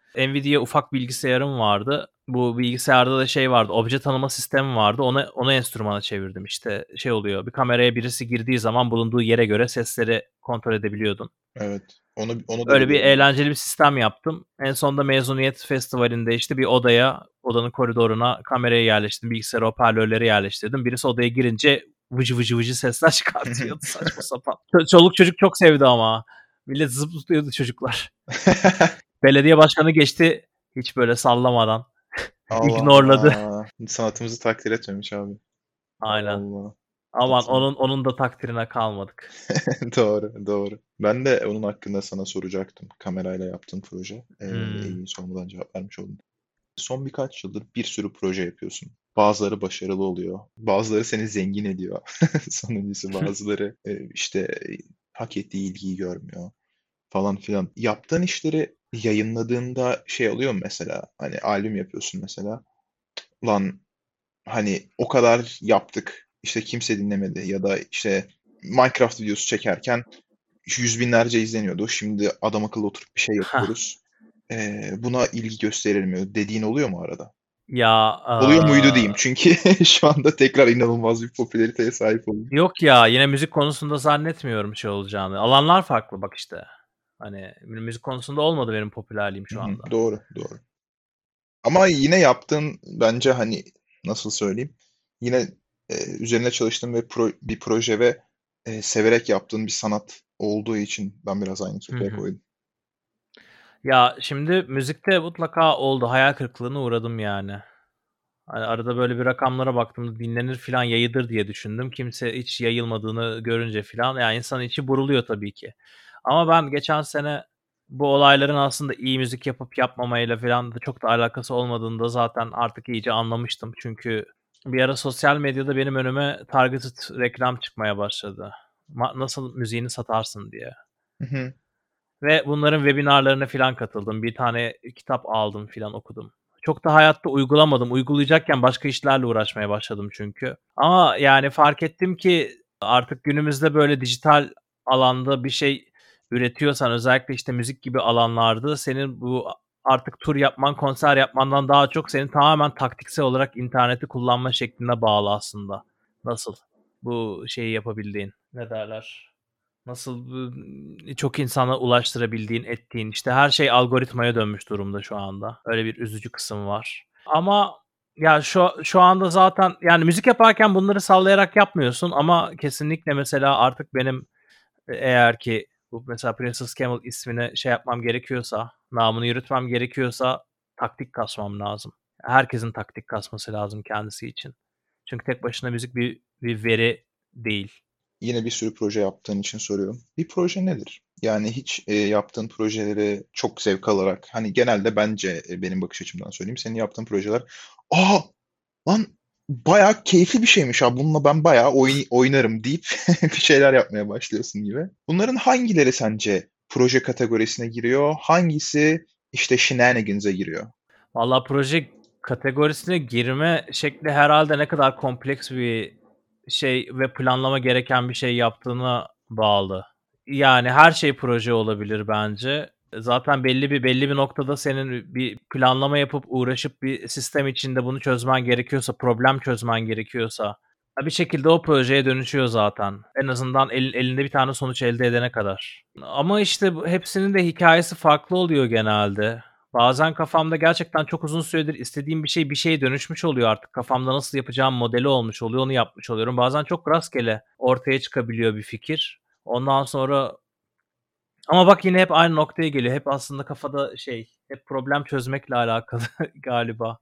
Nvidia ufak bilgisayarım vardı. Bu bilgisayarda da şey vardı, obje tanıma sistemi vardı. Onu onu enstrümana çevirdim. İşte şey oluyor, bir kameraya birisi girdiği zaman bulunduğu yere göre sesleri kontrol edebiliyordun. Evet. Onu onu da Öyle bir biliyorum, evet. eğlenceli bir sistem yaptım. En sonunda mezuniyet festivalinde işte bir odaya, odanın koridoruna kamerayı yerleştirdim. Bilgisayar hoparlörleri yerleştirdim. Birisi odaya girince vıcı vıcı vıcı sesler çıkartıyordu saçma sapan. Ç- Çoluk çocuk çok sevdi ama. Millet zıplıyordu çocuklar. Belediye başkanı geçti hiç böyle sallamadan. Allah İgnorladı. Allah. Sanatımızı takdir etmemiş abi. Allah Aynen. Allah. Aman Nasıl? onun onun da takdirine kalmadık. Doğru, doğru. Ben de onun hakkında sana soracaktım. Kamerayla yaptığın proje. Ee, Hmm. iyi sormadan cevap vermiş oldun. Son birkaç yıldır bir sürü proje yapıyorsun. Bazıları başarılı oluyor. Bazıları seni zengin ediyor. Sonuncusu bazıları e, işte e, hak ettiği ilgiyi görmüyor falan filan. Yaptığın işleri yayınladığında şey oluyor mu mesela? Hani albüm yapıyorsun mesela. Lan hani o kadar yaptık. İşte kimse dinlemedi ya da işte Minecraft videosu çekerken yüz binlerce izleniyordu. Şimdi adam akıllı oturup bir şey yapıyoruz. Ee, buna ilgi gösterilmiyor dediğin oluyor mu arada? Ya Oluyor muydu aa, diyeyim. Çünkü şu anda tekrar inanılmaz bir popülariteye sahip oldum. yok ya yine müzik konusunda zannetmiyorum şey olacağını. Alanlar farklı bak işte. Hani müzik konusunda olmadı benim popülerliğim Hı şu hı, anda. doğru, doğru. Ama yine yaptığın bence hani nasıl söyleyeyim? Yine e, üzerine çalıştığın ve pro- bir proje ve e, severek yaptığın bir sanat olduğu için ben biraz aynı Hı kefeye hı. koydum. Ya şimdi müzikte mutlaka oldu. Hayal kırıklığına uğradım yani. Hani arada böyle bir rakamlara baktığımda dinlenir filan yayılır diye düşündüm. Kimse hiç yayılmadığını görünce filan yani insanın içi buruluyor tabii ki. Ama ben geçen sene bu olayların aslında iyi müzik yapıp yapmamayla filan da çok da alakası olmadığını da zaten artık iyice anlamıştım. Çünkü bir ara sosyal medyada benim önüme targeted reklam çıkmaya başladı. Ma- nasıl müziğini satarsın diye. Hı hı. Ve bunların webinarlarına filan katıldım. Bir tane kitap aldım filan okudum. Çok da hayatta uygulamadım. Uygulayacakken başka işlerle uğraşmaya başladım çünkü. Ama yani fark ettim ki artık günümüzde böyle dijital alanda bir şey üretiyorsan özellikle işte müzik gibi alanlarda senin bu artık tur yapman, konser yapmandan daha çok senin tamamen taktiksel olarak interneti kullanma şekline bağlı aslında. Nasıl bu şeyi yapabildiğin, ne derler? Nasıl bu çok insana ulaştırabildiğin, ettiğin, işte her şey algoritmaya dönmüş durumda şu anda. Öyle bir üzücü kısım var. Ama ya şu şu anda zaten yani müzik yaparken bunları sallayarak yapmıyorsun ama kesinlikle mesela artık benim e eğer ki bu mesela Princess Camel ismini şey yapmam gerekiyorsa, namını yürütmem gerekiyorsa taktik kasmam lazım. Herkesin taktik kasması lazım kendisi için. Çünkü tek başına müzik bir bir veri değil. Yine bir sürü proje yaptığın için soruyorum. Bir proje nedir? Yani hiç e, yaptığın projeleri çok zevk alarak, hani genelde bence e, benim bakış açımdan söyleyeyim, senin yaptığın projeler, aa lan bayağı keyifli bir şeymiş ha, bununla ben bayağı oyn- oynarım deyip bir şeyler yapmaya başlıyorsun gibi. Bunların hangileri sence proje kategorisine giriyor? Hangisi işte shenanigans'e giriyor? Valla proje kategorisine girme şekli herhalde ne kadar kompleks bir şey ve planlama gereken bir şey yaptığına bağlı. Yani her şey proje olabilir bence. Zaten belli bir belli bir noktada senin bir planlama yapıp uğraşıp bir sistem içinde bunu çözmen gerekiyorsa, problem çözmen gerekiyorsa bir şekilde o projeye dönüşüyor zaten. En azından el- elinde bir tane sonuç elde edene kadar. Ama işte bu- hepsinin de hikayesi farklı oluyor genelde. Bazen kafamda gerçekten çok uzun süredir istediğim bir şey bir şeye dönüşmüş oluyor artık. Kafamda nasıl yapacağım modeli olmuş oluyor, onu yapmış oluyorum. Bazen çok rastgele ortaya çıkabiliyor bir fikir. Ondan sonra ama bak yine hep aynı noktaya geliyor. Hep aslında kafada şey, hep problem çözmekle alakalı galiba.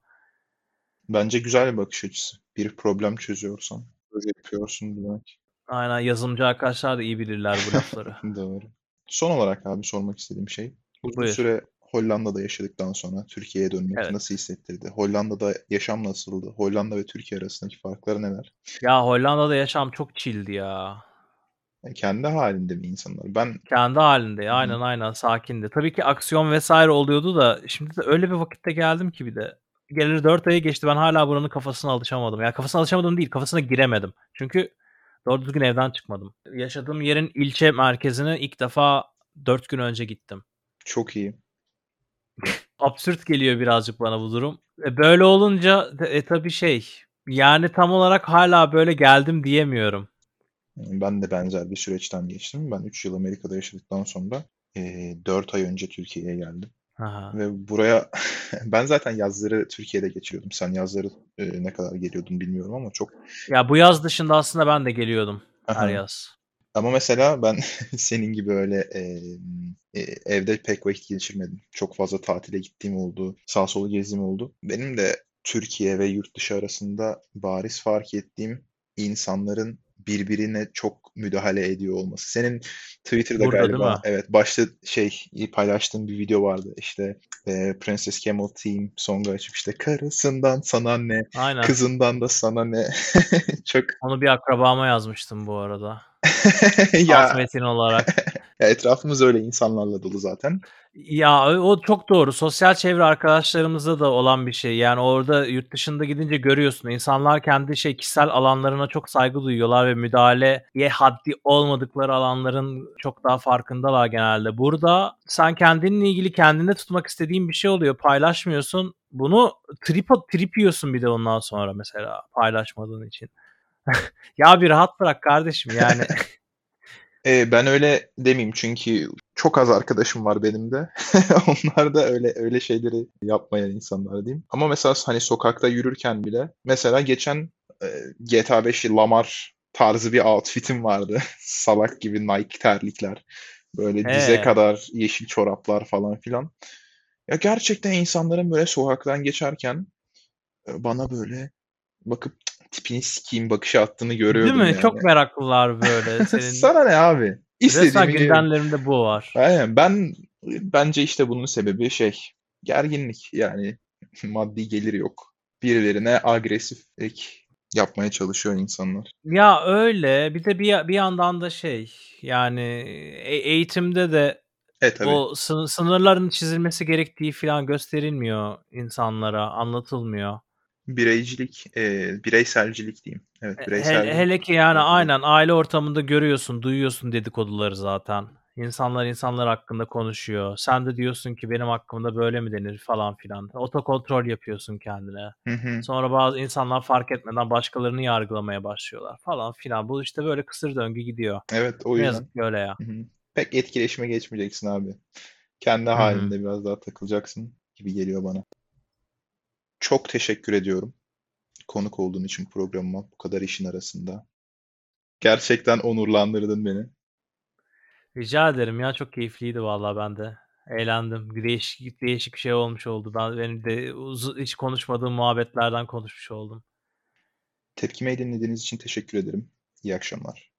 Bence güzel bir bakış açısı. Bir problem çözüyorsan, proje yapıyorsun demek. Aynen yazılımcı arkadaşlar da iyi bilirler bu lafları. Doğru. Son olarak abi sormak istediğim şey. Uzun Buyur. süre Hollanda'da yaşadıktan sonra Türkiye'ye dönmek nasıl Evet. hissettirdi? Hollanda'da yaşam nasıldı? Hollanda ve Türkiye arasındaki farklar neler? Ya Hollanda'da yaşam çok chill'di ya. Yani kendi halinde mi insanlar? Ben Kendi halinde ya. Hı hı. Aynen aynen sakindi. Tabii ki aksiyon vesaire oluyordu da şimdi de öyle bir vakitte geldim ki bir de. Geleli dört ayı geçti ben hala buranın kafasına alışamadım. Ya kafasına alışamadım değil kafasına giremedim. Çünkü doğru düzgün evden çıkmadım. Yaşadığım yerin ilçe merkezine ilk defa dört gün önce gittim. Çok iyi. Absürt geliyor birazcık bana bu durum. E, böyle olunca e, tabii şey, yani tam olarak hâlâ böyle geldim diyemiyorum. Ben de benzer bir süreçten geçtim. Ben üç yıl Amerika'da yaşadıktan sonra eee dört ay önce Türkiye'ye geldim. Ha ha. Ve buraya ben zaten yazları Türkiye'de geçiriyordum. Sen yazları eee, ne kadar geliyordun bilmiyorum ama çok. Ya bu yaz dışında aslında ben de geliyordum her Aha. yaz. Ama mesela ben senin gibi öyle em, e, evde pek vakit geçirmedim. Çok fazla tatile gittiğim oldu. Sağ solu gezdiğim oldu. Benim de Türkiye ve yurt dışı arasında bariz fark ettiğim insanların birbirine çok müdahale ediyor olması. Senin Twitter'da Burada değil galiba mi? evet başta şey paylaştığın bir video vardı. İşte e, Princess Camel Team songu açıp işte karısından sana ne, Aynen. kızından da sana ne. Çok Onu bir akrabama yazmıştım bu arada. Alt ya metin olarak. ya etrafımız öyle insanlarla dolu zaten. Ya, o çok doğru. Sosyal çevre arkadaşlarımızda da olan bir şey. Yani orada yurt dışında gidince görüyorsun. İnsanlar kendi şey kişisel alanlarına çok saygı duyuyorlar ve müdahaleye haddi olmadıkları alanların çok daha farkındalar genelde. Burada sen kendinle ilgili kendinde tutmak istediğin bir şey oluyor, paylaşmıyorsun. Bunu trip trip yiyorsun bir de ondan sonra mesela paylaşmadığın için. Ya bir rahat bırak kardeşim yani. Eee, ben öyle demeyeyim çünkü çok az arkadaşım var benim de. Onlar da öyle öyle şeyleri yapmayan insanlar diyeyim. Ama mesela hani sokakta yürürken bile mesela geçen eee, G T A beş Lamar tarzı bir outfit'im vardı. Salak gibi Nike terlikler. Böyle dize Ee, kadar yeşil çoraplar falan filan. Ya gerçekten insanların böyle sokaktan geçerken e, bana böyle bakıp tipini sikeyim bakışı attığını değil görüyordum mi? yani. Çok meraklılar böyle senin. Sana ne abi? Resmen İstediğimi giyerim. gündemlerinde bu var. Aynen. Ben bence işte bunun sebebi şey gerginlik yani maddi gelir yok. Birilerine agresiflik yapmaya çalışıyor insanlar. Ya öyle. Bir de bir bir yandan da şey yani e eğitimde de E tabii. o sı sınırların çizilmesi gerektiği filan gösterilmiyor insanlara, anlatılmıyor. Bireycilik, e, bireyselcilik diyeyim. Evet, E hele hele bireyselcilik ki yani bence de. aynen aile ortamında görüyorsun, duyuyorsun dedikoduları zaten. İnsanlar insanlar hakkında konuşuyor. Sen de diyorsun ki benim hakkımda böyle mi denir falan filan. Otokontrol yapıyorsun kendine. Hı hı. Sonra bazı insanlar fark etmeden başkalarını yargılamaya başlıyorlar falan filan. Bu işte böyle kısır döngü gidiyor. Evet, o Ne yazık yüzden. ki öyle ya. Hı hı. Pek etkileşime geçmeyeceksin abi. Kendi Hı hı. halinde biraz daha takılacaksın gibi geliyor bana. Çok teşekkür ediyorum konuk olduğun için programıma bu kadar işin arasında. Gerçekten onurlandırdın beni. Rica ederim ya çok keyifliydi vallahi ben de. Eğlendim. Bir değişik değişik bir şey olmuş oldu. Ben benim de uzu hiç konuşmadığım muhabbetlerden konuşmuş oldum. Tepkimeyi dinlediğiniz için teşekkür ederim. İyi akşamlar.